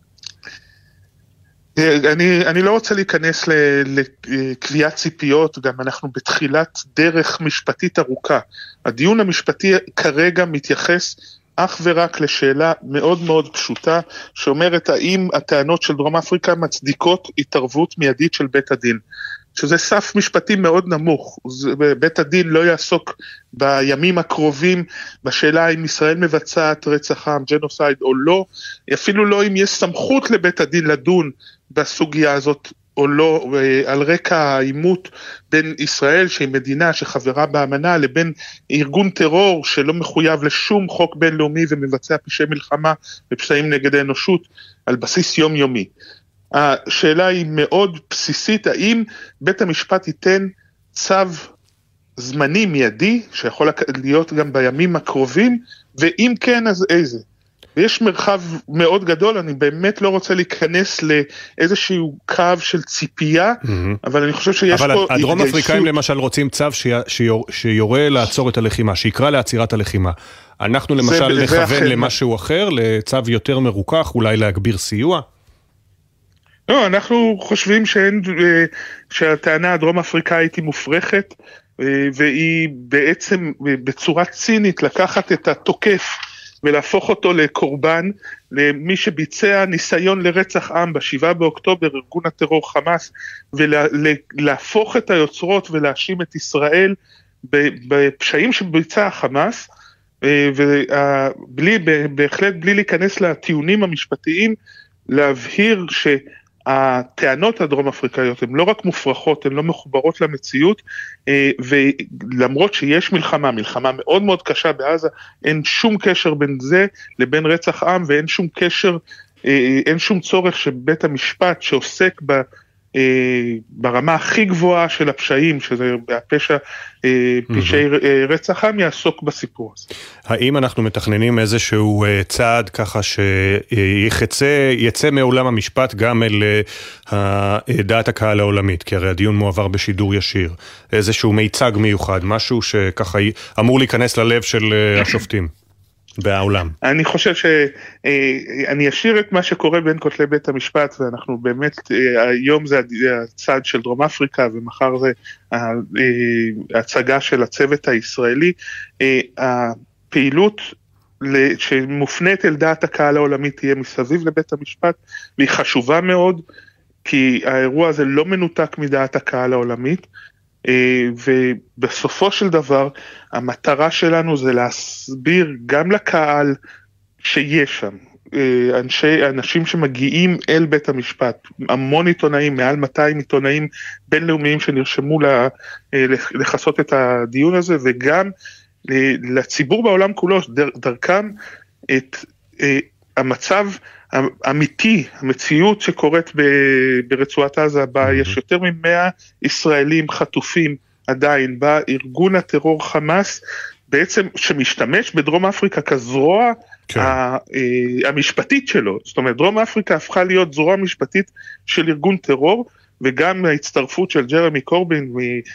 אני לא רוצה להיכנס לקביעת ציפיות, גם אנחנו בתחילת דרך משפטית ארוכה. הדיון המשפטי כרגע מתייחס אך ורק לשאלה מאוד מאוד פשוטה, שאומרת האם הטענות של דרום אפריקה מצדיקות התערבות מיידית של בית הדין. שזה סף משפטי מאוד נמוך, בית הדין לא יעסוק בימים הקרובים בשאלה אם ישראל מבצעת רצח עם, ג'נוסייד או לא, אפילו לא אם יש סמכות לבית הדין לדון בסוגיה הזאת או לא, על רקע העימות בין ישראל שהיא מדינה שחברה באמנה לבין ארגון טרור שלא מחויב לשום חוק בינלאומי ומבצע פשעי מלחמה ופשעים נגד האנושות על בסיס יומיומי. השאלה היא מאוד בסיסית, האם בית המשפט ייתן צו זמני מיידי, שיכול להיות גם בימים הקרובים, ואם כן, אז איזה? ויש מרחב מאוד גדול, אני באמת לא רוצה להיכנס לאיזשהו קו של ציפייה, אבל אני חושב שיש פה... אבל הדרום אפריקאים למשל רוצים צו שיורה לעצור את הלחימה, שיקרא לעצירת הלחימה. אנחנו למשל נכוון למשהו אחר, לצו יותר מרוכך, אולי להגביר סיוע? לא, אנחנו חושבים שהטענה הדרום אפריקאית היא מופרכת, והיא בעצם בצורה צינית לקחת את התוקף ולהפוך אותו לקורבן, למי שביצע ניסיון לרצח עם ב7 באוקטובר, ארגון הטרור חמאס, ולהפוך את היוצרות ולהאשים את ישראל בפשעים שביצע החמאס, ובהחלט בלי להיכנס לטיעונים המשפטיים, להבהיר שהטענות הדרום אפריקאיות הן לא רק מופרכות, הן לא מחוברות למציאות, ולמרות שיש מלחמה מאוד מאוד קשה בעזה, אין שום קשר בין זה לבין רצח עם, ואין שום קשר, אין שום צורך שבית המשפט שעוסק ברמה הכי גבוהה של הפשעים, שזה פשעי רצח עם, יעסוק בסיפור הזה. האם אנחנו מתכננים איזשהו צעד ככה שיצא מעולם המשפט גם אל דעת הקהל העולמית, כי הרי הדיון מועבר בשידור ישיר, איזשהו מיצג מיוחד, משהו שככה אמור להיכנס ללב של השופטים בעולם? אני חושב שאני אשאיר את מה שקורה בין כותלי בית המשפט, ואנחנו באמת, היום זה הצד של דרום אפריקה, ומחר זה ההצגה של הצוות הישראלי. הפעילות שמופנית אל דעת הקהל העולמית תהיה מסביב לבית המשפט, והיא חשובה מאוד. כי האירוע הזה לא מנותק מדעת הקהל העולמית, ובסופו של דבר המטרה שלנו זה להסביר גם לקהל שיש שם, אנשים שמגיעים אל בית המשפט, המון עיתונאים, מעל 200 עיתונאים בינלאומיים שנרשמו לחסות את הדיון הזה, וגם לציבור בעולם כולו, דרכם את המצב האמיתי, המציאות שקורית ברצועת עזה, בה יש יותר מ100 ישראלים חטופים עדיין, בה ארגון הטרור חמאס, בעצם שמשתמש בדרום אפריקה כזרוע המשפטית שלו, זאת אומרת דרום אפריקה הפכה להיות זרוע משפטית של ארגון טרור, וגם ההצטרפות של ג'רמי קורבין,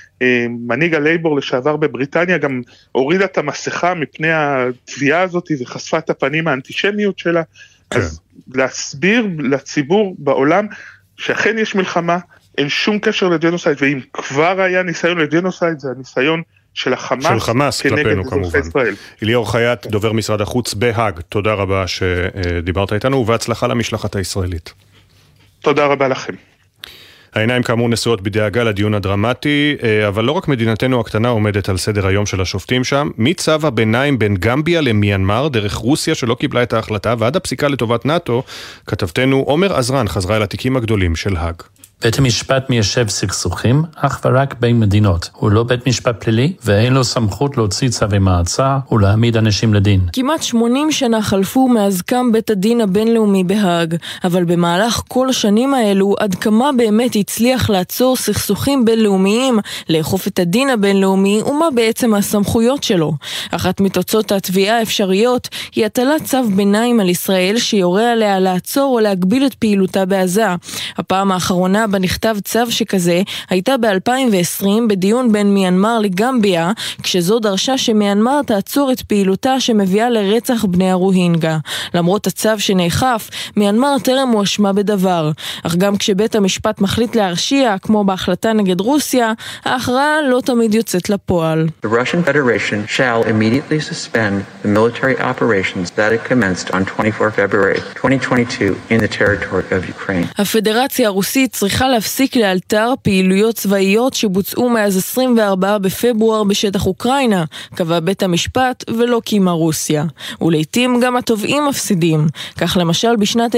מנהיג הלייבור לשעבר בבריטניה, גם הורידה את המסכה מפני התביעה הזאת, וחשפה את הפנים האנטישמיות שלה, אז להסביר לציבור בעולם, שאכן יש מלחמה, אין שום קשר לג'נוסייד, ואם כבר היה ניסיון לג'נוסייד, זה הניסיון של החמאס כלפינו כמובן. אליאור חייט, דובר משרד החוץ בהאג, תודה רבה שדיברת איתנו, ובהצלחה למשלחת הישראלית. תודה רבה לכם. העיניים כאמור נשואות בדאגה לדיון הדרמטי, אבל לא רק מדינתנו הקטנה עומדת על סדר היום של השופטים שם, מצו הביניים בין גמביה למיינמר, דרך רוסיה שלא קיבלה את ההחלטה, ועד הפסיקה לטובת נאטו, כתבתנו עומר עזרן חזרה אל התיקים הגדולים של האג. בית המשפט מיישב סכסוכים אך ורק בין מדינות. הוא לא בית משפט פלילי ואין לו סמכות להוציא צווי מעצר ולהעמיד אנשים לדין. כמעט 80 שנה חלפו מאז קם בית הדין הבינלאומי בהאג, אבל במהלך כל השנים האלו עד כמה באמת הצליח לעצור סכסוכים בינלאומיים, לאכוף את הדין הבינלאומי ומה בעצם הסמכויות שלו. אחת מתוצאות התביעה האפשריות היא הטלת צו ביניים על ישראל שיורה עליה לעצור או להגביל את פעילותה בעזה. הפעם האחרונה בנכתב צו שכזה הייתה ב-2020 בדיון בין מיינמר לגמביה, כשזו דרשה שמיינמר תעצור את פעילותה שמביאה לרצח בני הרוהינגה. למרות הצו שנאכף, מיינמר טרם הואשמה בדבר. אך גם כשבית המשפט מחליט להרשיע, כמו בהחלטה נגד רוסיה, ההכרעה לא תמיד יוצאת לפועל. The Russian Federation shall immediately suspend the military operations that it commenced on 24 February 2022 in the territory of Ukraine. הפדרציה הרוסית צריכה להפסיק לאלתר פעילויות צבאיות שבוצעו מאז 24 בפברואר בשטח אוקראינה, קבע בית המשפט ולא קימה רוסיה. ולעיתים גם התובעים מפסידים. כך למשל בשנת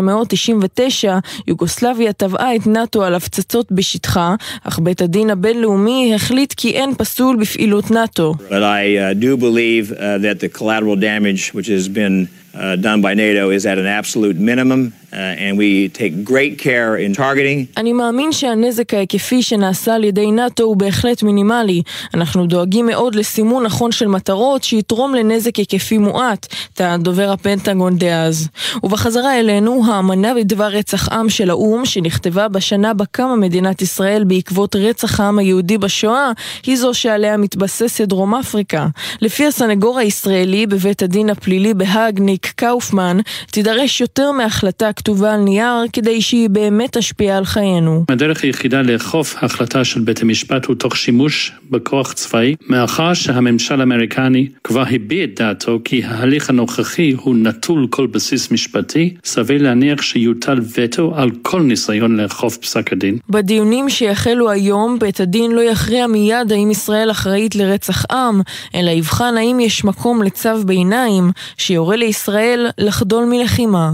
1999 יוגוסלביה תבעה את נאטו על הפצצות בשטחה, אך בית הדין הבינלאומי החליט כי אין פסול בפעילות נאטו. But I do believe that the collateral damage which has been done by NATO is at an absolute minimum and we take great care in targeting. אני מאמין שהנזק ההיקפי שנעשה על ידי נאטו הוא בהחלט מינימלי. אנחנו דואגים מאוד לסימון נכון של מטרות שיתרום לנזק היקפי מועט, טען דובר הפנטגון דאז. ובחזרה אלינו, האמנה בדבר רצח עם של האו"ם, שנכתבה בשנה בה קמה מדינת ישראל בעקבות רצח העם היהודי בשואה, היא זו שעליה מתבססת דרום אפריקה. לפי הסנגור הישראלי בבית הדין הפלילי בהאג, ניק קאופמן, תידרש יותר מהחלטה כתובה על נייר כדי שהיא באמת תשפיע על חיינו. הדרך היחידה לאכוף החלטה של בית המשפט הוא תוך שימוש בכוח צבאי, מאחר שהממשל האמריקני כבר הביע את דעתו כי ההליך הנוכחי הוא נטול כל בסיס משפטי, סביר להניח שיוטל וטו על כל ניסיון לאכוף פסק הדין. בדיונים שיחלו היום, בית הדין לא יכריע מיד האם ישראל אחראית לרצח עם, אלא יבחן האם יש מקום לצו ביניים שיורה לישראל לחדול מלחימה.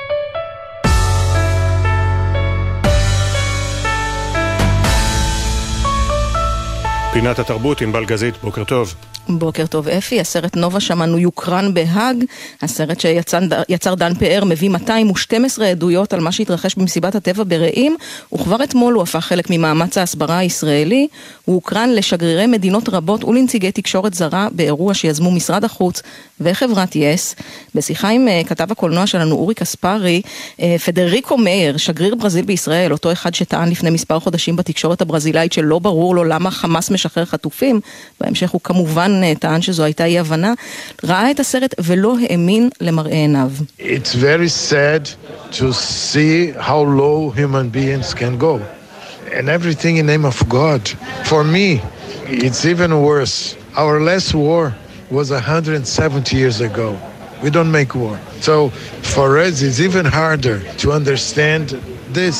פינת התרבות, ענבל גזית, בוקר טוב. בוקר טוב אפי, הסרט נובה שמענו יוקרן בהאג, הסרט שיצר דן פאר מביא 212 עדויות על מה שהתרחש במסיבת הטבע ברעים, וכבר אתמול הוא הפך חלק ממאמץ ההסברה הישראלי, הוא הוקרן לשגרירי מדינות רבות ולנציגי תקשורת זרה באירוע שיזמו משרד החוץ וחברת יס. בשיחה עם כתב הקולנוע שלנו אורי קספרי, פדריקו מאיר, שגריר ברזיל בישראל, אותו אחד שטען לפני מספר חודשים בתקשורת הברזילאית שלא ברור לו למה חמאס משחרר חטופים, בהמשך הוא כמובן טען שזו הייתה אי הבנה, ראה את הסרט ולא האמין למראה עיניו. It's very sad to see how low human beings can go. And everything in the name of God. For me, it's even worse. Our last war was 170 years ago. We don't make war. So for us, it's even harder to understand this.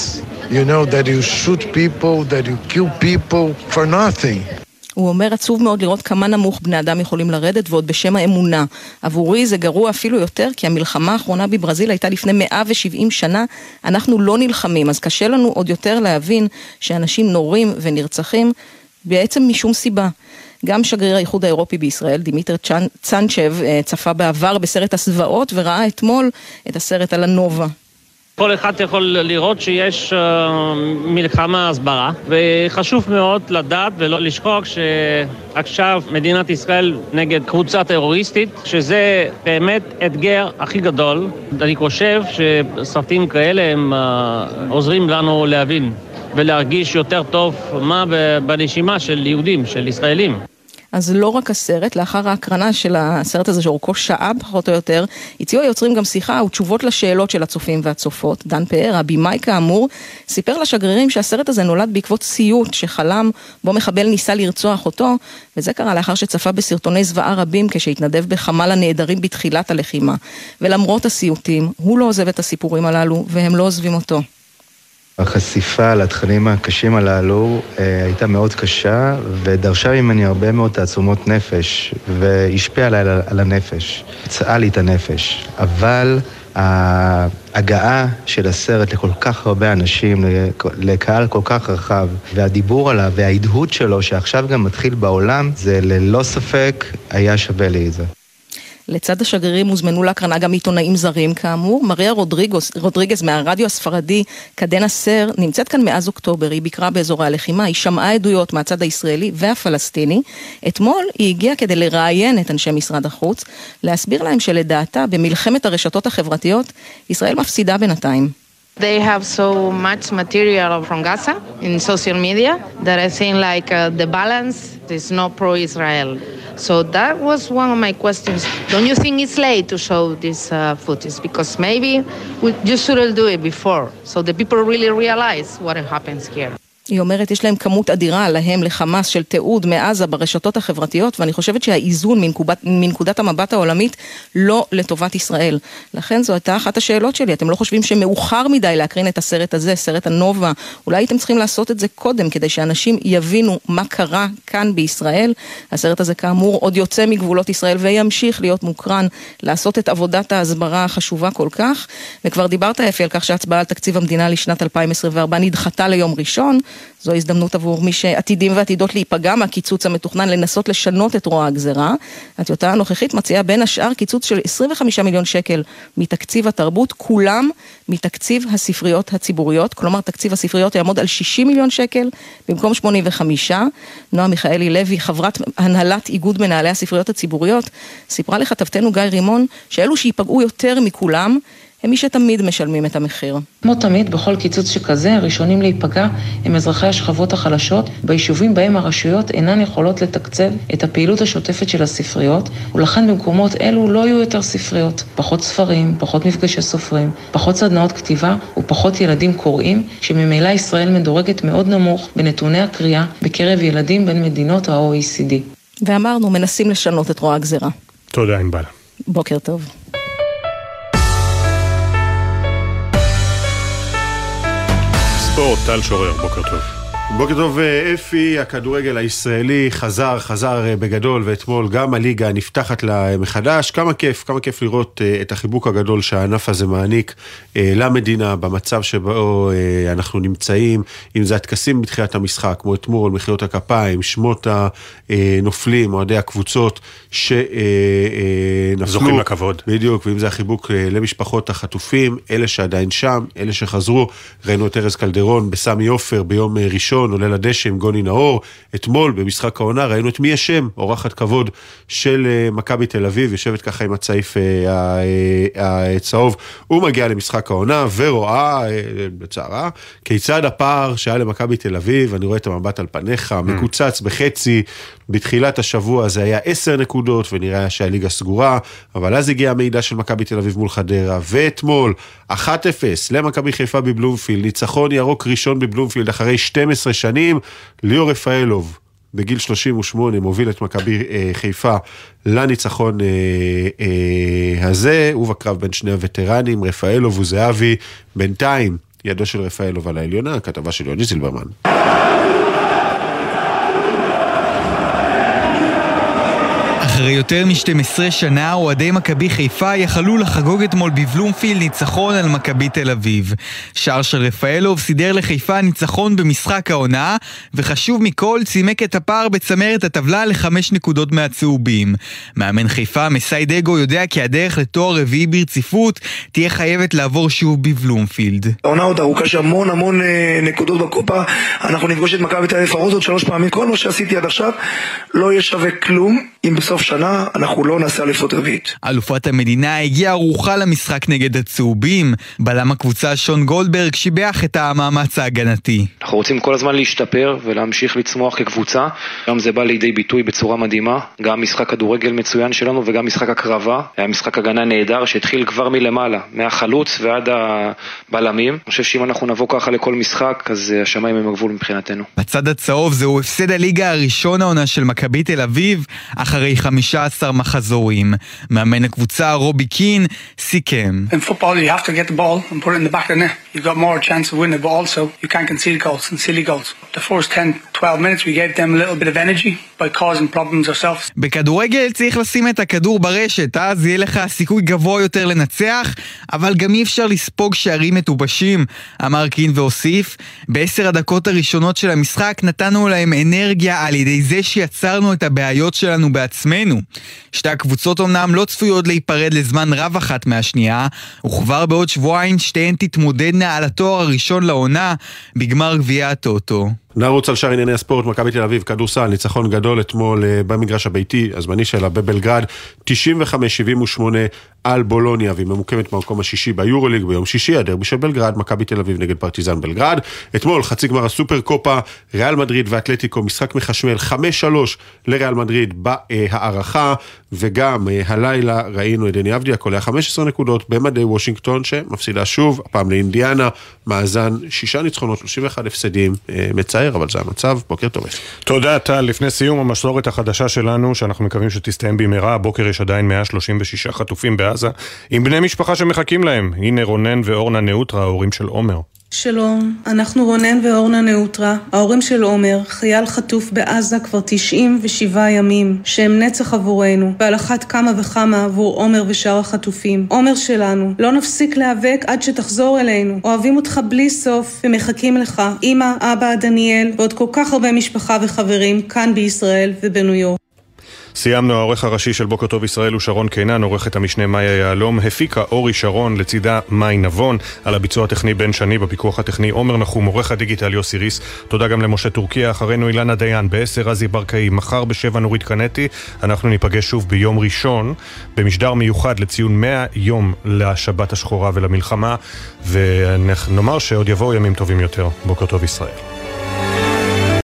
you know, that you shoot people, that you kill people for nothing. הוא אומר, עצוב מאוד לראות כמה נמוך בני אדם יכולים לרדת, ועוד בשם האמונה. עבורי זה גרוע אפילו יותר, כי המלחמה האחרונה בברזיל הייתה לפני 170 שנה, אנחנו לא נלחמים, אז קשה לנו עוד יותר להבין שאנשים נורים ונרצחים, בעצם משום סיבה. גם שגריר האיחוד האירופי בישראל, דימיטר צ'אנצ'ב, צפה בעבר בסרט הסבאות, וראה אתמול את הסרט על הנובה. כל אחד יכול לראות שיש מלחמה הסברה, וחשוב מאוד לדעת ולא לשכוח שעכשיו מדינת ישראל נגד קבוצה טרוריסטית, שזה באמת אתגר הכי גדול. אני חושב שסרטים כאלה הם עוזרים לנו להבין ולהרגיש יותר טוב מה בנשימה של יהודים, של ישראלים. אז לא רק הסרט, לאחר ההקרנה של הסרט הזה שאורכו שעה פחות או יותר, הציעו היוצרים גם שיחה ותשובות לשאלות של הצופים והצופות. דן פאר, הבימאי כאמור, סיפר לשגרירים שהסרט הזה נולד בעקבות סיוט שחלם בו מחבל ניסה לרצוח אותו, וזה קרה לאחר שצפה בסרטוני זוועה רבים כשהתנדב בחמ"ל הנעדרים בתחילת הלחימה. ולמרות הסיוטים, הוא לא עוזב את הסיפורים הללו, והם לא עוזבים אותו. החשיפה לתכנים הקשים הללו הייתה מאוד קשה ודרשה ממני הרבה מאוד תעצומות נפש והשפיעה עליי על הנפש, צעה לי את הנפש, אבל ההגעה של הסרט לכל כך הרבה אנשים, לקהל כל כך רחב, והדיבור עליו וההדהוד שלו שעכשיו גם מתחיל בעולם, זה ללא ספק היה שווה לי את זה. לצד השגרירים הוזמנו להקרנה גם עיתונאים זרים כאמור. מריה רודריגז מהרדיו הספרדי קדנה סר נמצאת כאן מאז אוקטובר, היא ביקרה באזורי הלחימה, היא שמעה עדויות מהצד הישראלי והפלסטיני. אתמול היא הגיעה כדי לראיין את אנשי משרד החוץ, להסביר להם שלדעתה במלחמת הרשתות החברתיות ישראל מפסידה בינתיים. They have so much material from Gaza in social media that I think like the balance is not pro-Israel. So that was one of my questions. Don't you think it's late to show this footage? Because maybe you shouldn't do it before so the people really realize what happens here. היא אומרת, יש להם כמות אדירה להם לחמאס של תיעוד מעזה ברשתות החברתיות, ואני חושבת שהאיזון מנקודת המבט העולמית לא לטובת ישראל. לכן זו הייתה אחת השאלות שלי, אתם לא חושבים שמאוחר מדי להקרין את הסרט הזה, סרט הנובה, אולי הייתם צריכים לעשות את זה קודם, כדי שאנשים יבינו מה קרה כאן בישראל. הסרט הזה כאמור עוד יוצא מגבולות ישראל וימשיך להיות מוקרן, לעשות את עבודת ההסברה החשובה כל כך, וכבר דיברת אפי על כך שההצבעה על תקציב המדינה לשנת 2024 נדחתה ליום ראשון, זו הזדמנות עבור מי שעתידים ועתידות להיפגע מהקיצוץ המתוכנן לנסות לשנות את רוע הגזרה. הטיוטה הנוכחית מציעה בין השאר קיצוץ של 25 מיליון שקל מתקציב התרבות, כולם מתקציב הספריות הציבוריות, כלומר תקציב הספריות יעמוד על 60 מיליון שקל במקום 85. נועה מיכאלי לוי, חברת הנהלת איגוד מנהלי הספריות הציבוריות, סיפרה לכתבתנו גיא רימון שאלו שיפגעו יותר מכולם הם מי שתמיד משלמים את המחיר. כמו תמיד, בכל קיצוץ שכזה, הראשונים להיפגע הם אזרחי השכבות החלשות, ביישובים בהם הרשויות אינן יכולות לתקצב את הפעילות השוטפת של הספריות, ולכן במקומות אלו לא יהיו יותר ספריות. פחות ספרים, פחות מפגשי סופרים, פחות סדנאות כתיבה ופחות ילדים קוראים, שממילא ישראל מדורגת מאוד נמוך בנתוני הקריאה בקרב ילדים בין מדינות ה-OECD. ואמרנו, מנסים לשנות את רוע הגזרה. תודה, ענבל. בוקר טוב. ספורט, טל שורר, בוקר טוב. בוקר טוב אפי, הכדורגל הישראלי חזר בגדול, ואתמול גם הליגה נפתחת לה מחדש. כמה כיף לראות את החיבוק הגדול שהענף הזה מעניק למדינה במצב שבו אנחנו נמצאים, אם זה התקסים בתחילת המשחק, כמו אתמול, מחיאות הכפיים, שמות הנופלים, אוהדי הקבוצות שנפלו. זוכים לכבוד. בדיוק, ואם זה החיבוק למשפחות החטופים, אלה שעדיין שם, אלה שחזרו, ראינו את ארז קלדרון בסמי עופר ביום ראשון, עולה לדשא עם גוני נאור. אתמול במשחק העונה ראינו את מי השם, אורחת כבוד של מכבי תל אביב, יושבת ככה עם הצעיף הצהוב, הוא מגיע למשחק העונה ורואה בצערה כיצד הפער שהיה למכבי תל אביב, אני רואה את המבט על פניך, מקוצץ בחצי, בתחילת השבוע זה היה 10 נקודות ונראה שהליגה סגורה, אבל אז הגיע המידע של מכבי תל אביב מול חדרה, ואתמול 1-0 למכבי חיפה בבלומפילד, ניצחון ירוק ראשון בבלומפילד אחרי 12 שנים, ליאור רפאלוב בגיל 38 מוביל את מכבי חיפה לניצחון הזה, ובקרב בין שני הווטרנים, רפאלוב וזהבי, בינתיים ידו של רפאלוב על העליונה, כתבה של יוני זילברמן. אחרי יותר מ-12 שנה, אוהדי מכבי חיפה יכלו לחגוג אתמול בבלומפילד ניצחון על מכבי תל אביב. שער של רפאלוב סידר לחיפה ניצחון במשחק העונה, וחשוב מכל, צימק את הפער בצמרת הטבלה ל5 נקודות מהצהובים. מאמן חיפה, מסיידגו, יודע כי הדרך לתואר רביעי ברציפות תהיה חייבת לעבור שוב בבלומפילד. העונה עוד ארוכה שהמון נקודות בקופה, אנחנו נפגוש את מכבי תל אביב עוד 3 פעמים. כל מה שעשיתי עד עכשיו לא יהיה שווה כלום אם בסוף שנה אנחנו לא נעשה אליפות רביעית. אלופת המדינה הגיעה ערוכה למשחק נגד הצהובים. בלם הקבוצה שון גולדברג שיבח את המאמץ ההגנתי. אנחנו רוצים כל הזמן להשתפר ולהמשיך לצמוח כקבוצה. גם זה בא לידי ביטוי בצורה מדהימה. גם משחק כדורגל מצוין שלנו וגם משחק הקרבה. היה משחק הגנה נהדר שהתחיל כבר מלמעלה, מהחלוץ ועד הבלמים. אני חושב שאם אנחנו נבוא ככה לכל משחק, אז השמיים הם הגבול מבחינתנו. בצד הצהוב זהו הפסד הליגה הראשון העונה של מכבי תל אביב, אחרי 15 מחזורים. מאמן הקבוצה רובי קין סיכם. In football you have to get the ball and put it in the back of the net. You've got more chance of winning the ball, so you can't concede goals and silly goals. The first 10-12 minutes we gave them a little bit of energy by causing problems ourselves. בכדורגל צריך לשים את הכדור ברשת, אז יהיה לך סיכוי גבוה יותר לנצח, אבל גם אי אפשר לספוג שערים מטובשים, אמר קין והוסיף. ב10 הדקות הראשונות של המשחק נתנו להם אנרגיה על ידי זה שיצרנו את הבעיות שלנו בעצמנו. שתי הקבוצות אומנם לא צפויות להיפרד לזמן רב אחת מהשנייה, וכבר בעוד שבועיים שתיהן תתמודדנה על התואר הראשון לעונה בגמר גביע הטוטו. נרוץ על שאר ענייני הספורט. מכבי תל אביב, כדורסל, ניצחון גדול אתמול במגרש הביתי הזמני שלה בבלגרד, 95-78 על בולוניה, והיא ממוקמת במקום השישי ביורוליג. ביום שישי הדרבי של בלגרד, מכבי תל אביב נגד פרטיזן בלגרד. אתמול חצי גמר הסופר קופה, ריאל מדריד ואתלטיקו, משחק מחשמל 5-3 לריאל מדריד בהערכה, וגם הלילה ראינו את דני אבדיה קולע 15 נקודות במדי וושינגטון, שמפסידה שוב, הפעם לאינדיאנה, מאזן 6 ניצחונות 31 הפסדים. מצער, אבל זה המצב. בוקר טוב. תודה טל. לפני סיום המסורת החדשה שלנו, שאנחנו מקווים שתסתיים במהרה, הבוקר יש עדיין 136 חטופים בעזה עם בני משפחה שמחכים להם. הנה רונן ואורנה נאוטרה, ההורים של עומר. שלום, אנחנו רונן ואורנה נאוטרה, ההורים של עומר, חייל חטוף בעזה כבר 97 ימים, שהם נצח עבורנו, ועל אחת כמה וכמה עבור עומר ושאר החטופים. עומר שלנו, לא נפסיק להיאבק עד שתחזור אלינו. אוהבים אותך בלי סוף ומחכים לך, אמא, אבא, דניאל, ועוד כל כך הרבה משפחה וחברים כאן בישראל ובניו יורק. סיימנו. העורך הראשי של בוקר טוב ישראל הוא שרון קינן, עורכת המשנה מאיה יעלום, הפיקה אורי שרון, לצידה מאי נבון, על הביצוע הטכני בן שני, בפיקוח הטכני עומר נחום, עורך הדיגיטל יוסי ריס. תודה גם למשה טורקיה. אחרינו אילנה דיין, ב10 רזי ברקאי, מחר ב7 נורית קנטי. אנחנו ניפגש שוב ביום ראשון במשדר מיוחד לציון 100 יום לשבת השחורה ולמלחמה, ונאמר שעוד יבואו ימים טובים יותר. בוקר טוב ישראל.